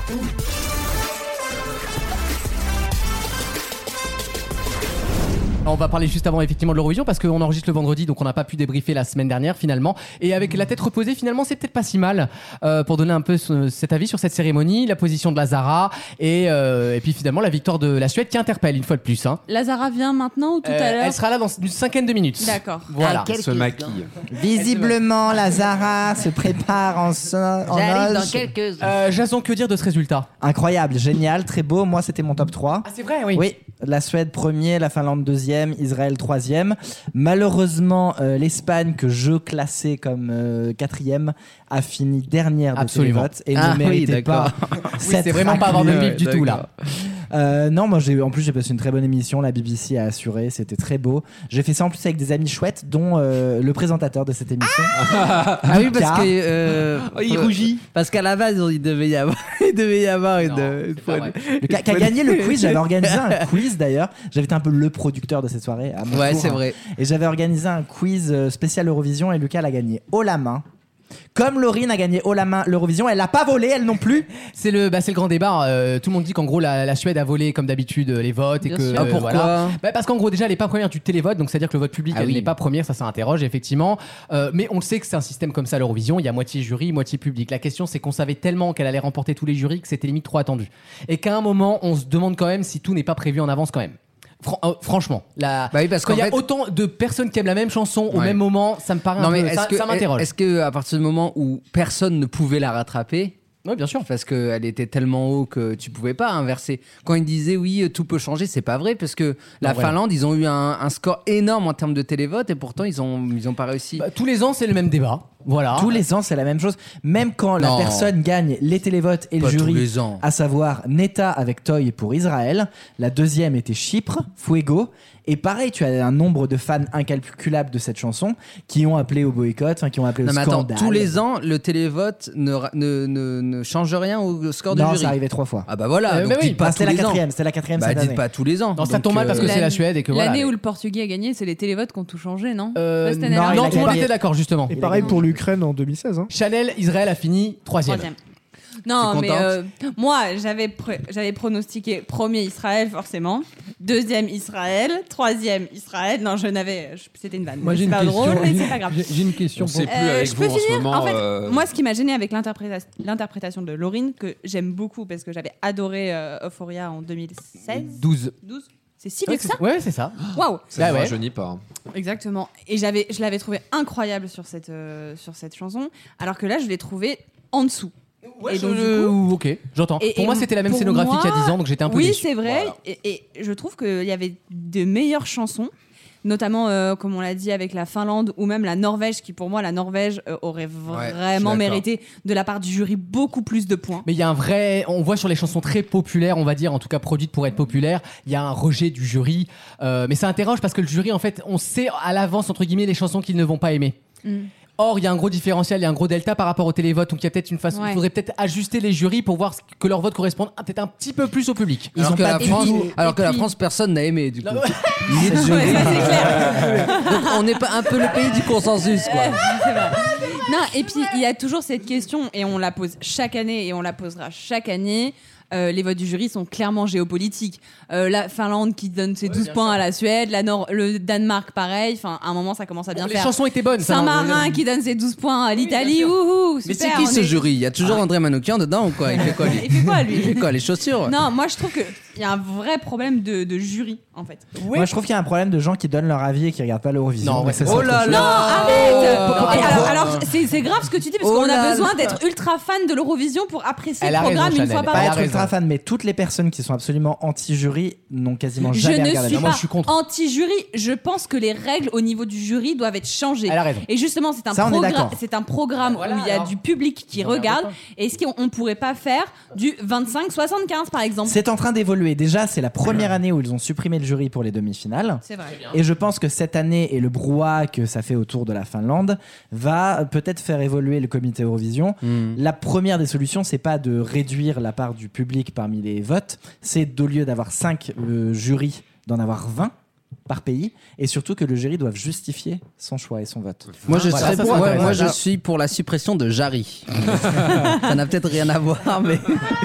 On va parler juste avant effectivement de l'Eurovision parce qu'on enregistre le vendredi, donc on n'a pas pu débriefer la semaine dernière finalement. Et avec la tête reposée, finalement, c'est peut-être pas si mal euh, pour donner un peu ce- cet avis sur cette cérémonie, la position de la Zara et, euh, et puis finalement la victoire de la Suède qui interpelle une fois de plus. Hein. Lazara vient maintenant ou tout Euh, à l'heure elle sera là dans une cinquaine de minutes. D'accord. Voilà. Se maquille. Visiblement, la Zara se prépare en, so- en J'arrive dans loge. quelques Euh, Jason, que dire de ce résultat? Incroyable, génial, très beau. Moi, c'était mon top trois. Ah, c'est vrai, oui. Oui, la Suède premier, la Finlande deuxième, Israël troisième. Malheureusement, euh, l'Espagne, que je classais comme euh, quatrième, a fini dernière de Absolument. télévote et Ah ne oui, méritait pas. d'accord. Oui, cette c'est vraiment pas avoir de raclée. bif du tout là. Euh, non, moi j'ai en plus j'ai passé une très bonne émission, la B B C a assuré, c'était très beau. J'ai fait ça en plus avec des amis chouettes, dont euh, le présentateur de cette émission. Ah oui, parce Lucas. que. euh, Oh, il rougit. Parce qu'à la base, il devait y avoir, il devait y avoir une. Non, une c'est fois- pas vrai. Lucas qui a gagné le quiz, j'avais organisé un quiz d'ailleurs. J'avais été un peu le producteur de cette soirée. À mon Ouais, tour, c'est hein. vrai. Et j'avais organisé un quiz euh, spécial Eurovision et Lucas l'a gagné haut la main. Comme Laurine a gagné haut la main l'Eurovision, elle l'a pas volé, elle non plus. C'est le, bah, c'est le grand débat. Euh, tout le monde dit qu'en gros la, la Suède a volé comme d'habitude euh, les votes et Bien que sûr. Ah, pourquoi voilà. Bah, parce qu'en gros déjà elle est pas première du télévote, donc c'est à dire que le vote public Ah elle oui. n'est pas première, ça ça interroge effectivement. Euh, mais on le sait que c'est un système comme ça l'Eurovision, il y a moitié jury, moitié public. La question c'est qu'on savait tellement qu'elle allait remporter tous les jurys que c'était limite trop attendu. Et qu'à un moment on se demande quand même si tout n'est pas prévu en avance quand même. Fran- euh, franchement, la... Bah oui, parce quand qu'en il y a fait- autant de personnes qui aiment la même chanson au Ouais. même moment, ça me paraît Non un mais peu, est-ce ça, que ça m'interroge. est-ce que à partir du moment où personne ne pouvait la rattraper, Oui, bien sûr. parce qu'elle était tellement haut que tu pouvais pas inverser. Quand ils disaient oui, tout peut changer, c'est pas vrai parce que la Non, voilà. Finlande, ils ont eu un, un score énorme en termes de télévote et pourtant ils ont ils ont pas réussi. Bah, tous les ans c'est le même débat. Voilà. Tous les ans, c'est la même chose. Même quand la Non. personne gagne les télévotes et Pas le tous jury, les ans. à savoir Neta avec Toy pour Israël. La deuxième était Chypre, Fuego. Et pareil, tu as un nombre de fans incalculable de cette chanson qui ont appelé au boycott, enfin qui ont appelé Non au mais attends, scandale. tous les ans, le télévote ne, ra- ne, ne, ne change rien au score de Non, jury. ça arrivait trois fois. Ah bah voilà, Euh, donc mais oui, dites pas Bah, tous c'était la les ans. quatrième, c'était la quatrième Bah cette dites année. pas tous les ans. Non, ça Donc, tombe mal parce que euh, c'est la Suède et que voilà. L'année où le Portugais a gagné, c'est les télévotes qui ont tout changé, non Euh, Pas cette non, année-là il a tout le monde gagné. était d'accord justement. Et pareil pour l'Ukraine en deux mille seize. Hein. Chanel, Israël a fini troisième. Troisième. Non, T'es mais contente euh, moi, j'avais pr- j'avais pronostiqué premier Israël, forcément. Deuxième Israël. Troisième Israël. Non, je n'avais. je- C'était une vanne. Moi, j'ai c'est une pas question. drôle, mais c'est pas grave. J'ai j'ai une question On pour. sait plus Euh, avec je vous peux en ce finir moment. En fait, euh, moi, ce qui m'a gêné avec l'interpréta- l'interprétation de Laurine, que j'aime beaucoup parce que j'avais adoré euh, Euphoria en deux mille seize. douze. douze. C'est si Ouais, vieux que c'est ça ouais, c'est ça. Waouh Ça Ah ne ouais. rajeunit pas. Exactement. Et j'avais, je l'avais trouvé incroyable sur cette, euh, sur cette chanson, alors que là, je l'ai trouvé en dessous. Ouais, et donc, je- du coup, ok, j'entends. Et- Pour et moi, c'était la même pour scénographie qu'il y a moi, dix ans, donc j'étais un peu oui, déçu. c'est vrai. Voilà. Et, et je trouve qu'il y avait de meilleures chansons, notamment, euh, comme on l'a dit, avec la Finlande ou même la Norvège, qui pour moi, la Norvège euh, aurait je suis vraiment d'accord. mérité de la part du jury beaucoup plus de points. Mais il y a un vrai, on voit sur les chansons très populaires, on va dire, en tout cas produites pour être populaires, il y a un rejet du jury. Euh, mais ça interroge parce que le jury, en fait, on sait à l'avance entre guillemets les chansons qu'ils ne vont pas aimer. Mm. Or, il y a un gros différentiel, il y a un gros delta par rapport au télévote, donc il y a peut-être une façon. Il Ouais. faudrait peut-être ajuster les jurys pour voir que leur vote corresponde à- peut-être un petit peu plus au public. alors ont que, pas la du France, tout- alors Et que la puis- France, personne n'a aimé du coup. Non, Il est Ouais, ça, c'est clair. Donc on n'est pas un peu le pays du consensus quoi. C'est vrai. Non, et puis il y a toujours cette question, et on la pose chaque année, et on la posera chaque année. Euh, les votes du jury sont clairement géopolitiques. Euh, la Finlande qui donne ses douze points à la Suède, la Nor- le Danemark pareil. Enfin, à un moment, ça commence à bien Les faire. chansons étaient bonnes. ça, Saint-Marin non, qui donne ses douze points à l'Italie. Ouhou, super. Mais c'est qui on ce est- jury? Il y a toujours André Manoukian dedans ou quoi? Il fait quoi lui? Il fait quoi lui Il fait quoi? Les chaussures? Non, moi je trouve qu'il y a un vrai problème de, de jury en fait. Moi, je trouve qu'il y a un problème de gens qui donnent leur avis et qui regardent pas l'Eurovision. Non, Mais ouais, ça, c'est- c'est oh autre là chose. Non, arrête. non, Et non, alors, non. alors, c'est c'est grave ce que tu dis parce Oh qu'on là a là. besoin d'être ultra fan de l'Eurovision pour apprécier Elle le a raison, programme une Chanel. fois par Elle Pas a an. être raison. ultra fan, mais toutes les personnes qui sont absolument anti-jury n'ont quasiment Je jamais ne regardé. suis Non, pas moi, je suis contre. anti-jury, je pense que les règles au niveau du jury doivent être changées. Elle a raison. Et justement, c'est un, Ça, on est programme- d'accord. c'est un programme Voilà, où il y a alors. du public qui regarde. Et est-ce qu'on ne pourrait pas faire du vingt-cinq soixante-quinze par exemple? C'est en train d'évoluer. Déjà, c'est la première année où ils ont supprimé le jury pour les demi-finales. C'est vrai. Et je pense que cette année et le brouhaha que ça fait autour de la Finlande va peut-être faire évoluer le comité Eurovision. Hmm. La première des solutions, c'est pas de réduire la part du public parmi les votes, c'est d'au lieu d'avoir cinq jurys, d'en avoir vingt par pays, et surtout que le jury doive justifier son choix et son vote. Moi je, Voilà, serais ça, pour- c'est moi, intéressant. moi, je suis pour la suppression de Jarry. Ça n'a peut-être rien à voir, mais.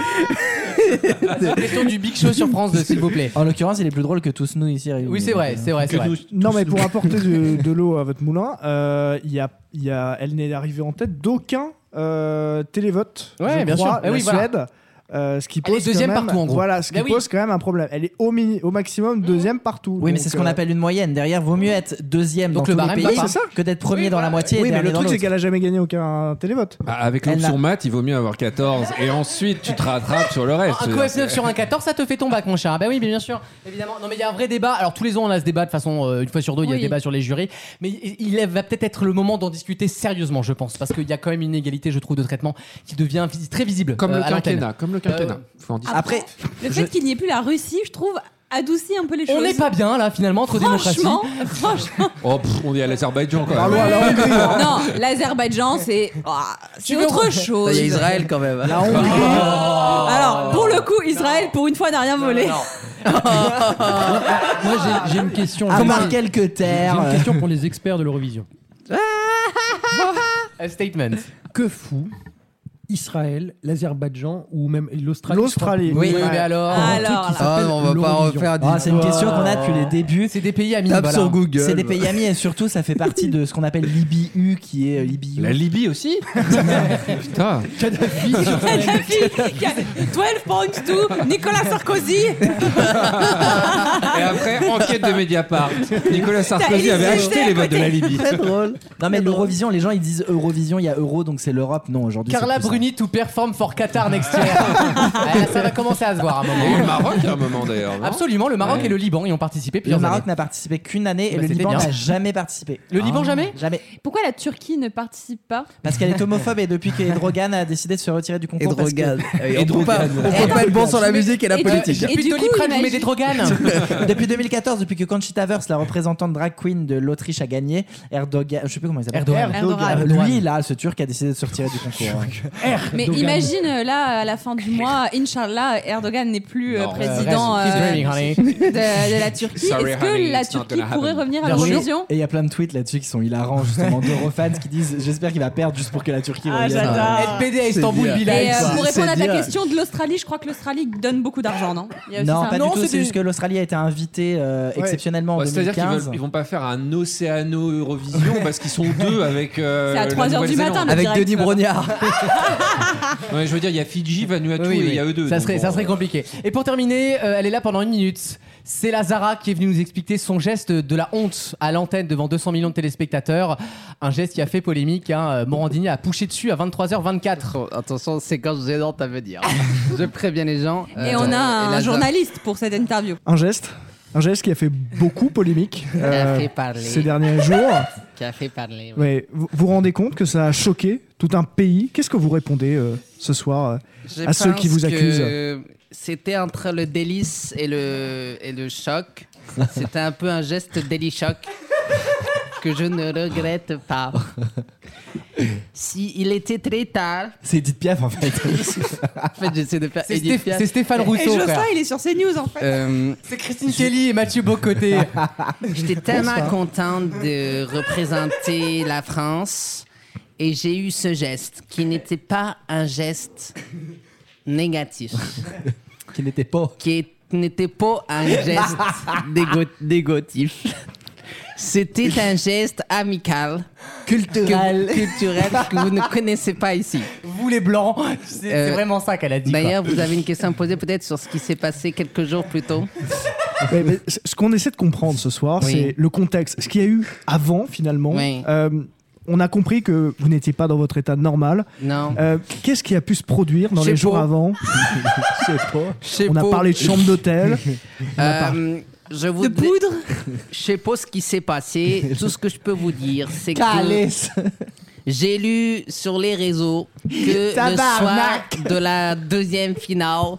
C'est la question du Big Show sur France deux, s'il vous plaît. En l'occurrence, il est plus drôle que tous nous ici réunis. Oui, c'est vrai, c'est vrai, c'est vrai. Non, mais pour apporter de, de l'eau à votre moulin, euh, il y a, il y a, elle n'est arrivée en tête d'aucun euh, télévote. Ouais, je bien crois, sûr. Eh la oui, voilà. Suède. Euh, ce qui Elle est pose deuxième quand même, partout, en gros. Voilà, ce qui Bah oui. pose quand même un problème. Elle est au, mini, au maximum deuxième partout. Oui, mais donc, c'est ce qu'on euh, appelle une moyenne. Derrière, vaut mieux être deuxième Donc dans le tous les barème pays passe, c'est ça. que d'être premier Oui, dans la voilà. moitié. Oui, et mais dernier le dans truc, c'est l'autre. qu'elle a jamais gagné aucun télévote. Bah, avec Elle l'option n'a- maths, il vaut mieux avoir quatorze et ensuite tu te rattrapes sur le reste. Un coup F neuf sur un quatorze, ça te fait ton bac, mon cher. Ah bah oui, mais bien sûr, évidemment. Non, mais il y a un vrai débat. Alors tous les ans, on a ce débat de façon euh, une fois sur deux, il y a Oui. ce débat sur les jurys. Mais il, il va peut-être être le moment d'en discuter sérieusement, je pense, parce qu'il y a quand même une inégalité, je trouve, de traitement qui devient vis- très visible. Comme euh, le à l'antenne. quinquennat, comme le quinquennat. Euh, Faut en discuter. Après, Le je- fait qu'il n'y ait plus la Russie, je trouve, adoucit un peu les choses. On n'est pas bien là, finalement, entre démocraties. Franchement, franchement. Oh, pff, on est à l'Azerbaïdjan quand Parlons même. à la Hongrie. hein. Non, l'Azerbaïdjan, c'est ah, c'est veux- autre chose. Il y a Israël quand même. La Hongrie. Alors, pour le coup, Israël, pour une fois, n'a rien volé. Moi, j'ai- j'ai une question. à J'ai part une- quelques terres. J'ai une question pour les experts de l'Eurovision. A statement. Que fout Israël, l'Azerbaïdjan ou même l'Australie? L'Australie. je crois. Oui, Ouais. mais alors. Ah, Un alors, truc qui alors. Ah, s'appelle on va pas l'Eurovision. refaire Ah, c'est une question qu'on a depuis les débuts. C'est des pays amis. Tape voilà. sur Google. C'est des pays amis et surtout ça fait partie de ce qu'on appelle l'I B U qui est euh, l'I B U. La Libye aussi. Putain. Kadhafi. douze points deux, Nicolas Sarkozy. Et après, enquête de Mediapart. Nicolas Sarkozy T'as avait hésité acheté à les votes de côté. la Libye. Très drôle. Non mais l'Eurovision, les gens ils disent Eurovision, il y a Euro donc c'est l'Europe. Non, aujourd'hui c'est Carla plus ça. Bruni to perform for Qatar next year. Ah, là, ça va commencer à se voir à un Il y a eu moment. le Maroc à un moment d'ailleurs. non Absolument, le Maroc Ouais. et le Liban y ont participé Le plusieurs Maroc années. n'a participé qu'une année et Bah, le c'était Liban bien. n'a jamais participé. Le Liban jamais Jamais. Pourquoi la Turquie ne participe pas? Parce qu'elle est homophobe et depuis qu'Edrogan a décidé de se retirer du concours. parce que- Edrogan. Et on peut pas, on peut pas être bon sur la musique et la Et- politique. et- Depuis du Doliprane, coup, je vous mets imagine- des Drogan. Depuis deux mille quatorze, depuis que Conchita Wurst, la représentante drag queen de l'Autriche, a gagné, Erdogan, je sais plus comment il s'appelle. Erdogan. Erdogan. Euh, Lui, là, ce Turc a décidé de se retirer du concours. Mais Dogan. imagine euh, là, à la fin du mois, Inch'Allah, Erdogan n'est plus euh, Non. président Reste, keep euh, dreaming, honey. de, de la Turquie. Sorry, Est-ce que honey, la it's not Turquie gonna pourrait happen. revenir à Bien sûr. l'Eurovision? Et il y a plein de tweets là-dessus qui sont hilarants, justement, d'Eurofans qui disent j'espère qu'il va perdre juste pour que la Turquie Ah, revienne. j'adore. L P D à Istanbul, bien. Et Bilal. euh, quoi. pour répondre à C'est ta dire. question de l'Australie, je crois que l'Australie donne beaucoup d'argent, non? Il y a aussi Non, ça. pas Non, du tout, c'est c'est du- juste que l'Australie a été invitée euh, Ouais. exceptionnellement en Ouais, C'est-à-dire qu'ils deux mille veulent- quinze. ils vont pas faire un Océano-Eurovision parce qu'ils sont deux avec. euh, C'est à la trois heures du Nouvelle-Zélande. matin, le Avec direct, Denis quoi. Brognard. Ouais, je veux dire, il y a Fidji, Vanuatu Oui, et oui. il y a eux deux. Ça donc serait, bon, ça serait euh, compliqué. Et pour terminer, euh, elle est là pendant une minute. C'est la Zara qui est venue nous expliquer son geste de la honte à l'antenne devant deux cents millions de téléspectateurs. Un geste qui a fait polémique. Hein. Morandini a poussé dessus à vingt-trois heures vingt-quatre. Attention, attention, séquence gênante à venir. Je préviens les gens. Et Euh, on a et un la- journaliste pour cette interview. Un geste. Un geste qui a fait beaucoup polémique euh, a fait parler. ces derniers jours. Qui a fait parler. oui. Ouais, vous vous rendez compte que ça a choqué tout un pays? Qu'est-ce que vous répondez euh, ce soir euh, Je à ceux qui pense vous accusent? que C'était entre le délice et le, et le choc. C'était un peu un geste délichoc que je ne regrette pas. Si il était très tard. C'est Edith Piaf en fait. En fait, j'essaie de faire C'est Edith Stéph- Piaf. c'est Stéphane Et Rousseau, Jocelyn, frère. il est sur CNews en fait. Euh, C'est Christine Kelly et Mathieu Bocoté. J'étais tellement contente de représenter la France Et j'ai eu ce geste qui n'était pas un geste négatif. Qui n'était pas. Qui n'était pas un geste négo- négatif. C'était un geste amical. Culturel. Que, culturel que vous ne connaissez pas ici. Vous les blancs, c'est, Euh, c'est vraiment ça qu'elle a dit. D'ailleurs, quoi. vous avez une question à me poser peut-être sur ce qui s'est passé quelques jours plus tôt. Ouais, mais c- ce qu'on essaie de comprendre ce soir, Oui. c'est le contexte. Ce qu'il y a eu avant, finalement. Oui. Euh, on a compris que vous n'étiez pas dans votre état normal. Non. Euh, qu'est-ce qui a pu se produire dans Je sais les jours pas. avant Je sais pas. Je sais On a pas. parlé de chambre d'hôtel. On a par- Euh, je vous De dis- poudre. Je sais pas ce qui s'est passé. Tout ce que je peux vous dire, c'est que Calice. j'ai lu sur les réseaux que le soir Tabarnak. de la deuxième finale,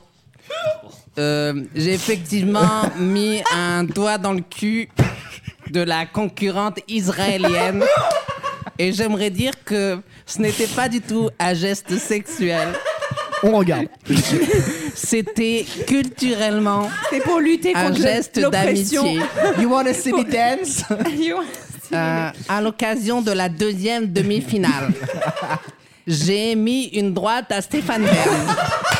euh, j'ai effectivement mis un doigt dans le cul de la concurrente israélienne. Et j'aimerais dire que ce n'était pas du tout un geste sexuel. On regarde. C'était culturellement C'est pour lutter un contre geste l'oppression. d'amitié. You wanna see me dance? You want- Euh, à l'occasion de la deuxième demi-finale, j'ai mis une droite à Stéphane Bern.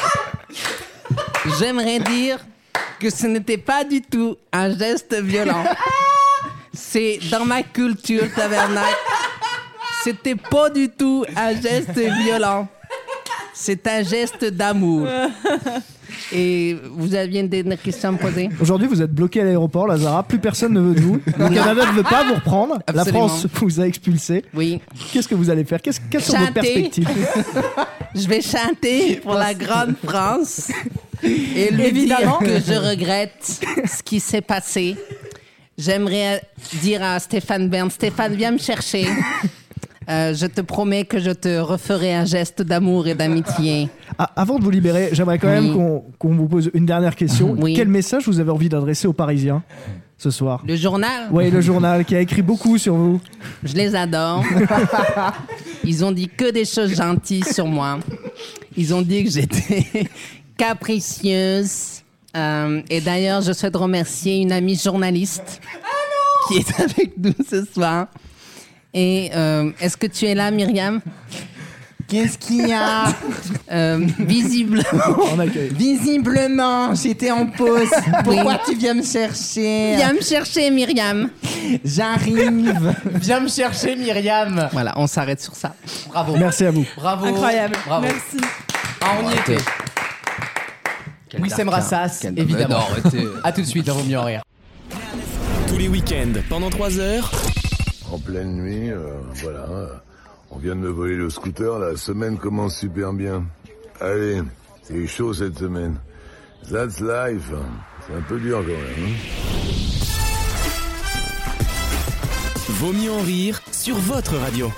J'aimerais dire que ce n'était pas du tout un geste violent. C'est dans ma culture tabernacle. C'était pas du tout un geste violent. C'est un geste d'amour. Et vous aviez une dernière question à me poser? Aujourd'hui, vous êtes bloqué à l'aéroport, Lazara. Plus personne ne veut de vous. Le Canada ne veut pas vous reprendre. La Absolument. France vous a expulsé. Oui. Qu'est-ce que vous allez faire? Qu'est-ce, Quelles sont vos Chanter. perspectives? Je vais chanter pour la grande France et lui Évidemment. dire que je regrette ce qui s'est passé. J'aimerais dire à Stéphane Bern, Stéphane, viens me chercher. Euh, je te promets que je te referai un geste d'amour et d'amitié. Ah, avant de vous libérer, j'aimerais quand même Oui. qu'on, qu'on vous pose une dernière question. Oui. Quel message vous avez envie d'adresser aux Parisiens ce soir? Le journal, Oui, le journal qui a écrit beaucoup sur vous. je les adore. Ils ont dit que des choses gentilles sur moi. Ils ont dit que j'étais capricieuse. Euh, et d'ailleurs, je souhaite remercier une amie journaliste qui est avec nous ce soir. Et euh, est-ce que tu es là, Myriam? Qu'est-ce qu'il y a? Euh, visiblement, On accueille. Visiblement, j'étais en pause. Pourquoi Oui. tu viens me chercher? viens me chercher, Myriam. J'arrive. Viens me chercher, Myriam. Voilà, on s'arrête sur ça. Bravo. Merci à vous. Bravo. Incroyable. Bravo. Merci. Ah, on y était. Quel Wissem dark, Rassas, quel- évidemment. Non, arrêtez. À tout de suite dans Vaut mieux en rire. Tous les week-ends, pendant trois heures. En pleine nuit, euh, voilà. euh, On vient de me voler le scooter, la semaine commence super bien. Allez, c'est chaud cette semaine. That's life. C'est un peu dur quand même. Hein. Vaut mieux en rire sur votre radio.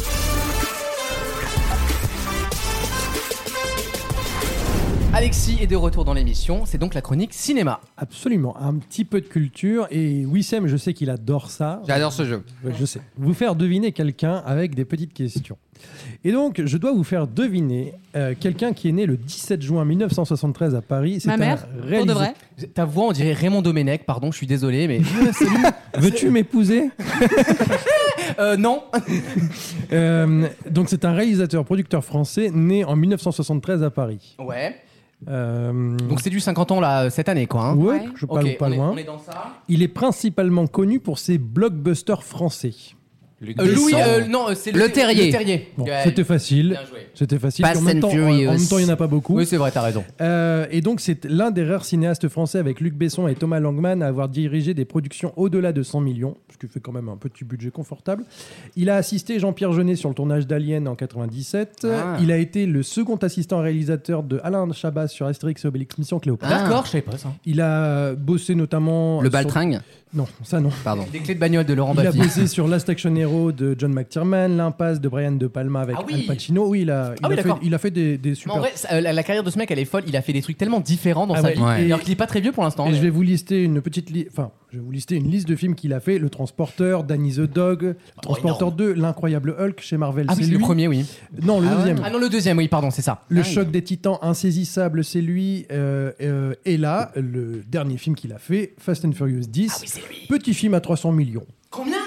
Alexis est de retour dans l'émission, c'est donc la chronique cinéma. Absolument, un petit peu de culture. Et Wissem, je sais qu'il adore ça. J'adore ce jeu. Ouais, je sais. Vous faire deviner quelqu'un avec des petites questions. Et donc, je dois vous faire deviner euh, quelqu'un qui est né le dix-sept juin mille neuf cent soixante-treize à Paris. C'est Ma un mère, pour de réalisa- vrai. Ta voix, on dirait Raymond Domenech, pardon, je suis désolé, mais. Veux-tu m'épouser? euh, non. Euh, donc, c'est un réalisateur, producteur français né en mille neuf cent soixante-treize à Paris. Ouais. Euh, Donc c'est du cinquante ans là, cette année, quoi. Hein. Ouais, je pas, Ok, pas on est- loin. on est dans ça. Il est principalement connu pour ses blockbusters français. Euh, Louis, euh, non, euh, c'est Le Terrier. Le Terrier. Bon, Ouais. c'était facile. Bien joué. C'était facile. Fast En même, and temps, en, Furious. en même temps, il n'y en a pas beaucoup. Oui, c'est vrai, t'as raison. Euh, et donc, c'est l'un des rares cinéastes français avec Luc Besson et Thomas Langman à avoir dirigé des productions au-delà de cent millions, ce qui fait quand même un petit budget confortable. Il a assisté Jean-Pierre Jeunet sur le tournage d'Alien en quatre-vingt-dix-sept. Ah. Il a été le second assistant réalisateur de Alain Chabat sur Astérix et Obélix Mission Cléopâtre. D'accord, je savais pas ça. Il a bossé notamment... Le sur- baltringue? Non, ça non. Pardon. Les clés de bagnole de Laurent Il a Baffy. bossé sur Last Action Hero de John McTiernan, L'Impasse de Brian De Palma avec Ah oui. Al Pacino. Oui, il a, il Ah oui, a, fait, d'accord. il a fait des, des Mais super... en vrai, ça, euh, la, la carrière de ce mec, elle est folle. Il a fait des trucs tellement différents dans Ah sa ouais. vie. Ouais. Alors qu'il est pas très vieux pour l'instant. Et mais- je vais vous lister une petite liste, enfin, je vais vous lister une liste de films qu'il a fait. Le Transporteur, Danny the Dog, Le Transporteur deux, L'incroyable Hulk chez Marvel, Ah oui, c'est c'est lui. le premier, oui. Non, le Ah ouais. deuxième. Ah non, le deuxième, oui, pardon, c'est ça. Le Ah, Choc des Titans, Insaisissable, c'est lui. Euh, euh, et là, le dernier film qu'il a fait, Fast and Furious dix. Ah oui, c'est lui. Petit film à trois cents millions. Combien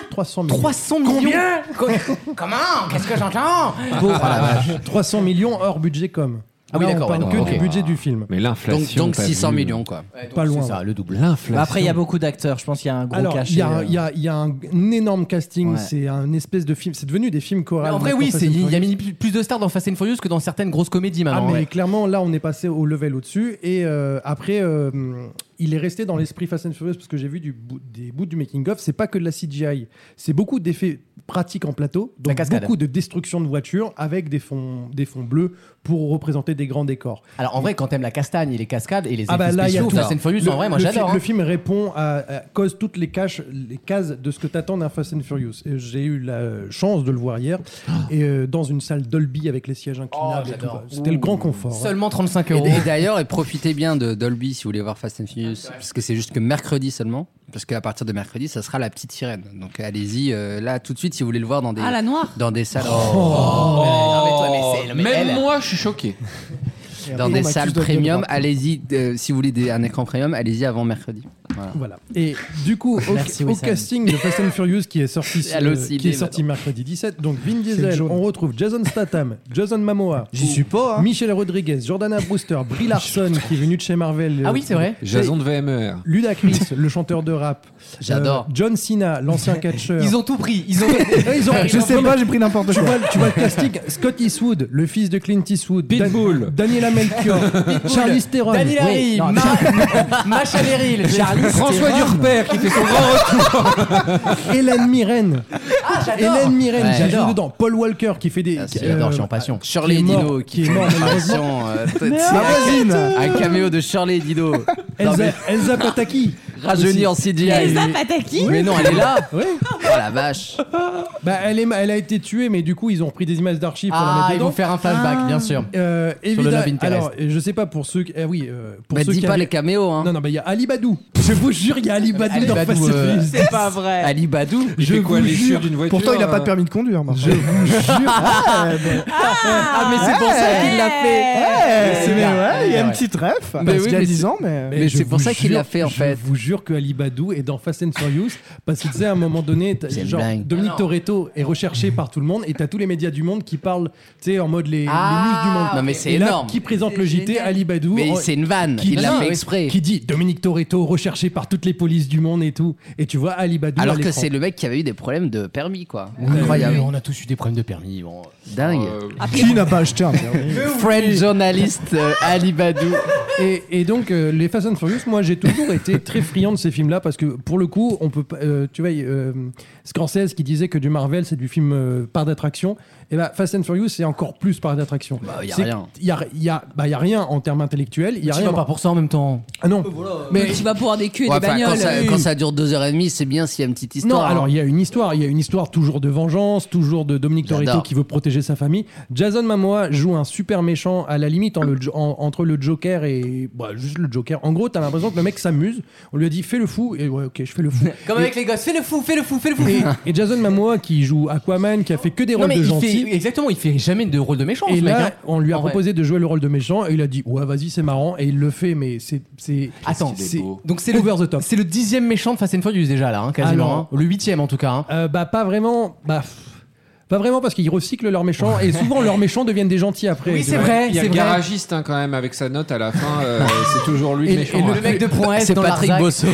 trois cents millions. trois cents millions. Combien Co- Comment? Qu'est-ce que j'entends? Pour- trois cents millions hors budget com. Ah oui, Là, d'accord, on parle ouais, que non, du ok. budget du film. Mais l'inflation. Donc, donc t'as six cents vu. millions, quoi. Pas loin. C'est ça, le double. L'inflation. Bah après, il y a beaucoup d'acteurs. Je pense qu'il y a un gros Alors, il cachet. y, a un- euh. il y a- il y a un, un énorme casting. Ouais. C'est un espèce de film. C'est devenu des films chorales. En vrai, maintenant, oui, Fast c'est- and il y a Furious. mis plus plus de stars dans Fast and Furious que dans certaines grosses comédies Ah, maintenant. mais ouais. clairement, là, on est passé au level au-dessus. Et euh, après, euh, il est resté dans l'esprit Fast and Furious parce que j'ai vu du bout- des bouts du making-of. C'est pas que de la C G I. C'est beaucoup d'effets pratiques en plateau. La Donc, cascade. beaucoup de destruction de voitures avec des fonds, des fonds bleus pour représenter des grands décors. Alors en vrai, quand t'aimes la castagne et les cascades et les effets Ah bah là, il y a spéciaux, tout. Fast and Furious, Le- en vrai, moi le j'adore. fi- hein. Le film répond à, à cause toutes les cases, les cases de ce que t'attends d'un Fast and Furious. Et j'ai eu la chance de le voir hier et euh, dans une salle Dolby avec les sièges inclinables. et tout. j'adore. C'était le grand confort. hein. Seulement trente-cinq Et, euros. et d'ailleurs, et profitez bien de Dolby si vous voulez voir Fast and Furious, parce que c'est juste que mercredi seulement, parce qu'à partir de mercredi, ça sera La Petite Sirène. Donc allez-y, euh, là tout de suite si vous voulez le voir dans des, Ah, la noire. dans des salles, Oh, mais non, mais toi, mais c'est- mais Même elle- moi, je suis choqué. dans Et des on m'accuse salles de premium. viol. Allez-y, euh, si vous voulez des- un écran premium, allez-y avant mercredi. Voilà. Voilà. Et du coup, au, Merci, au Wissam. casting de Fast and Furious qui est sorti, C'est halluciné, euh, qui est sorti mercredi dix-sept, donc Vin le Diesel, jaune. on retrouve Jason Statham, Jason Momoa, J'y suis pas. hein. Michelle Rodriguez, Jordana Brewster, Brie Larson qui est venu de chez Marvel. Ah euh, oui, c'est vrai. Jason de V M E R. Ludacris, le chanteur de rap. J'adore. Euh, John Cena, l'ancien catcheur. Ils ont tout pris. Ils ont. ils ont- Je sais pas, j'ai pris n'importe Tu quoi. vois, tu vois le casting, Scott Eastwood, le fils de Clint Eastwood, Pitbull. Dan- Daniela Melchior, Charlize Theron, Daniel Harry, non, Ma- Macha Meryl, François Durper qui fait son grand retour, Hélène Mirren, Ah, j'adore. Hélène Mirren, Ouais, qui joue j'adore. dedans, Paul Walker qui fait des, Ah, c'est- euh, J'adore, je suis en passion. Shirley qui est mort- Dino qui est fait mort, une malheureusement. apparition, euh, Ma voisine. un caméo de Shirley Dino. Elsa, Elsa Pataki, Rajeunie en C G I. Elsa Pataki. Mais non, elle est là. oui. Oh la vache. Bah, elle, est, elle a été tuée, mais du coup ils ont repris des images d'archives pour la Ah, mettre ils dedans. vont faire un flashback, bien sûr. Euh, Sur le évidemment, Love Interest. alors je sais pas pour ceux, qui- eh oui, euh, pour Bah ceux dis qui pas avaient- les caméos, hein. Non non, bah il y a Ali Badou. Je vous jure, il y a Ali Badou Ali dans Badou, Fast and euh, Furious. C'est pas vrai. Ali Badou. Il Je fait quoi, vous les jure. chures d'une voiture Pourtant, il a pas de euh, permis de conduire. Marc. Je vous jure. Ah, ben, Ah mais c'est pour ça qu'il l'a fait. ouais, c'est mais bien. ouais, il y a Ouais, une ouais. petite ref. Mais Parce oui, qu'il y a mais dix c'est- ans, mais. Mais je c'est pour vous ça qu'il jure- l'a fait, en fait. Je vous jure que Ali Badou est dans Fast and Furious parce que tu sais à un moment donné, t'as- C'est une genre blague. Dominique Ah non. Toretto est recherché par tout le monde et t'as tous les médias du monde qui parlent, tu sais, en mode les, Ah, les news du monde. Non mais c'est Et là, énorme. qui présente C'est le J T, génial. Ali Badou. Mais en- c'est une vanne. qui Il dit- l'a fait oui, exprès. Qui dit Dominique Toretto recherché par toutes les polices du monde et tout. Et tu vois Ali Badou. Alors à que l'écran. c'est le mec qui avait eu des problèmes de permis, quoi. Oui, Incroyable. on a tous eu des problèmes de permis. Bon. Dingue. euh, Qui n'a pas acheté un permis Friend journaliste euh, Ali Badou. Et, et donc, euh, les Fast and Furious, moi, j'ai toujours été très friand de ces films-là parce que, pour le coup, on peut pas. euh, tu vois, euh, Scorsese qui disait que du Marvel, c'est du film euh, par d'attraction. Et bah, Fast and Furious, c'est encore plus par d'attraction. Bah, y a C'est- rien. Il y a, il y a, bah, il y a rien en termes intellectuels. Il y a Tu rien. vas pas pour ça en même temps. Ah non. Mais Mais tu vas pouvoir des culs et Ouais, des enfin, quand, bagnoles. ça, oui. quand ça dure deux heures et demie, c'est bien s'il y a une petite non, histoire. hein. alors il y a une histoire, il y a une histoire toujours de vengeance, toujours de Dominique Toretto J'adore. qui veut protéger sa famille. Jason Momoa joue un super méchant à la limite en le, en- entre le Joker et bah, juste le Joker. En gros, t'as l'impression que le mec s'amuse. On lui a dit fais le fou et ouais, ok, je fais le fou. Comme Et- avec les gosses, fais le fou, fais le fou, fais le fou. Et, et Jason Momoa qui joue Aquaman, qui a fait que des Non, rôles mais de il gentil. fait, exactement, il fait jamais de rôle de méchant. Et ce mec, là, hein. on lui a En vrai. proposé de jouer le rôle de méchant et il a dit ouais vas-y c'est marrant et il le fait mais c'est c'est Attends, qu'il est c'est beau. donc c'est le, over the top. c'est le dixième méchant de Fast and Furious déjà là, hein, quasiment. Ah non. hein. Le huitième en tout cas. hein. Euh, bah pas vraiment bah pff, pas vraiment parce qu'ils recyclent leurs méchants et souvent leurs méchants deviennent des gentils après. Oui, tu c'est vois. vrai, Il y a c'est le vrai. garagiste hein, quand même avec sa note à la fin. euh, c'est toujours lui Et- le méchant. et le ouais. Le mec de Point S C'est dans Patrick l'Arzac. Bosso.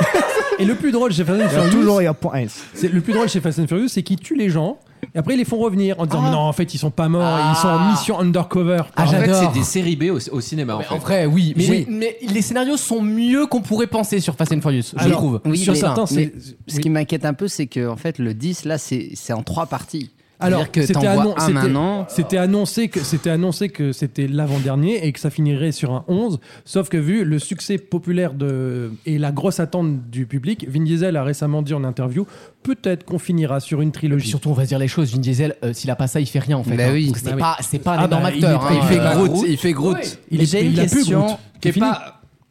Et le plus drôle chez Fast and Il y a Furious, toujours il y a point S. c'est le plus drôle chez Fast and Furious, c'est qu'ils tuent les gens et après ils les font revenir en disant Ah. non en fait ils sont pas morts, Ah. ils sont en mission undercover. Ah, En fait, j'adore. c'est des séries B au, au cinéma en Mais fait. en vrai, oui. Mais, Oui. mais les scénarios sont mieux qu'on pourrait penser sur Fast and Furious, je Alors, trouve. Oui, Sur mais, certains, mais c'est- ce oui. qui m'inquiète un peu, c'est que en fait, le dix, là, c'est c'est en trois parties. Alors, C'est-à-dire que c'était t'en vois annon- un c'était- maintenant. C'était annoncé que c'était annoncé que c'était l'avant-dernier et que ça finirait sur un onze. Sauf que vu le succès populaire de et la grosse attente du public, Vin Diesel a récemment dit en interview peut-être qu'on finira sur une Et puis trilogie. surtout, on va se dire les choses. Vin Diesel, euh, s'il a pas ça, il fait rien en fait. Bah hein. oui. Parce que c'est Bah pas, c'est pas un Ah énorme bah, il acteur. est- hein. il fait Euh, Groot, il fait Groot. Ouais. Il Mais est- j'ai une il a plus question. Groot. Qui est C'est fini. pas,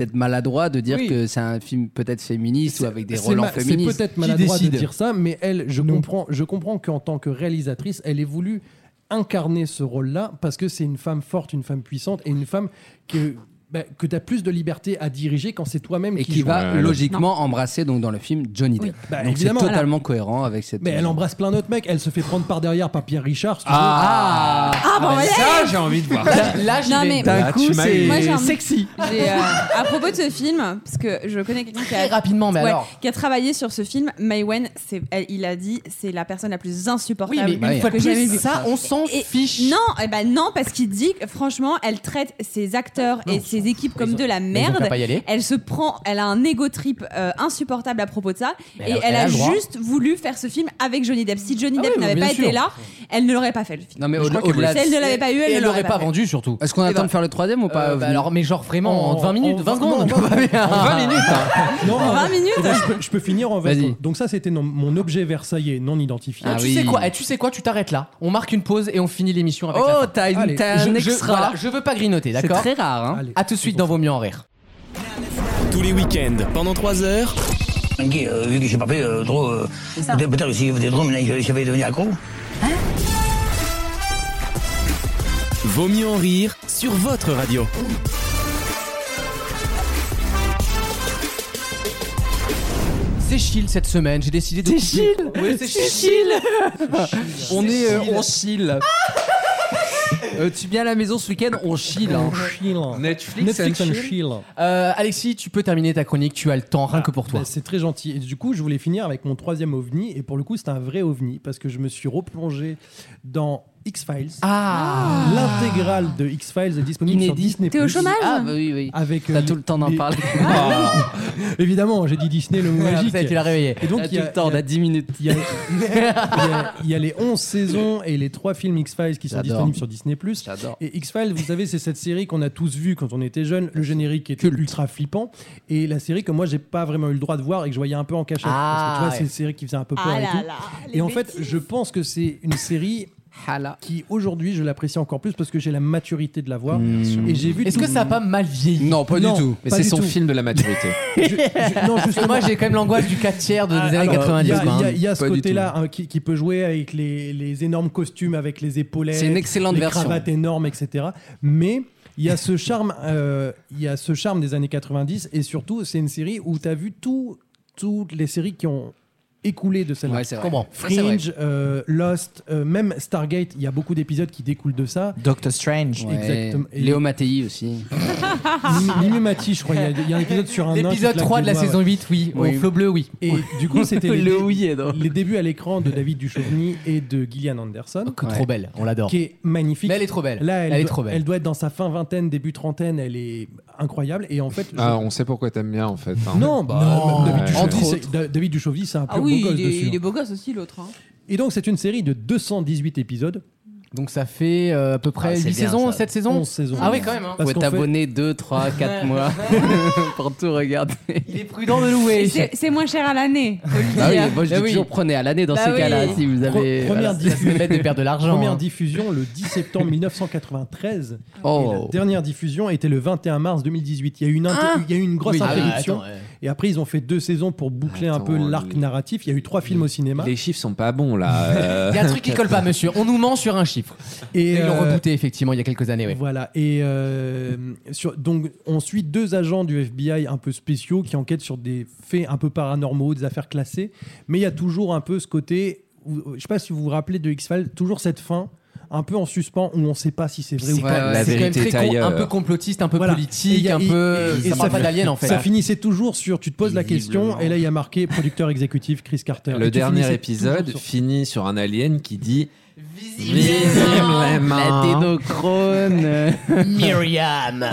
peut-être maladroit de dire Oui. que c'est un film peut-être féministe ou avec des C'est relents ma- féministes. C'est peut-être maladroit de dire ça, mais elle, je comprends, je comprends qu'en tant que réalisatrice, elle ait voulu incarner ce rôle-là parce que c'est une femme forte, une femme puissante et une femme que bah, que tu as plus de liberté à diriger quand c'est toi-même Et qui, qui joue. va logiquement embrasser donc dans le film Johnny Depp. Bah, donc c'est évidemment. totalement cohérent avec cette. Mais elle embrasse plein d'autres mecs. Elle se fait prendre par derrière par Pierre Richard. si tu veux. Ah, Ah, bon, ouais. Ça, j'ai envie de voir. Là, là, j'y Non, vais. mais- D'un Là, coup, tu m'as c'est eu. Moi, j'ai un- sexy. J'ai, euh, à propos de ce film, parce que je connais quelqu'un qui Très a, rapidement, mais ouais, alors. qui a travaillé sur ce film, Mai Wen, c'est, elle- il a dit c'est la personne la plus insupportable Oui, mais une Ouais. fois de que j'ai jamais plus, vue. ça, on s'en Et- fiche. Non, eh ben non, parce qu'il dit que franchement, elle traite ses acteurs et ses équipes comme de la ils ont merde. qu'à pas y aller. Elle se prend, elle a un ego trip euh, insupportable à propos de ça, Mais et elle a- elle elle a a le droit. juste voulu faire ce film avec Johnny Depp. Si Johnny Ah Depp oui, n'avait bien pas sûr. été là, elle ne l'aurait pas fait le film. Non mais Je au- crois que au-delà. Si elle ne l'avait pas eu, Et elle ne elle l'aurait l'aurait pas fait. vendu surtout. Est-ce qu'on attend de faire le troisième ou pas Euh, bah alors, mais genre vraiment en En- vingt minutes, en- vingt secondes. non, tu vois, vingt- mais- en vingt minutes. hein. Non, En vingt minutes. eh ben, je, peux, je peux finir en vingt Vas-y. secondes. Donc ça, c'était non- mon objet versaillais non identifié. Ah tu oui. sais quoi Eh, Tu sais quoi Tu t'arrêtes là. On marque une pause et on finit l'émission avec la Oh, fin. t'as une- Allez, t'as je, un je- extra. voilà, je veux pas grignoter, C'est d'accord très rare. Hein. Allez. À tout de suite dans Vaut mieux en rire. Tous les week-ends, pendant trois heures, Guy, euh, vu que j'ai pas fait euh, trop. euh, peut-être peut-être que si vous êtes trop, mais là, j'avais devenu accro. Vaut mieux en rire sur votre radio. C'est chill cette semaine. J'ai décidé de. C'est couper- chill. Ouais, c'est C'est chill. On est, euh, on chill. Euh, tu viens à la maison ce week-end, on chill. Hein. Netflix, Netflix and and chill. chill. Euh, Alexis, tu peux terminer ta chronique. Tu as le temps, rien que pour toi. Bah, c'est très gentil. Et du coup, je voulais finir avec mon troisième ovni. Et pour le coup, c'est un vrai ovni parce que je me suis replongé dans X-Files. Ah. L'intégrale de X-Files est disponible sur Inédit. Disney+. T'es au chômage Ah bah oui, oui. Avec T'as euh, tout le temps d'en les- parler. Évidemment, j'ai dit Disney, le mot Ah, magique. ça, tu l'as réveillé. Et donc, T'as il y tout a, le temps, il y on a- a dix minutes. il y a- il y a- il y a les onze saisons et les trois films X-Files qui sont J'adore. disponibles sur Disney+. J'adore. Et X-Files, vous savez, c'est cette série qu'on a tous vue quand on était jeunes. Le générique était ultra flippant. Et la série que moi, j'ai pas vraiment eu le droit de voir et que je voyais un peu en cachette. Ah, parce que tu vois, ouais. c'est une série qui faisait un peu peur Ah et là tout. là, les Et en fait, bêtises. je pense que c'est une série qui, aujourd'hui, je l'apprécie encore plus parce que j'ai la maturité de la voir. Et j'ai vu Est-ce que ça a pas mal vieilli Non, pas Non, du tout. Mais pas c'est du son tout. film de la maturité. Je- je- non, Parce que justement, moi, j'ai quand même l'angoisse du quatre tiers de- des années alors, quatre-vingt-dix. Il y a, quoi, il y a- hein. il y a ce Pas du côté-là hein, qui, qui peut jouer avec les, les énormes costumes, avec les épaulettes, C'est une excellente les version. cravates énormes, et cetera. Mais il y a ce charme, euh, il y a ce charme des années quatre-vingt-dix et surtout, c'est une série où tu as vu tout, toutes les séries qui ont écoulé de celle-là. Ouais, c'est vrai. Comprends. Fringe, euh, Lost, euh, même Stargate, il y a beaucoup d'épisodes qui découlent de ça. Doctor Strange. Ouais. Exactement. Et- Léo Mattei aussi. Mimi Mati, je crois, il y a- il y, a un épisode sur un nain qui L'épisode claque trois de des la doigts, saison ouais. huit, oui. Oui. Au flot bleu, oui. Et du coup, c'était les, Le dé- oui est dans- les débuts à l'écran de David Duchovny et de Gillian Anderson. Que trop belle, on l'adore. Qui est magnifique. Mais elle est trop belle. Là, elle, Elle est doit, trop belle. elle doit être dans sa fin vingtaine, début trentaine. Elle est incroyable. Et en fait, je- Ah, on sait pourquoi t'aimes bien en fait. hein. non, bah, Non. David, Ouais. Duchovny, Entre c'est, Da- David Duchovny, c'est un Ah pur oui, beau gosse il est, dessus. il est hein. beau gosse aussi, l'autre. hein. Et donc, c'est une série de deux cent dix-huit épisodes. Donc ça fait euh, à peu près Ah, c'est huit bien, saisons, ça. sept saisons onze saisons. Ah oui, quand même. hein. Parce Faut qu'en fait- t'abonner deux, trois, quatre mois pour tout regarder. Il est prudent de louer. Et c'est c'est moins cher à l'année. faut le Ah oui, dire. moi je Bah dis oui. toujours prenez à l'année dans Bah ces oui. cas-là si vous avez. Pre- première voilà. diffusion- Ça serait bête de perdre de l'argent. Première hein. diffusion le dix septembre mille neuf cent quatre-vingt-treize. Oh. Et la dernière diffusion était le vingt et un mars deux mille dix-huit. Il y a eu une, inter- Ah. il y a eu une grosse Oui, ah, interruption. attends, ouais. Et après, ils ont fait deux saisons pour boucler un Attends, peu l'arc les- narratif. Il y a eu trois films au cinéma. Les chiffres sont pas bons là. euh. Il y a un truc qui colle pas, monsieur. On nous ment sur un chiffre. Et, Et ils l'ont euh, rebooté, effectivement, il y a quelques années. Ouais. Voilà. Et euh, sur, donc, on suit deux agents du F B I un peu spéciaux qui enquêtent sur des faits un peu paranormaux, des affaires classées. Mais il y a toujours un peu ce côté. où- Je sais pas si vous vous rappelez de X-Files, toujours cette fin un peu en suspens où on ne sait pas si c'est vrai ou C'est pas. quand même- La c'est quand même vérité très est con- un ailleurs. peu complotiste, un peu Voilà. Et politique, il y a- un et- peu. et ça parle ça- pas d'alien en fait. Ça finissait toujours sur tu te poses la question Visiblement. et là il y a marqué producteur exécutif Chris Carter. Et Le tu dernier finissais épisode toujours sur- finit sur un alien qui dit Visiblement, Visiblement. L'adénochrone. Myriam.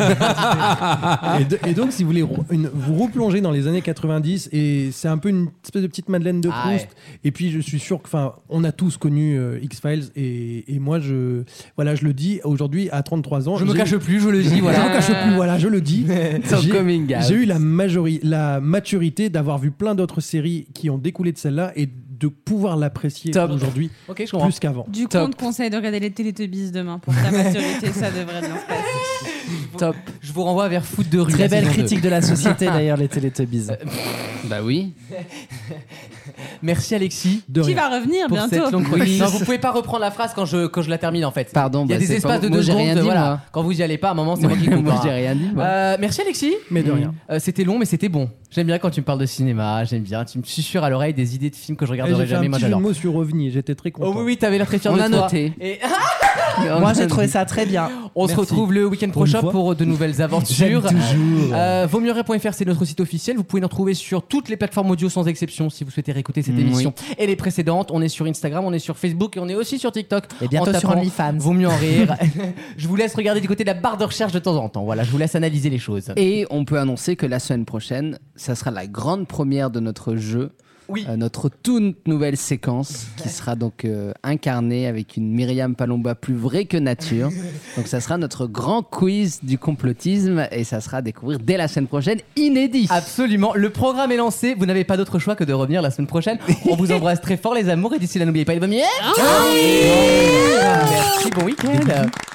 et, de- et donc si vous voulez re- une- vous replonger dans les années quatre-vingt-dix et c'est un peu une espèce de petite Madeleine de Ah Proust. ouais. Et puis je suis sûr que enfin on a tous connu euh, X-Files et, et moi je voilà je le dis aujourd'hui à trente-trois ans. Je me j'ai- cache plus, je le dis. Voilà. Je me cache plus, voilà, je le dis. Son J'ai- coming out. J'ai eu la, majori- la maturité d'avoir vu plein d'autres séries qui ont découlé de celle-là et de pouvoir l'apprécier Top. aujourd'hui Ok, je comprends. plus qu'avant. Du coup, Top. on te conseille de regarder les Télétubbies demain pour ta maturité, ça devrait bien se passer. Top. Je vous renvoie vers Foot de rue. Très la belle saison critique deux. de la société d'ailleurs, les Teletubbies. Bah oui. Merci Alexis. De Qui rien. va revenir Pour bientôt. cette longue Oui. chronique. Non, vous pouvez pas reprendre la phrase quand je, quand je la termine en fait. Pardon, Il y a bah, des c'est espaces pas- de moi, deux j'ai secondes. rien dit, voilà. moi. Quand vous y allez pas, à un moment, c'est moi qui coupe. Moi, hein. j'ai rien dit, moi. Euh, merci Alexis. Mais de rien. Euh, c'était long, mais c'était bon. J'aime bien quand tu me parles de cinéma. J'aime bien. Tu me susurres à l'oreille des idées de films que je Et regarderai J'ai fait un jamais. Moi, petit jeu de j'adore. mots sur OVNI, j'étais très content. Oh oui, oui, t'avais l'air très fier On de a toi. noté. Et Moi, j'ai trouvé ça très bien. on se Merci. retrouve le week-end Pour une prochain fois. pour de nouvelles J'aime aventures. toujours. Euh, vaut mieux rire point f r, c'est notre site officiel. Vous pouvez nous retrouver sur toutes les plateformes audio sans exception si vous souhaitez réécouter cette Mm, émission et les précédentes. On est sur Instagram, on est sur Facebook et on est aussi sur TikTok. Et bientôt En sur tapant OnlyFans. Vaut mieux en rire. Je vous laisse regarder du côté de la barre de recherche de temps en temps. Voilà, je vous laisse analyser les choses. Et on peut annoncer que la semaine prochaine, ça sera la grande première de notre jeu. Oui. Euh, notre toute nouvelle séquence qui sera donc euh, incarnée avec une Myriam Palomba plus vraie que nature. Donc ça sera notre grand quiz du complotisme et ça sera à découvrir dès la semaine prochaine, inédit. Absolument, le programme est lancé. Vous n'avez pas d'autre choix que de revenir la semaine prochaine. On vous embrasse très fort les amours et d'ici là n'oubliez pas les vomir. Merci, bon week-end.